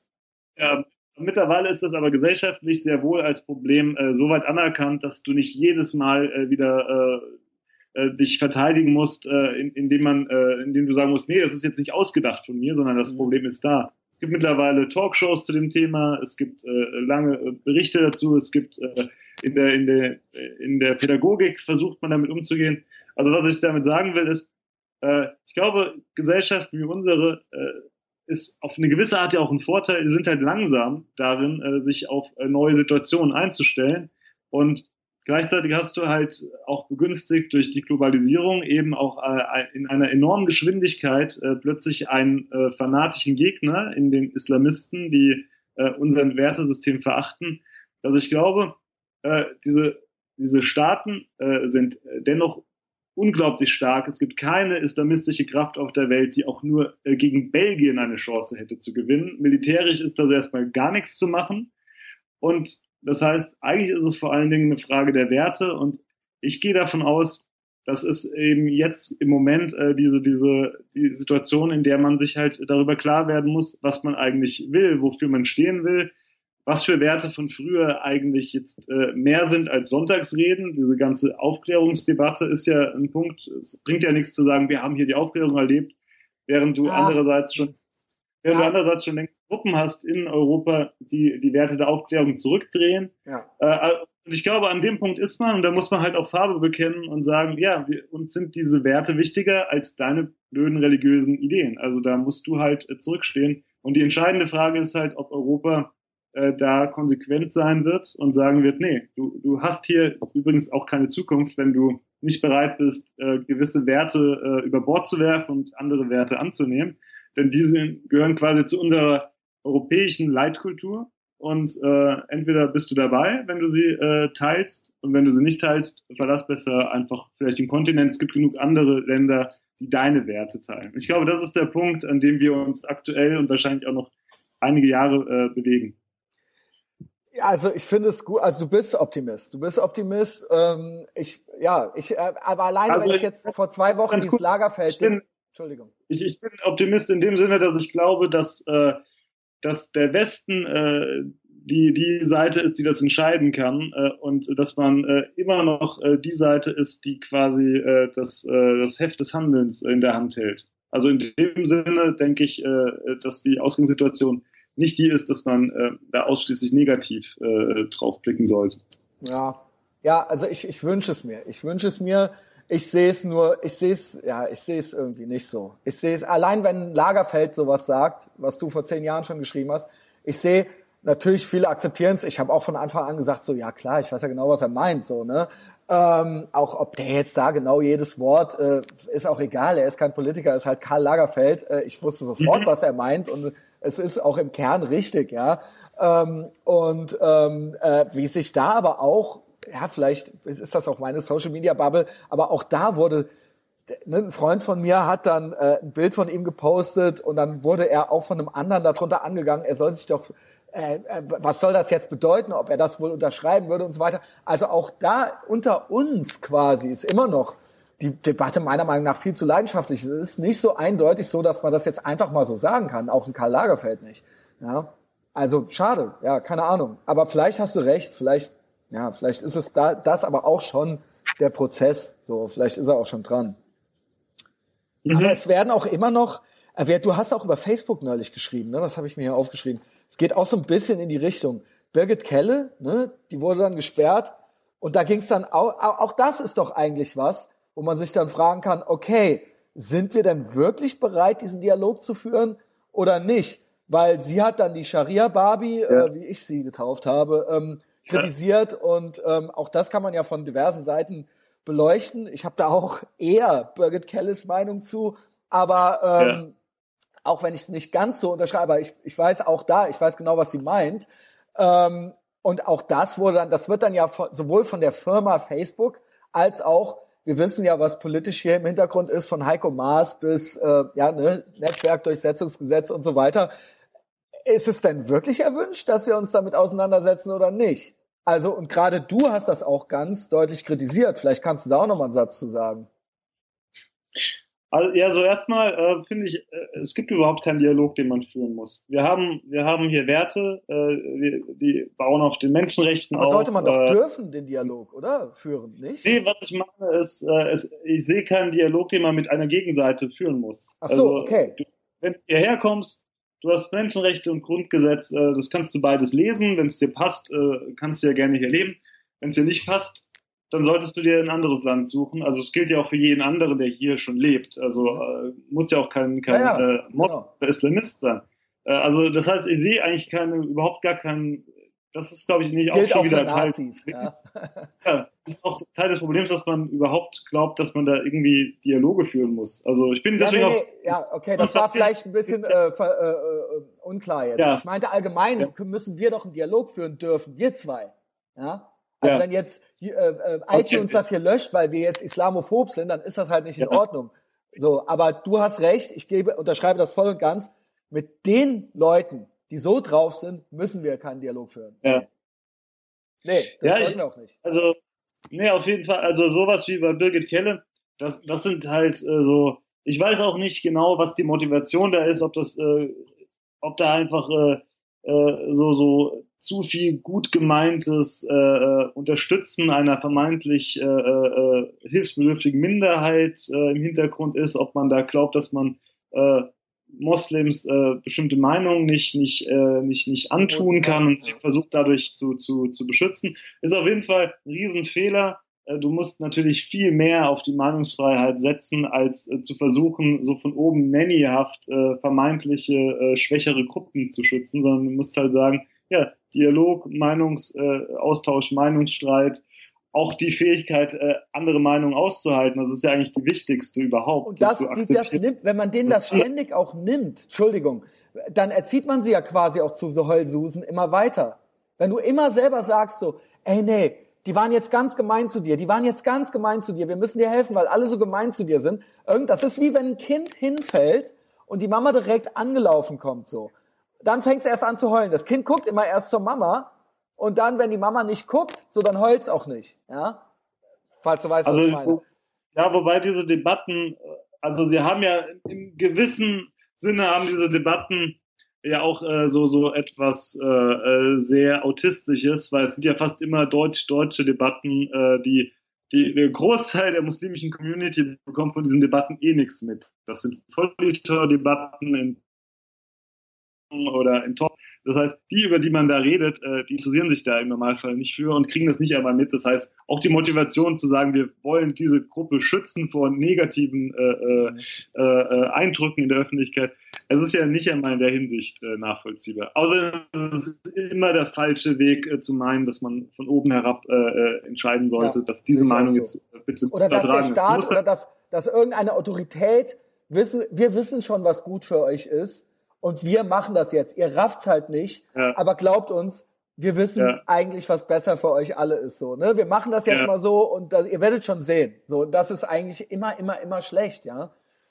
Ja, mittlerweile ist das aber gesellschaftlich sehr wohl als Problem so weit anerkannt, dass du nicht jedes Mal wieder dich verteidigen musst, indem du sagen musst, nee, das ist jetzt nicht ausgedacht von mir, sondern das Problem ist da. Es gibt mittlerweile Talkshows zu dem Thema, es gibt lange Berichte dazu, es gibt in der Pädagogik versucht man damit umzugehen. Also was ich damit sagen will, ist, ich glaube, Gesellschaften wie unsere ist auf eine gewisse Art ja auch ein Vorteil. Die sind halt langsam darin, sich auf neue Situationen einzustellen. Und gleichzeitig hast du halt auch begünstigt durch die Globalisierung eben auch in einer enormen Geschwindigkeit plötzlich einen fanatischen Gegner in den Islamisten, die unser Wertesystem verachten. Also ich glaube, diese Staaten sind dennoch unglaublich stark. Es gibt keine islamistische Kraft auf der Welt, die auch nur gegen Belgien eine Chance hätte zu gewinnen. Militärisch ist da erstmal gar nichts zu machen. Und das heißt, eigentlich ist es vor allen Dingen eine Frage der Werte. Und ich gehe davon aus, dass es eben jetzt im Moment die Situation, in der man sich halt darüber klar werden muss, was man eigentlich will, wofür man stehen will, was für Werte von früher eigentlich jetzt mehr sind als Sonntagsreden. Diese ganze Aufklärungsdebatte ist ja ein Punkt. Es bringt ja nichts zu sagen, wir haben hier die Aufklärung erlebt, während du andererseits schon längst Gruppen hast in Europa, die Werte der Aufklärung zurückdrehen. Ja. Und ich glaube, an dem Punkt ist man, und da muss man halt auch Farbe bekennen und sagen, ja, uns sind diese Werte wichtiger als deine blöden religiösen Ideen. Also da musst du halt zurückstehen. Und die entscheidende Frage ist halt, ob Europa da konsequent sein wird und sagen wird, nee, du hast hier übrigens auch keine Zukunft, wenn du nicht bereit bist, gewisse Werte über Bord zu werfen und andere Werte anzunehmen. Denn diese gehören quasi zu unserer europäischen Leitkultur und entweder bist du dabei, wenn du sie teilst, und wenn du sie nicht teilst, verlass besser einfach vielleicht den Kontinent. Es gibt genug andere Länder, die deine Werte teilen. Ich glaube, das ist der Punkt, an dem wir uns aktuell und wahrscheinlich auch noch einige Jahre bewegen. Ja, also ich finde es gut, also du bist Optimist. Aber alleine, wenn ich jetzt vor 2 Wochen dieses Lagerfeld... Entschuldigung. Ich bin Optimist in dem Sinne, dass ich glaube, dass der Westen die Seite ist, die das entscheiden kann und dass man immer noch die Seite ist, die quasi das Heft des Handelns in der Hand hält. Also in dem Sinne denke ich, dass die Ausgangssituation nicht die ist, dass man da ausschließlich negativ drauf blicken sollte. Ja, also ich wünsche es mir. Ich sehe es irgendwie nicht so. Ich sehe es, allein wenn Lagerfeld sowas sagt, was du vor 10 Jahren schon geschrieben hast, ich sehe, natürlich viele akzeptieren es. Ich habe auch von Anfang an gesagt, so, ja klar, ich weiß ja genau, was er meint, so, ne? Auch ob der jetzt da genau jedes Wort, ist auch egal, er ist kein Politiker, er ist halt Karl Lagerfeld. Ich wusste sofort, was er meint, und es ist auch im Kern richtig, ja. Wie sich da aber auch, ja, vielleicht ist das auch meine Social-Media-Bubble, aber auch da wurde, ein Freund von mir hat dann ein Bild von ihm gepostet, und dann wurde er auch von einem anderen darunter angegangen, er soll sich doch, was soll das jetzt bedeuten, ob er das wohl unterschreiben würde und so weiter. Also auch da unter uns quasi ist immer noch die Debatte meiner Meinung nach viel zu leidenschaftlich. Es ist nicht so eindeutig so, dass man das jetzt einfach mal so sagen kann, auch in Karl Lagerfeld nicht. Ja, also schade, ja, keine Ahnung. Aber vielleicht hast du recht, vielleicht ist es das aber auch schon der Prozess, so, vielleicht ist er auch schon dran. Aber es werden auch immer noch, du hast auch über Facebook neulich geschrieben, ne? Was habe ich mir hier aufgeschrieben? Es geht auch so ein bisschen in die Richtung. Birgit Kelle, ne? Die wurde dann gesperrt, und da ging es dann auch das ist doch eigentlich was, wo man sich dann fragen kann, okay, sind wir denn wirklich bereit, diesen Dialog zu führen oder nicht? Weil sie hat dann die Scharia-Barbie, wie ich sie getauft habe, kritisiert, und auch das kann man ja von diversen Seiten beleuchten. Ich habe da auch eher Birgit Kelles Meinung zu, aber auch wenn ich es nicht ganz so unterschreibe, aber ich weiß genau, was sie meint. Und auch das wird dann ja sowohl von der Firma Facebook als auch, wir wissen ja, was politisch hier im Hintergrund ist, von Heiko Maas bis Netzwerkdurchsetzungsgesetz und so weiter. Ist es denn wirklich erwünscht, dass wir uns damit auseinandersetzen oder nicht? Also, und gerade du hast das auch ganz deutlich kritisiert. Vielleicht kannst du da auch nochmal einen Satz zu sagen. Also, ja, so erstmal finde ich, es gibt überhaupt keinen Dialog, den man führen muss. Wir haben hier Werte, die bauen auf den Menschenrechten auf. Aber sollte man doch dürfen, den Dialog, oder? Führen, nicht? Nee, was ich meine ist, ich sehe keinen Dialog, den man mit einer Gegenseite führen muss. Ach so, okay. Wenn du hierher kommst, du hast Menschenrechte und Grundgesetz, das kannst du beides lesen. Wenn es dir passt, kannst du ja gerne hier leben. Wenn es dir nicht passt, dann solltest du dir ein anderes Land suchen. Also es gilt ja auch für jeden anderen, der hier schon lebt. Also muss ja auch kein Moslem oder Islamist sein. Also das heißt, ich sehe eigentlich überhaupt gar keinen. Das ist, glaube ich, nicht gilt auch schon auch wieder Teil des Problems. Ja, das ist auch Teil des Problems, dass man überhaupt glaubt, dass man da irgendwie Dialoge führen muss. Also ich bin deswegen okay, das war vielleicht ein bisschen unklar jetzt. Ja. Ich meinte allgemein, müssen wir doch einen Dialog führen dürfen, wir zwei. Ja. Also wenn jetzt iTunes das hier löscht, weil wir jetzt islamophob sind, dann ist das halt nicht in Ordnung. So, aber du hast recht, ich unterschreibe das voll und ganz. Mit den Leuten, die so drauf sind, müssen wir keinen Dialog führen. Ja. Nee, das sollten wir auch nicht. Also, nee, auf jeden Fall, also sowas wie bei Birgit Kelle, das sind halt so, ich weiß auch nicht genau, was die Motivation da ist, ob da einfach so zu viel gut gemeintes Unterstützen einer vermeintlich hilfsbedürftigen Minderheit im Hintergrund ist, ob man da glaubt, dass man Moslems bestimmte Meinungen nicht antun kann und sie versucht dadurch zu beschützen, ist auf jeden Fall ein Riesenfehler. Du musst natürlich viel mehr auf die Meinungsfreiheit setzen, als zu versuchen, so von oben nannyhaft vermeintliche schwächere Gruppen zu schützen, sondern du musst halt sagen, ja, Dialog, Meinungsaustausch, Meinungsstreit, auch die Fähigkeit, andere Meinungen auszuhalten, das ist ja eigentlich die wichtigste überhaupt. Und das nimmt, wenn man denen das ständig auch nimmt, Entschuldigung, dann erzieht man sie ja quasi auch zu so Heulsusen immer weiter. Wenn du immer selber sagst so, ey nee, die waren jetzt ganz gemein zu dir, wir müssen dir helfen, weil alle so gemein zu dir sind. Das ist wie wenn ein Kind hinfällt und die Mama direkt angelaufen kommt so. Dann fängt es erst an zu heulen. Das Kind guckt immer erst zur Mama und dann, wenn die Mama nicht guckt, so dann heult es auch nicht. Ja? Falls du weißt, was ich meine. Ja, wobei diese Debatten, also sie haben ja im gewissen Sinne haben diese Debatten ja auch so etwas sehr Autistisches, weil es sind ja fast immer deutsch-deutsche Debatten, die der Großteil der muslimischen Community bekommt von diesen Debatten eh nichts mit. Das sind Vollautor-Debatten in Talk. Das heißt, die, über die man da redet, die interessieren sich da im Normalfall nicht für und kriegen das nicht einmal mit. Das heißt, auch die Motivation zu sagen, wir wollen diese Gruppe schützen vor negativen Eindrücken in der Öffentlichkeit, es ist ja nicht einmal in der Hinsicht nachvollziehbar. Außerdem ist es immer der falsche Weg zu meinen, dass man von oben herab entscheiden sollte, dass diese Meinung jetzt bitte oder dass der Staat ist. oder dass irgendeine Autorität wir wissen schon, was gut für euch ist. Und wir machen das jetzt. Ihr rafft's halt nicht, aber glaubt uns, wir wissen eigentlich, was besser für euch alle ist. So, ne? Wir machen das jetzt mal so und ihr werdet schon sehen. So, das ist eigentlich immer schlecht, ja.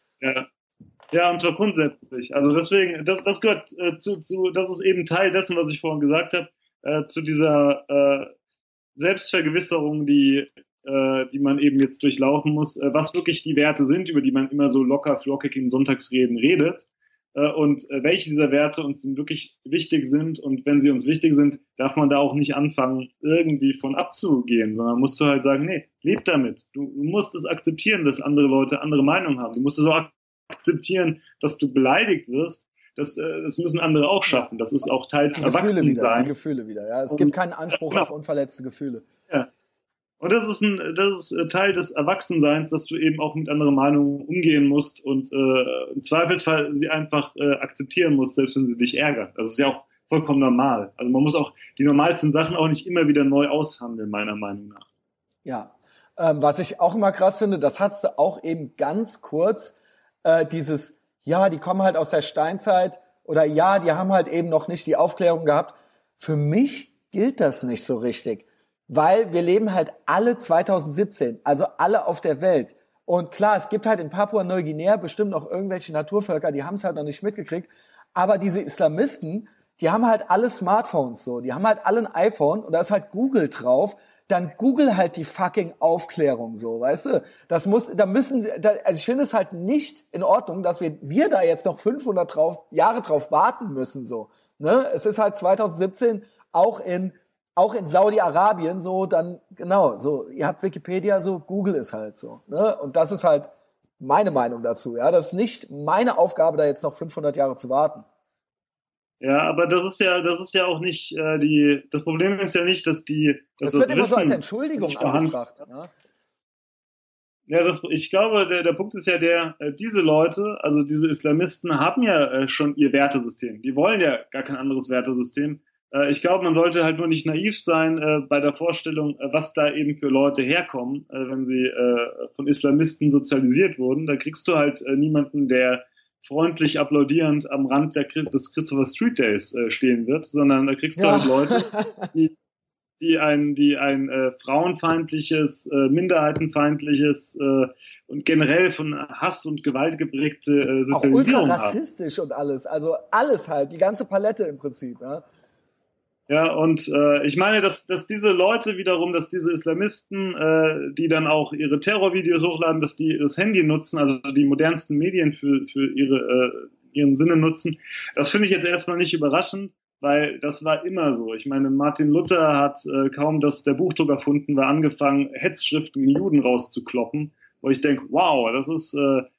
Ja, und zwar grundsätzlich. Also deswegen, das gehört das ist eben Teil dessen, was ich vorhin gesagt habe, zu dieser Selbstvergewisserung, die man eben jetzt durchlaufen muss, was wirklich die Werte sind, über die man immer so locker flockig in Sonntagsreden redet. Und welche dieser Werte uns wirklich wichtig sind. Und wenn sie uns wichtig sind, darf man da auch nicht anfangen, irgendwie von abzugehen, sondern musst du halt sagen, nee, leb damit. Du musst es akzeptieren, dass andere Leute andere Meinungen haben. Du musst es auch akzeptieren, dass du beleidigt wirst. Das müssen andere auch schaffen. Das ist auch Teil des Erwachsenseins. Die Gefühle wieder, ja. Es gibt keinen Anspruch auf unverletzte Gefühle. Ja. Und das ist Teil des Erwachsenseins, dass du eben auch mit anderen Meinungen umgehen musst und im Zweifelsfall sie einfach akzeptieren musst, selbst wenn sie dich ärgern. Das ist ja auch vollkommen normal. Also man muss auch die normalsten Sachen auch nicht immer wieder neu aushandeln, meiner Meinung nach. Ja, was ich auch immer krass finde, das hast du auch eben ganz kurz, die kommen halt aus der Steinzeit oder die haben halt eben noch nicht die Aufklärung gehabt. Für mich gilt das nicht so richtig. Weil wir leben halt alle 2017, also alle auf der Welt. Und klar, es gibt halt in Papua-Neuguinea bestimmt noch irgendwelche Naturvölker, die haben es halt noch nicht mitgekriegt. Aber diese Islamisten, die haben halt alle Smartphones so. Die haben halt alle ein iPhone und da ist halt Google drauf. Dann Google halt die fucking Aufklärung so, weißt du? Also ich finde es halt nicht in Ordnung, dass wir da jetzt noch 500 Jahre drauf warten müssen so. Ne? Es ist halt 2017 auch in Saudi-Arabien so, dann, genau, so, ihr habt Wikipedia, so, Google ist halt so, ne? Und das ist halt meine Meinung dazu, ja? Das ist nicht meine Aufgabe, da jetzt noch 500 Jahre zu warten. Ja, aber das ist ja auch nicht, das Problem ist ja nicht, dass das wird immer so als Entschuldigung angebracht, ne? Ja, ich glaube, der Punkt ist ja diese Leute, also diese Islamisten haben ja schon ihr Wertesystem. Die wollen ja gar kein anderes Wertesystem. Ich glaube, man sollte halt nur nicht naiv sein bei der Vorstellung, was da eben für Leute herkommen, wenn sie von Islamisten sozialisiert wurden. Da kriegst du halt niemanden, der freundlich applaudierend am Rand des Christopher Street Days stehen wird, sondern da kriegst du halt Leute, die ein frauenfeindliches, minderheitenfeindliches und generell von Hass und Gewalt geprägte Sozialisierung haben. Auch ultra rassistisch und alles, also alles halt, die ganze Palette im Prinzip, ja. Ja, und ich meine, dass diese Leute wiederum, dass diese Islamisten, die dann auch ihre Terrorvideos hochladen, dass die das Handy nutzen, also die modernsten Medien für ihren Sinne nutzen, das finde ich jetzt erstmal nicht überraschend, weil das war immer so. Ich meine, Martin Luther hat kaum, dass der Buchdruck erfunden war, angefangen, Hetzschriften gegen Juden rauszukloppen, wo ich denke, wow, das ist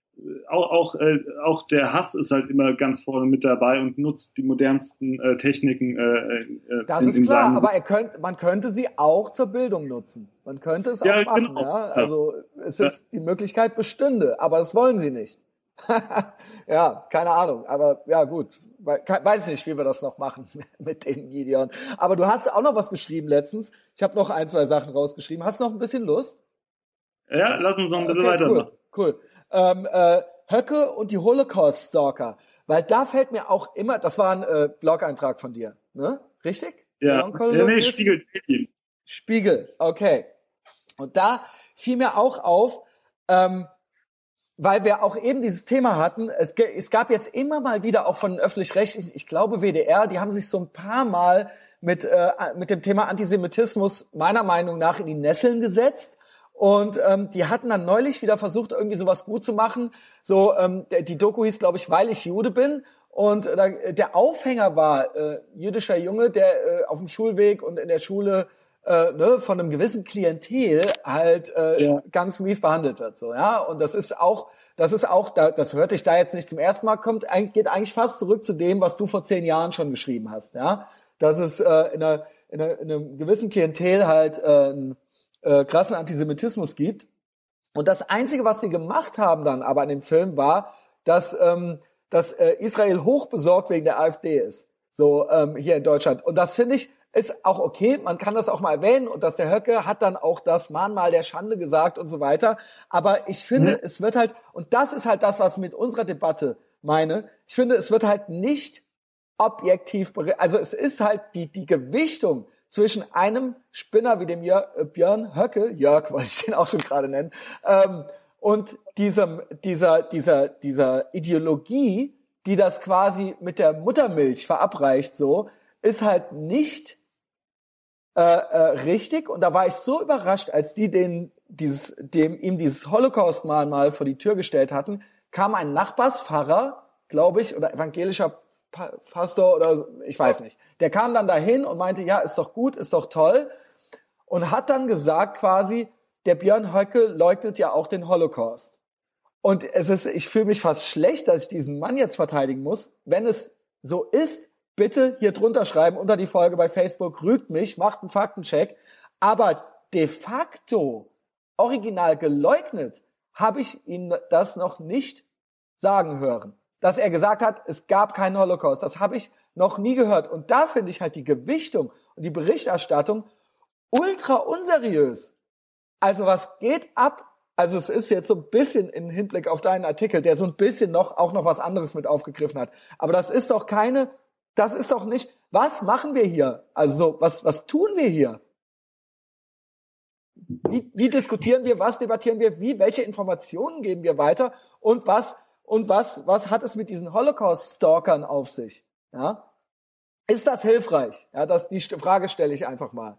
auch der Hass ist halt immer ganz vorne mit dabei und nutzt die modernsten Techniken. Das ist klar, aber man könnte sie auch zur Bildung nutzen. Man könnte es auch machen. Genau. Ja? Also die Möglichkeit bestünde, aber das wollen sie nicht. Ja, keine Ahnung, aber ja gut, weiß nicht, wie wir das noch machen mit den Gideon. Aber du hast auch noch was geschrieben letztens. Ich habe noch 1, 2 Sachen rausgeschrieben. Hast du noch ein bisschen Lust? Ja, lass uns noch ein bisschen weitermachen. Cool. Höcke und die Holocaust-Stalker. Weil da fällt mir auch immer, das war ein Blog-Eintrag von dir, ne? Richtig? Ja, Spiegel. Spiegel, okay. Und da fiel mir auch auf, weil wir auch eben dieses Thema hatten, es gab jetzt immer mal wieder auch von den Öffentlich-Rechtlichen, ich glaube WDR, die haben sich so ein paar Mal mit dem Thema Antisemitismus meiner Meinung nach in die Nesseln gesetzt. Und die hatten dann neulich wieder versucht, irgendwie sowas gut zu machen. So, die Doku hieß, glaube ich, Weil ich Jude bin. Und der Aufhänger war jüdischer Junge, der auf dem Schulweg und in der Schule von einem gewissen Klientel halt ganz mies behandelt wird, so, ja. Und das hörte ich da jetzt nicht zum ersten Mal, geht eigentlich fast zurück zu dem, was du vor 10 Jahren schon geschrieben hast, ja. Dass es in einem gewissen Klientel halt einen krassen Antisemitismus gibt. Und das Einzige, was sie gemacht haben dann aber in dem Film war, dass Israel hochbesorgt wegen der AfD ist, so hier in Deutschland. Und das finde ich ist auch okay, man kann das auch mal erwähnen und dass der Höcke hat dann auch das Mahnmal der Schande gesagt und so weiter. Aber ich finde, es wird halt, und das ist halt das, was ich mit unserer Debatte meine, ich finde, es wird halt nicht objektiv, also es ist halt die Gewichtung zwischen einem Spinner wie dem Björn Höcke, Jörg wollte ich den auch schon gerade nennen, und dieser Ideologie, die das quasi mit der Muttermilch verabreicht, so, ist halt nicht richtig. Und da war ich so überrascht, als die ihm dieses Holocaust-Mahnmal vor die Tür gestellt hatten, kam ein Nachbarspfarrer, glaube ich, oder evangelischer Pastor oder ich weiß nicht. Der kam dann dahin und meinte, ja, ist doch gut, ist doch toll. Und hat dann gesagt quasi, der Björn Höcke leugnet ja auch den Holocaust. Und ich fühle mich fast schlecht, dass ich diesen Mann jetzt verteidigen muss. Wenn es so ist, bitte hier drunter schreiben unter die Folge bei Facebook, rügt mich, macht einen Faktencheck. Aber de facto, original geleugnet, habe ich ihn das noch nicht sagen hören. Dass er gesagt hat, es gab keinen Holocaust. Das habe ich noch nie gehört. Und da finde ich halt die Gewichtung und die Berichterstattung ultra unseriös. Also was geht ab? Also es ist jetzt so ein bisschen im Hinblick auf deinen Artikel, der so ein bisschen auch noch was anderes mit aufgegriffen hat. Aber das ist doch nicht, was machen wir hier? Also was tun wir hier? Wie diskutieren wir, was debattieren wir, welche Informationen geben wir weiter und was hat es mit diesen Holocaust-Stalkern auf sich? Ja? Ist das hilfreich? Ja, die Frage stelle ich einfach mal.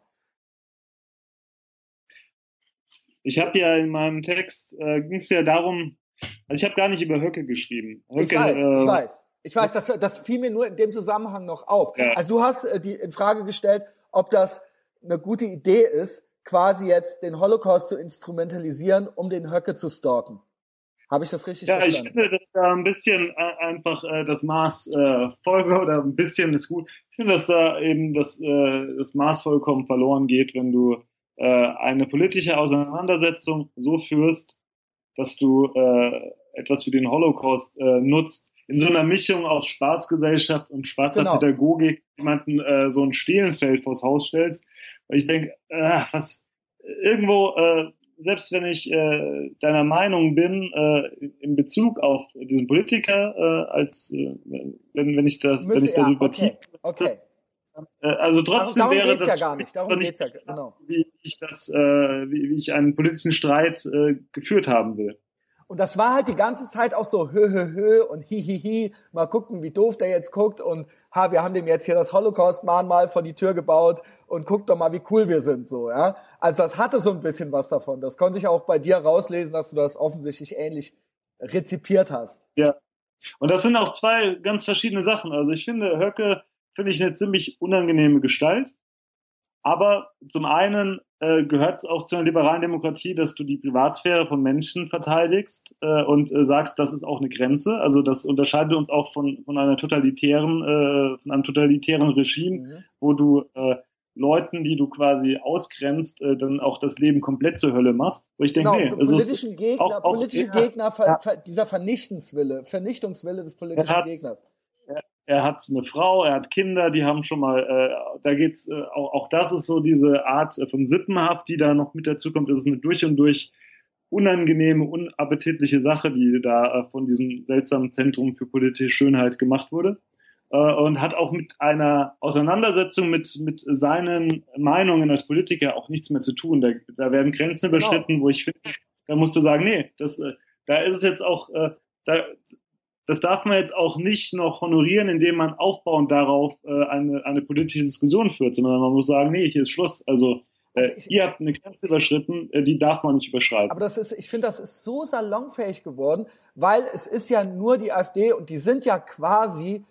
Ich habe ja in meinem Text, ging es ja darum, also ich habe gar nicht über Höcke geschrieben. Höcke, ich weiß, das fiel mir nur in dem Zusammenhang noch auf. Ja. Also du hast in Frage gestellt, ob das eine gute Idee ist, quasi jetzt den Holocaust zu instrumentalisieren, um den Höcke zu stalken. Habe ich das richtig verstanden? Ja, ich finde, dass da ein bisschen einfach das Maß Folge oder ein bisschen ist gut. Ich finde, dass da eben das Maß vollkommen verloren geht, wenn du eine politische Auseinandersetzung so führst, dass du etwas für den Holocaust nutzt, in so einer Mischung aus Staatsgesellschaft und schwarzer Pädagogik jemanden so ein Stehlenfeld vors Haus stellst. Weil ich denke, selbst wenn ich deiner Meinung bin, in Bezug auf diesen Politiker, wenn ich das überziehe. Okay. Also trotzdem wäre das ja gar nicht. Darum geht's ja, genau. Wie ich einen politischen Streit geführt haben will. Und das war halt die ganze Zeit auch so hö und hi, mal gucken, wie doof der jetzt guckt und wir haben dem jetzt hier das Holocaust-Mahnmal vor die Tür gebaut und guck doch mal, wie cool wir sind, so, ja. Also das hatte so ein bisschen was davon. Das konnte ich auch bei dir rauslesen, dass du das offensichtlich ähnlich rezipiert hast. Ja. Und das sind auch zwei ganz verschiedene Sachen. Also ich finde, Höcke finde ich eine ziemlich unangenehme Gestalt. Aber zum einen gehört es auch zu einer liberalen Demokratie, dass du die Privatsphäre von Menschen verteidigst und sagst, das ist auch eine Grenze. Also das unterscheidet uns auch von einem totalitären Regime, wo du Leuten, die du quasi ausgrenzt, dann auch das Leben komplett zur Hölle machst. Wo ich denke, politische Gegner, dieser Vernichtungswille des politischen Gegners. Er hat eine Frau, er hat Kinder, die haben schon mal, da geht's, auch das ist so diese Art von Sippenhaft, die da noch mit dazu kommt. Das ist eine durch und durch unangenehme, unappetitliche Sache, die da von diesem seltsamen Zentrum für politische Schönheit gemacht wurde. Und hat auch mit einer Auseinandersetzung mit seinen Meinungen als Politiker auch nichts mehr zu tun. Da werden Grenzen überschritten, wo ich finde, da musst du sagen, nee, da ist es jetzt auch, das darf man jetzt auch nicht noch honorieren, indem man aufbauend darauf eine politische Diskussion führt, sondern man muss sagen, nee, hier ist Schluss. Also ihr habt eine Grenze überschritten, die darf man nicht überschreiten. Aber ich finde, das ist so salonfähig geworden, weil es ist ja nur die AfD und die sind ja quasi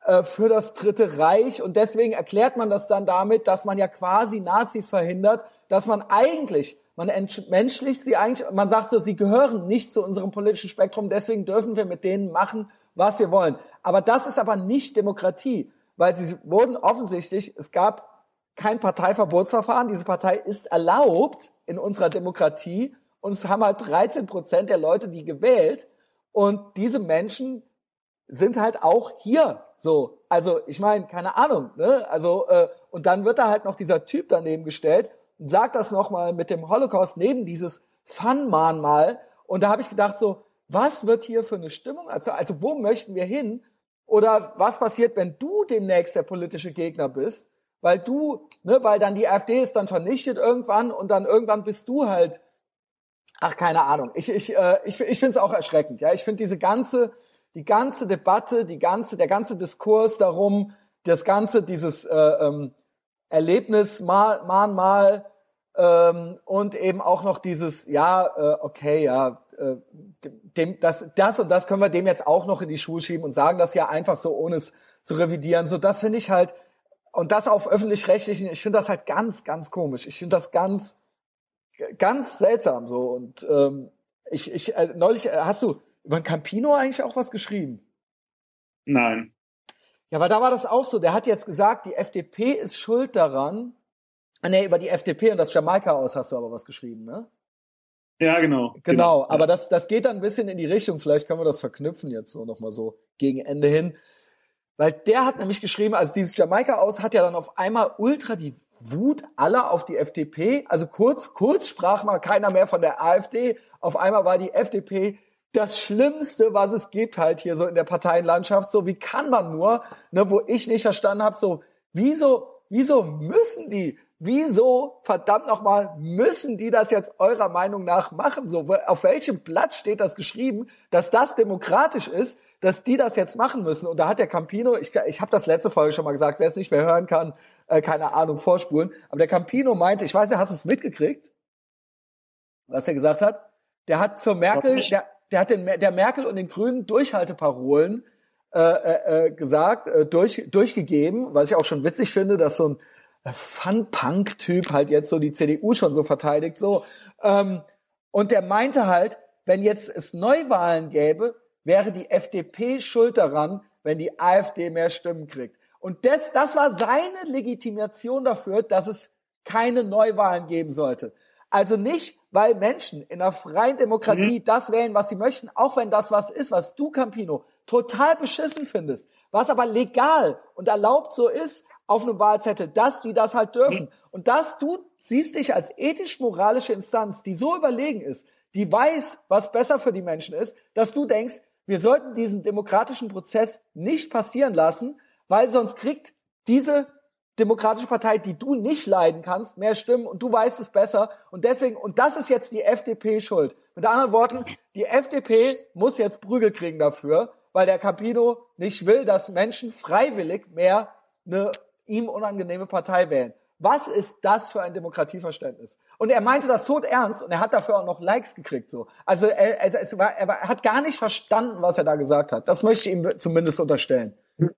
für das Dritte Reich und deswegen erklärt man das dann damit, dass man ja quasi Nazis verhindert, dass man entmenschlicht sie eigentlich, man sagt so, sie gehören nicht zu unserem politischen Spektrum, deswegen dürfen wir mit denen machen, was wir wollen. Aber das ist aber nicht Demokratie, weil sie wurden offensichtlich, es gab kein Parteiverbotsverfahren, diese Partei ist erlaubt in unserer Demokratie und es haben halt 13% der Leute die gewählt und diese Menschen sind halt auch hier so. Also ich meine, keine Ahnung, ne? Also und dann wird da halt noch dieser Typ daneben gestellt und sagt das nochmal mit dem Holocaust neben dieses Fun-Mahnmal und da habe ich gedacht so, was wird hier für eine Stimmung? Also wo möchten wir hin? Oder was passiert, wenn du demnächst der politische Gegner bist? Weil weil dann die AfD ist dann vernichtet irgendwann und dann irgendwann bist du halt, ach, keine Ahnung. Ich finde es auch erschreckend, ja. Ich finde die ganze Debatte, der ganze Diskurs darum, dieses Erlebnis, Mahnmal, und eben auch noch dieses, das und das können wir dem jetzt auch noch in die Schuhe schieben und sagen das ja einfach so, ohne es zu revidieren. So, das finde ich halt, und das auf öffentlich-rechtlichen, ich finde das halt ganz, ganz komisch. Ich finde das ganz, ganz seltsam so. Und neulich, hast du über den Campino eigentlich auch was geschrieben? Nein. Ja, aber da war das auch so. Der hat jetzt gesagt, die FDP ist schuld daran. Über die FDP und das Jamaika-Aus hast du aber was geschrieben, ne? Ja, genau. Genau, aber das geht dann ein bisschen in die Richtung. Vielleicht können wir das verknüpfen jetzt so nochmal so gegen Ende hin. Weil der hat nämlich geschrieben, also dieses Jamaika-Aus hat ja dann auf einmal ultra die Wut aller auf die FDP. Also kurz sprach mal keiner mehr von der AfD. Auf einmal war die FDP das Schlimmste, was es gibt halt hier so in der Parteienlandschaft. So, wie kann man nur, ne, wo ich nicht verstanden habe, so, wieso verdammt nochmal müssen die das jetzt eurer Meinung nach machen? So, auf welchem Blatt steht das geschrieben, dass das demokratisch ist, dass die das jetzt machen müssen? Und da hat der Campino, ich habe das letzte Folge schon mal gesagt, wer es nicht mehr hören kann, keine Ahnung, vorspulen. Aber der Campino meinte, ich weiß nicht, hast du es mitgekriegt, was er gesagt hat? Der hat zur Merkel, der hat der Merkel und den Grünen Durchhalteparolen durchgegeben, was ich auch schon witzig finde, dass so ein Fun-Punk-Typ halt jetzt so die CDU schon so verteidigt, so. Und der meinte halt, wenn jetzt es Neuwahlen gäbe, wäre die FDP schuld daran, wenn die AfD mehr Stimmen kriegt. Und das war seine Legitimation dafür, dass es keine Neuwahlen geben sollte. Also nicht, weil Menschen in einer freien Demokratie das wählen, was sie möchten, auch wenn das was ist, was du, Campino, total beschissen findest, was aber legal und erlaubt so ist, auf einem Wahlzettel, dass die das halt dürfen. Und dass du siehst dich als ethisch-moralische Instanz, die so überlegen ist, die weiß, was besser für die Menschen ist, dass du denkst, wir sollten diesen demokratischen Prozess nicht passieren lassen, weil sonst kriegt diese demokratische Partei, die du nicht leiden kannst, mehr Stimmen und du weißt es besser. Und deswegen, und das ist jetzt die FDP schuld. Mit anderen Worten, die FDP muss jetzt Prügel kriegen dafür, weil der Campino nicht will, dass Menschen freiwillig mehr eine ihm unangenehme Partei wählen. Was ist das für ein Demokratieverständnis? Und er meinte das todernst und er hat dafür auch noch Likes gekriegt. So. Also er hat gar nicht verstanden, was er da gesagt hat. Das möchte ich ihm zumindest unterstellen.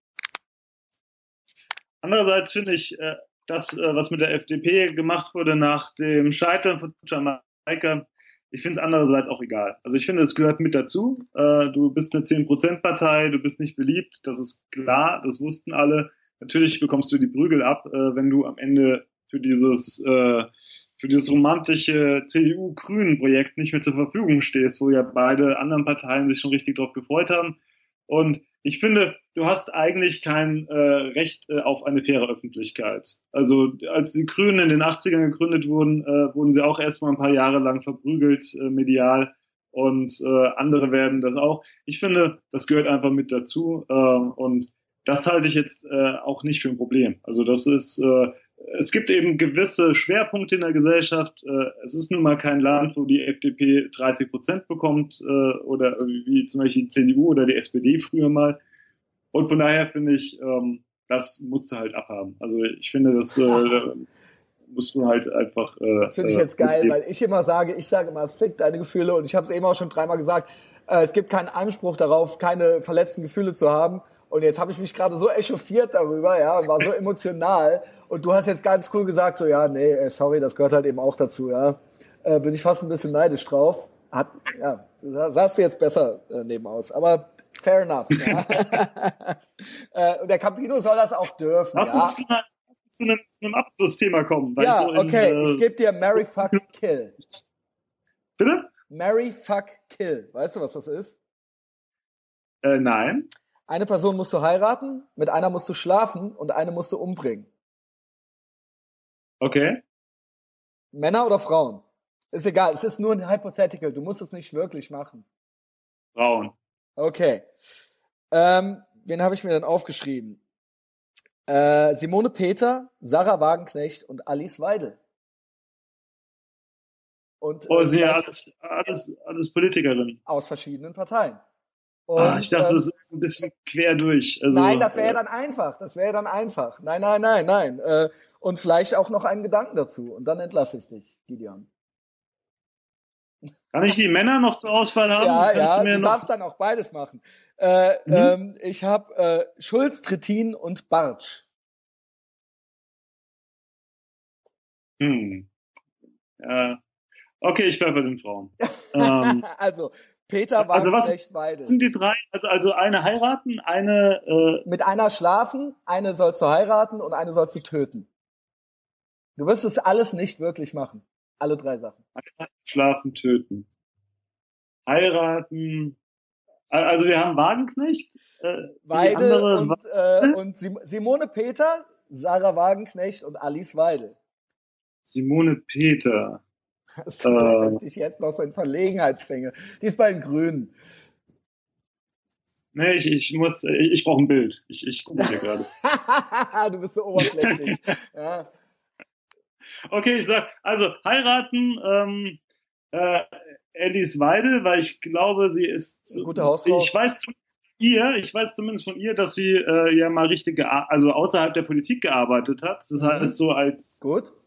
Andererseits finde ich, das, was mit der FDP gemacht wurde nach dem Scheitern von Jamaika, ich finde es andererseits auch egal. Also ich finde, es gehört mit dazu. Du bist eine 10%-Partei, du bist nicht beliebt, das ist klar, das wussten alle. Natürlich bekommst du die Prügel ab, wenn du am Ende für dieses romantische CDU-Grünen-Projekt nicht mehr zur Verfügung stehst, wo ja beide anderen Parteien sich schon richtig drauf gefreut haben. Und ich finde, du hast eigentlich kein Recht auf eine faire Öffentlichkeit. Also als die Grünen in den 80ern gegründet wurden, wurden sie auch erstmal ein paar Jahre lang verprügelt medial und andere werden das auch. Ich finde, das gehört einfach mit dazu und das halte ich jetzt auch nicht für ein Problem. Also das ist, es gibt eben gewisse Schwerpunkte in der Gesellschaft. Es ist nun mal kein Land, wo die FDP 30% bekommt oder wie zum Beispiel die CDU oder die SPD früher mal. Und von daher finde ich, das musst du halt abhaben. Also ich finde, das musst du halt einfach. Das finde ich jetzt geil, weil ich sage immer, fick deine Gefühle und ich habe es eben auch schon dreimal gesagt, es gibt keinen Anspruch darauf, keine verletzten Gefühle zu haben. Und jetzt habe ich mich gerade so echauffiert darüber, ja, war so emotional. Und du hast jetzt ganz cool gesagt, so, ja, nee, sorry, das gehört halt eben auch dazu, ja. Bin ich fast ein bisschen neidisch drauf. Ja, sahst du jetzt besser nebenaus, aber fair enough. Ja. Und der Campino soll das auch dürfen. Lass uns zu einem Abschlussthema kommen. Weil Ja, so okay, ich gebe dir Marry, Fuck, Kill. Bitte? Marry, Fuck, Kill. Weißt du, was das ist? Nein. Eine Person musst du heiraten, mit einer musst du schlafen und eine musst du umbringen. Okay. Männer oder Frauen? Ist egal, es ist nur ein Hypothetical, du musst es nicht wirklich machen. Frauen. Okay. Wen habe ich mir denn aufgeschrieben? Simone Peter, Sarah Wagenknecht und Alice Weidel. Und, sind ja alles Politikerinnen. aus verschiedenen Parteien. Und, ich dachte, das ist ein bisschen quer durch. Also, nein, das wäre ja dann einfach. Nein. Und vielleicht auch noch einen Gedanken dazu. Und dann entlasse ich dich, Gideon. Kann ich die Männer noch zur Auswahl haben? Ja, du darfst dann auch beides machen. Ich habe Schulz, Trittin und Bartsch. Okay, ich bleibe bei den Frauen. Also, Peter Wagenknecht, beide. Was sind die drei? Also eine heiraten, eine... Mit einer schlafen, eine sollst du heiraten und eine sollst du töten. Du wirst es alles nicht wirklich machen. Alle drei Sachen. Schlafen, töten. Heiraten... Also wir haben Wagenknecht. Weidel und Simone Peter, Sarah Wagenknecht und Alice Weidel. Simone Peter. Dass ich jetzt noch so in Verlegenheit bringe. Die ist bei den Grünen. Nee, ich brauche ein Bild. Ich gucke hier gerade. Du bist so oberflächlich. Ja. Okay, ich sag, also heiraten, Alice Weidel, weil ich glaube, sie ist eine gute Hausfrau. Ich weiß zumindest von ihr, dass sie ja mal richtig also außerhalb der Politik gearbeitet hat. Das heißt so als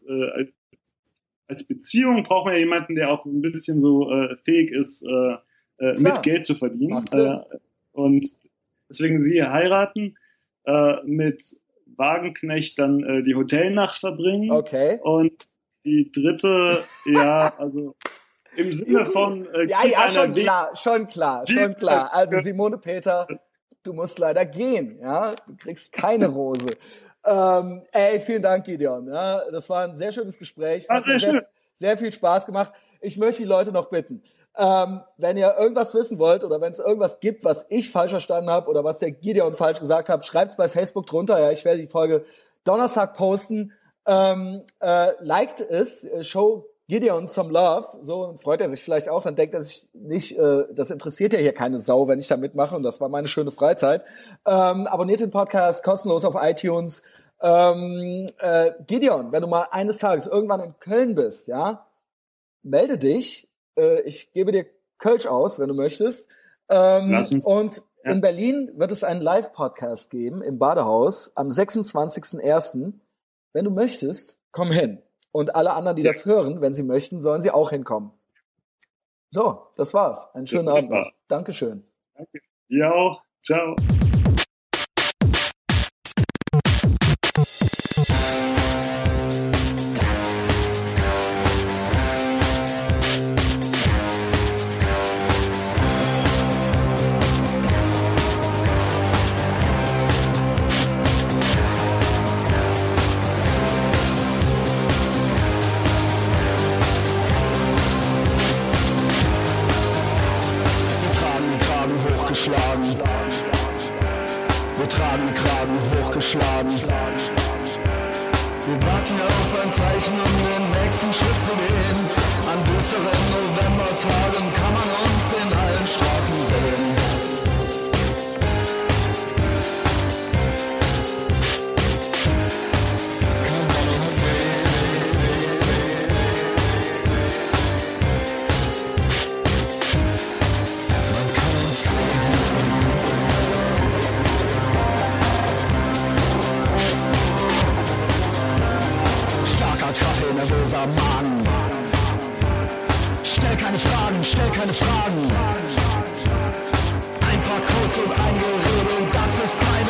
Beziehung braucht man ja jemanden, der auch ein bisschen so fähig ist, mit Geld zu verdienen. Und deswegen sie heiraten, mit Wagenknecht dann die Hotelnacht verbringen. Okay. Und die dritte, also im Sinne von schon klar. Also Simone Peter, du musst leider gehen, ja, du kriegst keine Rose. Vielen Dank, Gideon. Ja, das war ein sehr schönes Gespräch. War sehr viel Spaß gemacht. Ich möchte die Leute noch bitten, wenn ihr irgendwas wissen wollt oder wenn es irgendwas gibt, was ich falsch verstanden habe oder was der Gideon falsch gesagt hat, schreibt es bei Facebook drunter. Ja, ich werde die Folge Donnerstag posten. Liked es, show Gideon some love, so freut er sich vielleicht auch, dann denkt er sich nicht, das interessiert ja hier keine Sau, wenn ich da mitmache und das war meine schöne Freizeit. Abonniert den Podcast kostenlos auf iTunes. Gideon, wenn du mal eines Tages irgendwann in Köln bist, ja, melde dich. Ich gebe dir Kölsch aus, wenn du möchtest. Und in Berlin wird es einen Live-Podcast geben im Badehaus am 26.01. Wenn du möchtest, komm hin. Und alle anderen, die das hören, wenn sie möchten, sollen sie auch hinkommen. So, das war's. Einen schönen Abend noch. Dankeschön. Danke. Ja auch. Ciao. Wir tragen Kragen hochgeschlagen. Wir warten auf ein Zeichen, um den nächsten Schritt zu gehen. An düsteren Novembertagen kann man uns in allen Straßen sehen. Nervöser Magen. Stell keine Fragen, stell keine Fragen. Ein paar Codes und ein Gerede, das ist mein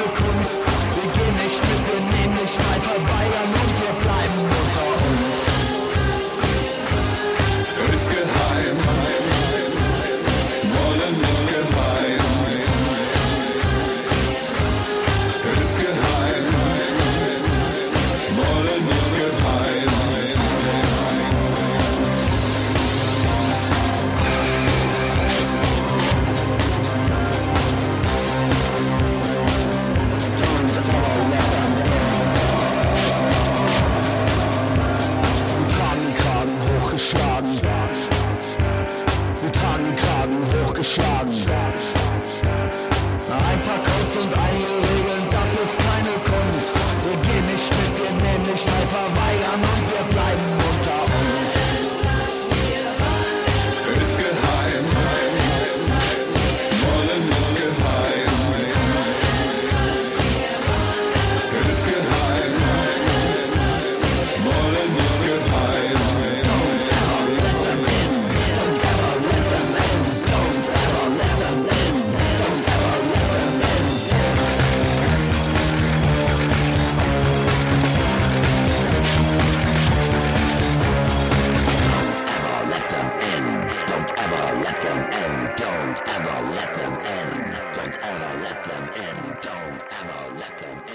let them in. Don't ever let them in.